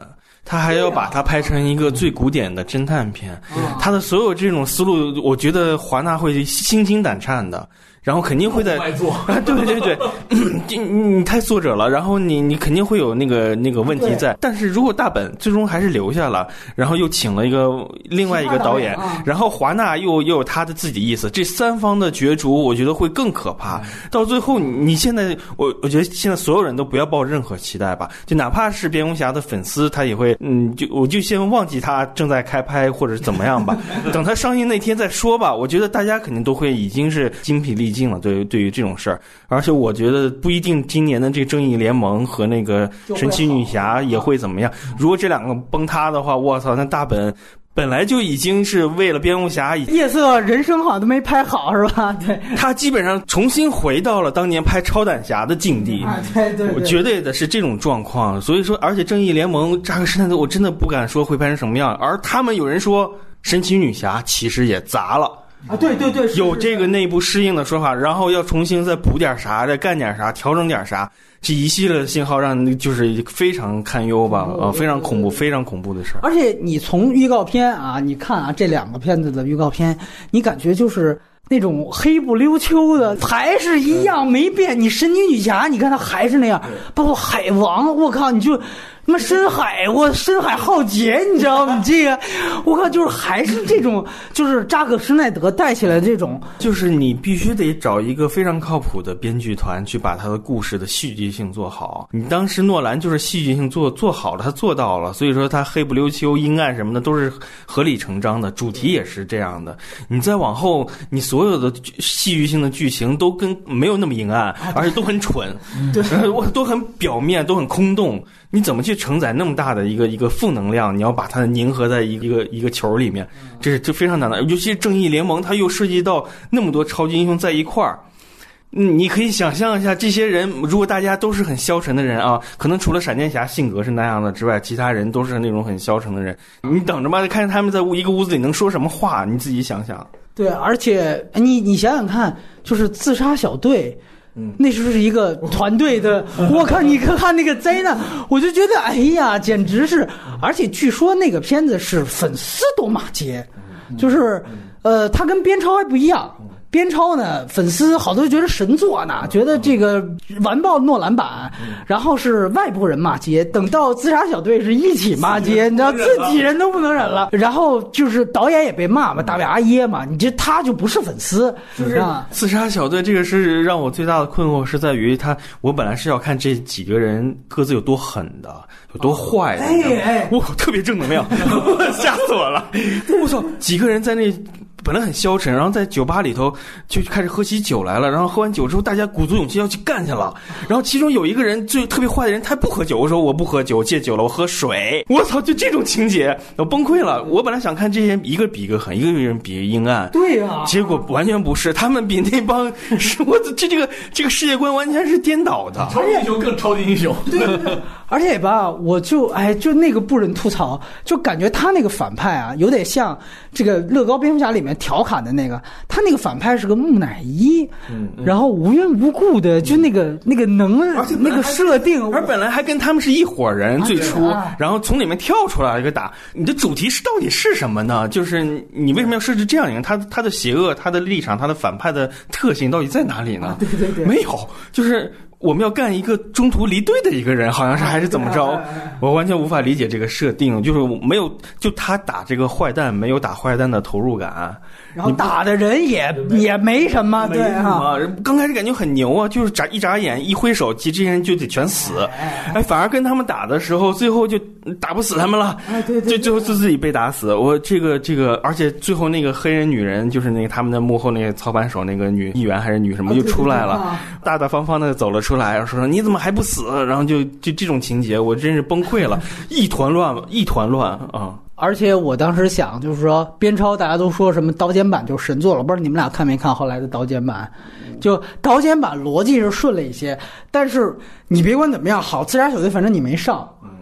C: 他还要把它拍成一个最古典的侦探片，他的所有这种思路，我觉得华纳会心惊胆颤的。然后肯定会在啊，对对对，你你太作者了，然后你你肯定会有那个那个问题在。但是如果大本最终还是留下了，然后又请了一个另外一个导演，啊、然后华纳又又有他的自己意思，这三方的角逐，我觉得会更可怕。到最后，你现在我我觉得现在所有人都不要抱任何期待吧，就哪怕是蝙蝠侠的粉丝，他也会嗯，就我就先忘记他正在开拍或者怎么样吧，等他上映那天再说吧。我觉得大家肯定都会已经是精疲力尽。了对于对于这种事儿，而且我觉得不一定今年的这个正义联盟和那个神奇女侠也会怎么样。如果这两个崩塌的话，我操，那大本本来就已经是为了蝙蝠侠，
A: 夜色人生好像都没拍好是吧？对，
C: 他基本上重新回到了当年拍超胆侠的境地。
A: 啊，对对对，
C: 我绝对的是这种状况。所以说，而且正义联盟扎克施耐德，我真的不敢说会拍成什么样。而他们有人说，神奇女侠其实也砸了。
A: 啊，对对对，
C: 有这个内部适应的说法，然后要重新再补点啥，再干点啥，调整点啥，这一系列的信号让就是非常堪忧吧，呃，非常恐怖，非常恐怖的事儿。
A: 而且你从预告片啊，你看啊，这两个片子的预告片，你感觉就是那种黑不溜秋的，还是一样没变。你神奇女侠，你看它还是那样，包括海王，我靠，你就。那么深海，我深海浩劫，你知道吗？你这个，我靠，就是还是这种，就是扎克施耐德带起来的这种，
C: 就是你必须得找一个非常靠谱的编剧团去把他的故事的戏剧性做好。你当时诺兰就是戏剧性做做好了，他做到了，所以说他黑不溜秋、阴暗什么的都是合理成章的，主题也是这样的。你再往后，你所有的戏剧性的剧情都跟没有那么阴暗，而且都很蠢，对，都很表面，都很空洞。你怎么去承载那么大的一个一个负能量？你要把它凝合在一个一个一个球里面，这是这非常难的。尤其是正义联盟，它又涉及到那么多超级英雄在一块儿。嗯，你可以想象一下，这些人如果大家都是很消沉的人啊，可能除了闪电侠性格是那样的之外，其他人都是那种很消沉的人。你等着吧，看看他们在一个屋子里能说什么话，你自己想想。
A: 对，而且你你想想看，就是自杀小队。那时候是一个团队的，我看你看那个灾难，我就觉得哎呀，简直是！而且据说那个片子是粉丝都骂街，就是呃，它跟边超还不一样。边超呢，粉丝好多觉得神作呢，觉得这个完爆诺兰版，然后是外部人骂街，等到自杀小队是一起骂街，你知道自己人都不能忍了，然后就是导演也被骂嘛，大卫阿耶嘛，你这他就不是粉丝，
C: 就是自杀小队这个是让我最大的困惑是在于他，我本来是要看这几个人各自有多狠的，有多坏的，
A: 哎哎，
C: 我特别正能量，吓死我了，我操，几个人在那。本来很消沉，然后在酒吧里头就开始喝起酒来了，然后喝完酒之后大家鼓足勇气要去干去了，然后其中有一个人最特别坏的人他不喝酒，我说我不喝酒，戒酒了，我喝水，我操，就这种情节我崩溃了。我本来想看这些一个比一个狠，一个人比一个阴暗，
A: 对啊，
C: 结果完全不是，他们比那帮是我这这个这个世界观完全是颠倒的，
B: 超级英雄更超级英雄，
A: 对对对，而且吧，我就哎就那个不忍吐槽，就感觉他那个反派啊有点像这个乐高蝙蝠侠里面调侃的那个，他那个反派是个木乃伊，嗯嗯、然后无缘无故的就那个、嗯、那个能那个设定，
C: 而本来还跟他们是一伙人、啊、最初、啊，然后从里面跳出来一个打，你的主题是到底是什么呢？就是你为什么要设置这样一个他他的邪恶、他的立场、他的反派的特性到底在哪里呢？
A: 啊、对对对，
C: 没有，就是我们要干一个中途离队的一个人，好像是还是怎么着？我完全无法理解这个设定，就是没有就他打这个坏蛋没有打坏蛋的投入感。
A: 然后打的人也也没什么，对啊，
C: 刚开始感觉很牛啊，就是眨一眨眼一挥手，其实这些人就得全死，哎，反而跟他们打的时候，最后就打不死他们了，
A: 哎，对对，
C: 就最后就自己被打死。我这个这个，而且最后那个黑人女人，就是那个他们的幕后那个操盘手那个女议员还是女什么就出来了，大大方方的走了出来，说你怎么还不死？然后就就这种情节，我真是崩溃了，一团乱，一团乱啊！嗯
A: 而且我当时想，就是说边超大家都说什么刀尖版就神作了，不知道你们俩看没看后来的刀尖版？就刀尖版逻辑是顺了一些，但是你别管怎么样，好，自杀小队反正你没上。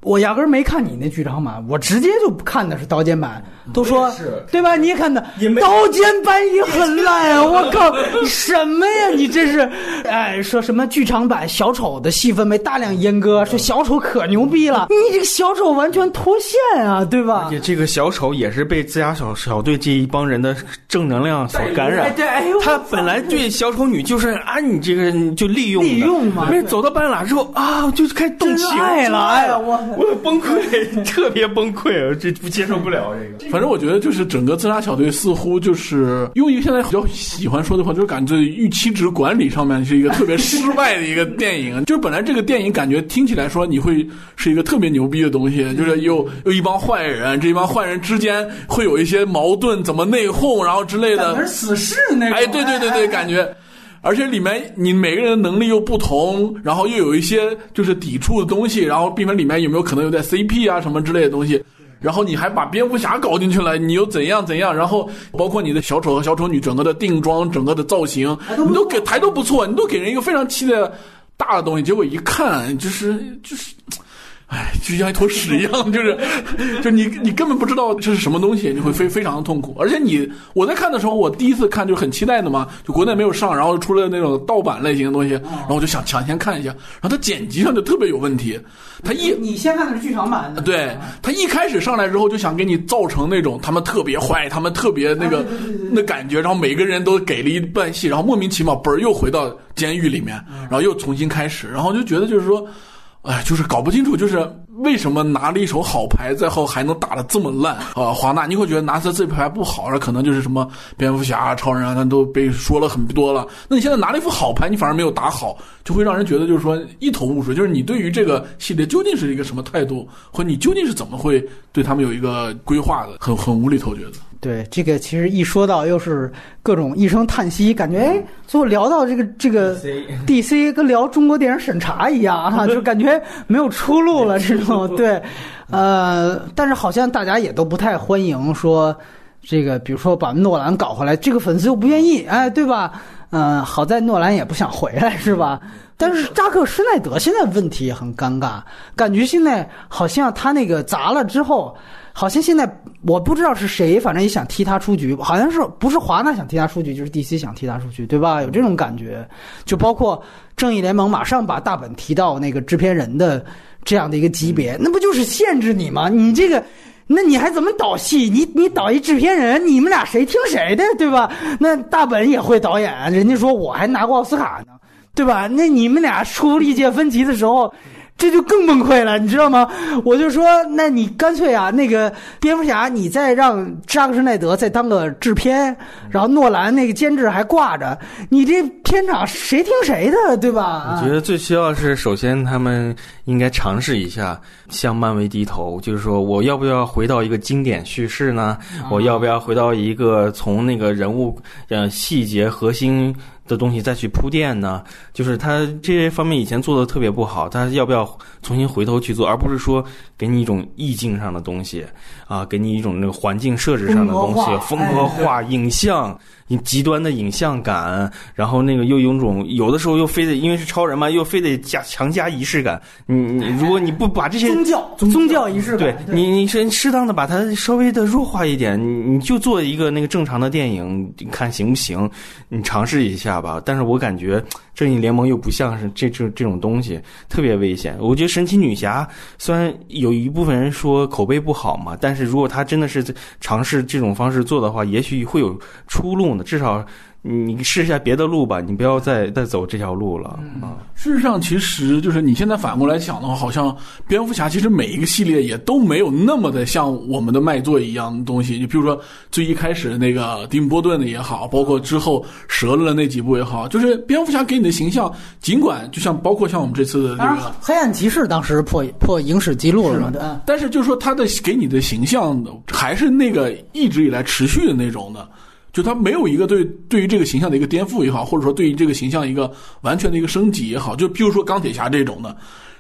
A: 我压根儿没看你那剧场版，我直接就看的是刀剑版，都说对吧？你也看的刀剑版也很烂啊！我靠，什么呀？你这是，哎，说什么剧场版小丑的戏份被大量阉割，说小丑可牛逼了，你这个小丑完全脱线啊，对吧？
C: 而且这个小丑也是被自家小小队这一帮人的正能量所感染。
A: 对，哎呦，
C: 他本来对小丑女就是啊，你这个就利用
A: 利用嘛，
C: 没走到半拉之后啊，就开始动情
A: 爱了，哎呀，我
C: 我崩溃，特别崩溃，这不接受不了这个。
B: 反正我觉得就是整个自杀小队似乎就是用一个现在比较喜欢说的话，就是感觉预期值管理上面是一个特别失败的一个电影。就是本来这个电影感觉听起来说你会是一个特别牛逼的东西，就是有有一帮坏人，这一帮坏人之间会有一些矛盾，怎么内讧，然后之类的，
A: 是死侍那种。
B: 哎，对对对对，感觉。而且里面你每个人的能力又不同，然后又有一些就是抵触的东西，然后并且里面有没有可能有点 C P 啊什么之类的东西，然后你还把蝙蝠侠搞进去了，你又怎样怎样，然后包括你的小丑和小丑女整个的定妆，整个的造型，你都给还都不错，你都给人一个非常期待大的东西，结果一看就是就是哎，就像一坨屎一样，就是就你你根本不知道这是什么东西，你会非非常的痛苦。而且你我在看的时候，我第一次看就很期待的嘛，就国内没有上，然后出了那种盗版类型的东西，然后我就想抢先看一下，然后它剪辑上就特别有问题。他一
A: 你先看的是剧场版的，
B: 对，他一开始上来之后就想给你造成那种他们特别坏，他们特别那个、啊、对对对对那感觉，然后每个人都给了一段戏，然后莫名其妙嘣儿又回到监狱里面，然后又重新开始，然后就觉得就是说。哎，就是搞不清楚，就是为什么拿了一手好牌，最后还能打得这么烂啊？华纳，你会觉得拿着这牌不好，可能就是什么蝙蝠侠啊、超人啊，他都被说了很多了。那你现在拿了一副好牌，你反而没有打好，就会让人觉得就是说一头雾水。就是你对于这个系列究竟是一个什么态度，或你究竟是怎么会对他们有一个规划的，很很无厘头，觉得。
A: 对，这个其实一说到又是各种一声叹息，感觉哎，最后聊到这个这个 D C 跟聊中国电影审查一样啊，就感觉没有出路了这种。对，呃，但是好像大家也都不太欢迎说这个，比如说把诺兰搞回来，这个粉丝又不愿意，哎，对吧？嗯、呃，好在诺兰也不想回来，是吧？但是扎克施耐德现在问题也很尴尬，感觉现在好像他那个砸了之后。好像现在我不知道是谁，反正也想踢他出局，好像是不是华纳想踢他出局，就是 D C 想踢他出局，对吧？有这种感觉，就包括正义联盟马上把大本提到那个制片人的这样的一个级别，那不就是限制你吗？你这个，那你还怎么导戏？你你导一制片人，你们俩谁听谁的，对吧？那大本也会导演，人家说我还拿过奥斯卡呢，对吧？那你们俩出历届分歧的时候。这就更崩溃了，你知道吗？我就说，那你干脆啊，那个蝙蝠侠，你再让扎克施耐德再当个制片，然后诺兰那个监制还挂着，你这片场谁听谁的，对吧？
C: 我觉得最需要是，首先他们应该尝试一下向漫威低头，就是说我要不要回到一个经典叙事呢？我要不要回到一个从那个人物呃细节核心的东西再去铺垫呢？就是他这些方面以前做的特别不好，他要不要重新回头去做，而不是说给你一种意境上的东西啊，给你一种那个环境设置上的东西，风格化、影像、极端的影像感，然后那个又有种有的时候又非得因为是超人嘛，又非得加强加仪式感。你你如果你不把这些
A: 宗教宗教仪式感，
C: 对你你是适当的把它稍微的弱化一点，你你就做一个那个正常的电影，你看行不行？你尝试一下吧。但是我感觉正义联盟又不像是这这这种东西，特别危险。我觉得神奇女侠虽然有一部分人说口碑不好嘛，但是如果他真的是尝试这种方式做的话，也许会有出路的。至少你试一下别的路吧，你不要再再走这条路了啊！
B: 事实上，其实就是你现在反过来想的话，好像蝙蝠侠其实每一个系列也都没有那么的像我们的卖座一样的东西。就比如说最一开始那个蒂姆·波顿的也好，包括之后折了那几部也好，就是蝙蝠侠给你的形象，尽管就像包括像我们这次的这个
A: 黑暗骑士当时破破影史记录了嘛，
B: 的，但是就是说他的给你的形象还是那个一直以来持续的那种的。就他没有一个对对于这个形象的一个颠覆也好，或者说对于这个形象一个完全的一个升级也好，就比如说钢铁侠这种的，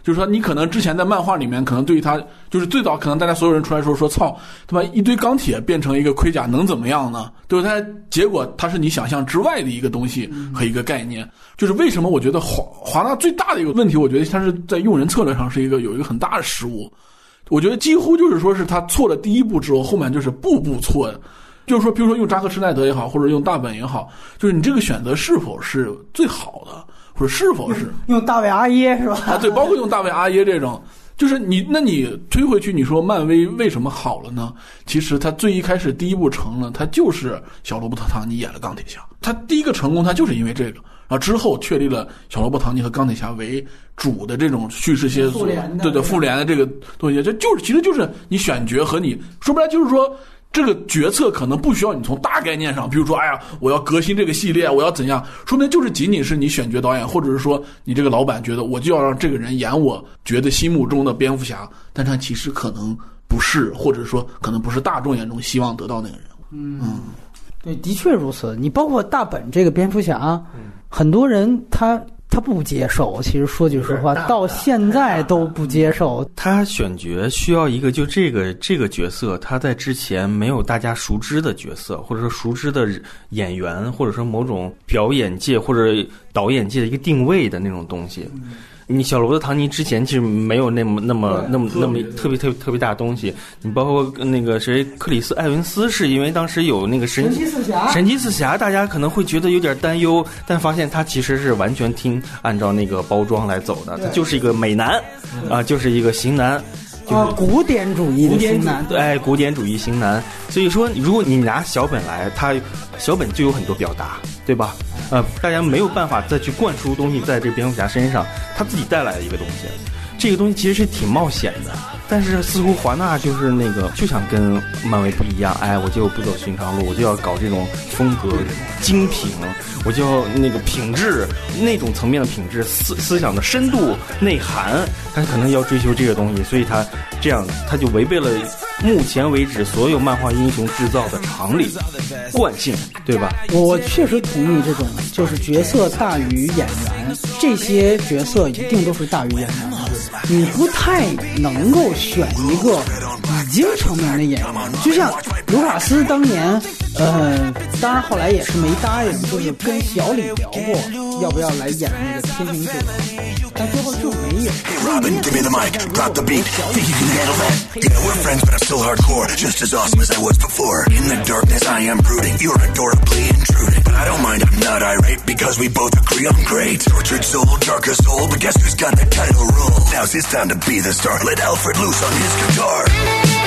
B: 就是说，你可能之前在漫画里面，可能对于他，就是最早可能大家所有人出来说说操，对吧？一堆钢铁变成一个盔甲能怎么样呢？对吧？它结果它是你想象之外的一个东西和一个概念。就是为什么我觉得华华纳最大的一个问题，我觉得它是在用人策略上是一个有一个很大的失误。我觉得几乎就是说是他错了第一步之后，后面就是步步错。就是说，比如说用扎克施耐德也好，或者用大本也好，就是你这个选择是否是最好的。或者是否是
A: 用大卫阿耶是吧？
B: 啊，对，包括用大卫阿耶这种，就是你，那你推回去，你说漫威为什么好了呢？其实他最一开始第一部成了，他就是小罗伯特·唐尼演了钢铁侠，他第一个成功，他就是因为这个，然后之后确立了小罗伯特·唐尼和钢铁侠为主的这种叙事线索，对对，复联的这个东西，这就是其实就是你选角和你说不来，就是说。这个决策可能不需要你从大概念上，比如说，哎呀，我要革新这个系列，我要怎样，说明就是仅仅是你选角导演，或者是说你这个老板觉得我就要让这个人演我觉得心目中的蝙蝠侠，但他其实可能不是，或者说可能不是大众眼中希望得到那个人物。嗯，嗯
A: 对，的确如此。你包括大本这个蝙蝠侠，嗯、很多人他。他不接受，其实说句实话，到现在都不接受。
C: 他选角需要一个，就这个这个角色，他在之前没有大家熟知的角色，或者说熟知的演员，或者说某种表演界或者导演界的一个定位的那种东西。嗯你小罗伯特·唐尼之前其实没有那么那么那么那么特别特别特别大的东西，你包括那个谁克里斯·艾文斯，是因为当时有那个神
A: 奇四侠，
C: 神奇四侠，大家可能会觉得有点担忧，但发现他其实是完全听按照那个包装来走的，他就是一个美男啊、呃，就是一个型男。就是、
A: 啊，古典主义的型男，
C: 哎，古典主义型男。所以说，如果你拿小本来，他小本就有很多表达，对吧？呃，大家没有办法再去灌输东西在这个蝙蝠侠身上，他自己带来的一个东西。这个东西其实是挺冒险的，但是似乎华纳就是那个就想跟漫威不一样，哎，我就不走寻常路，我就要搞这种风格精品，我就要那个品质，那种层面的品质，思思想的深度内涵，他可能要追求这个东西，所以他这样他就违背了目前为止所有漫画英雄制造的常理惯性，对吧？
A: 我确实同意这种，就是角色大于演员，这些角色一定都是大于演员的。你不太能够选一个已经成名的演员，就像卢卡斯当年，呃，当然后来也是没答应，就是跟小李聊过要不要来演那个天行者，但最后就没有。
E: Robin, give me the mic, drop the beat. Think you can handle that? Yeah, we're friends, but I'm still hardcore, just as awesome as I was before. In the darkness, I am brooding. You're adorably intruding, but I don't mind. I'm not irate because we both agree I'm great. Tortured soul, darker soul, but guess who's got the title role? Now's his time to be the star. Let Alfred loose on his guitar.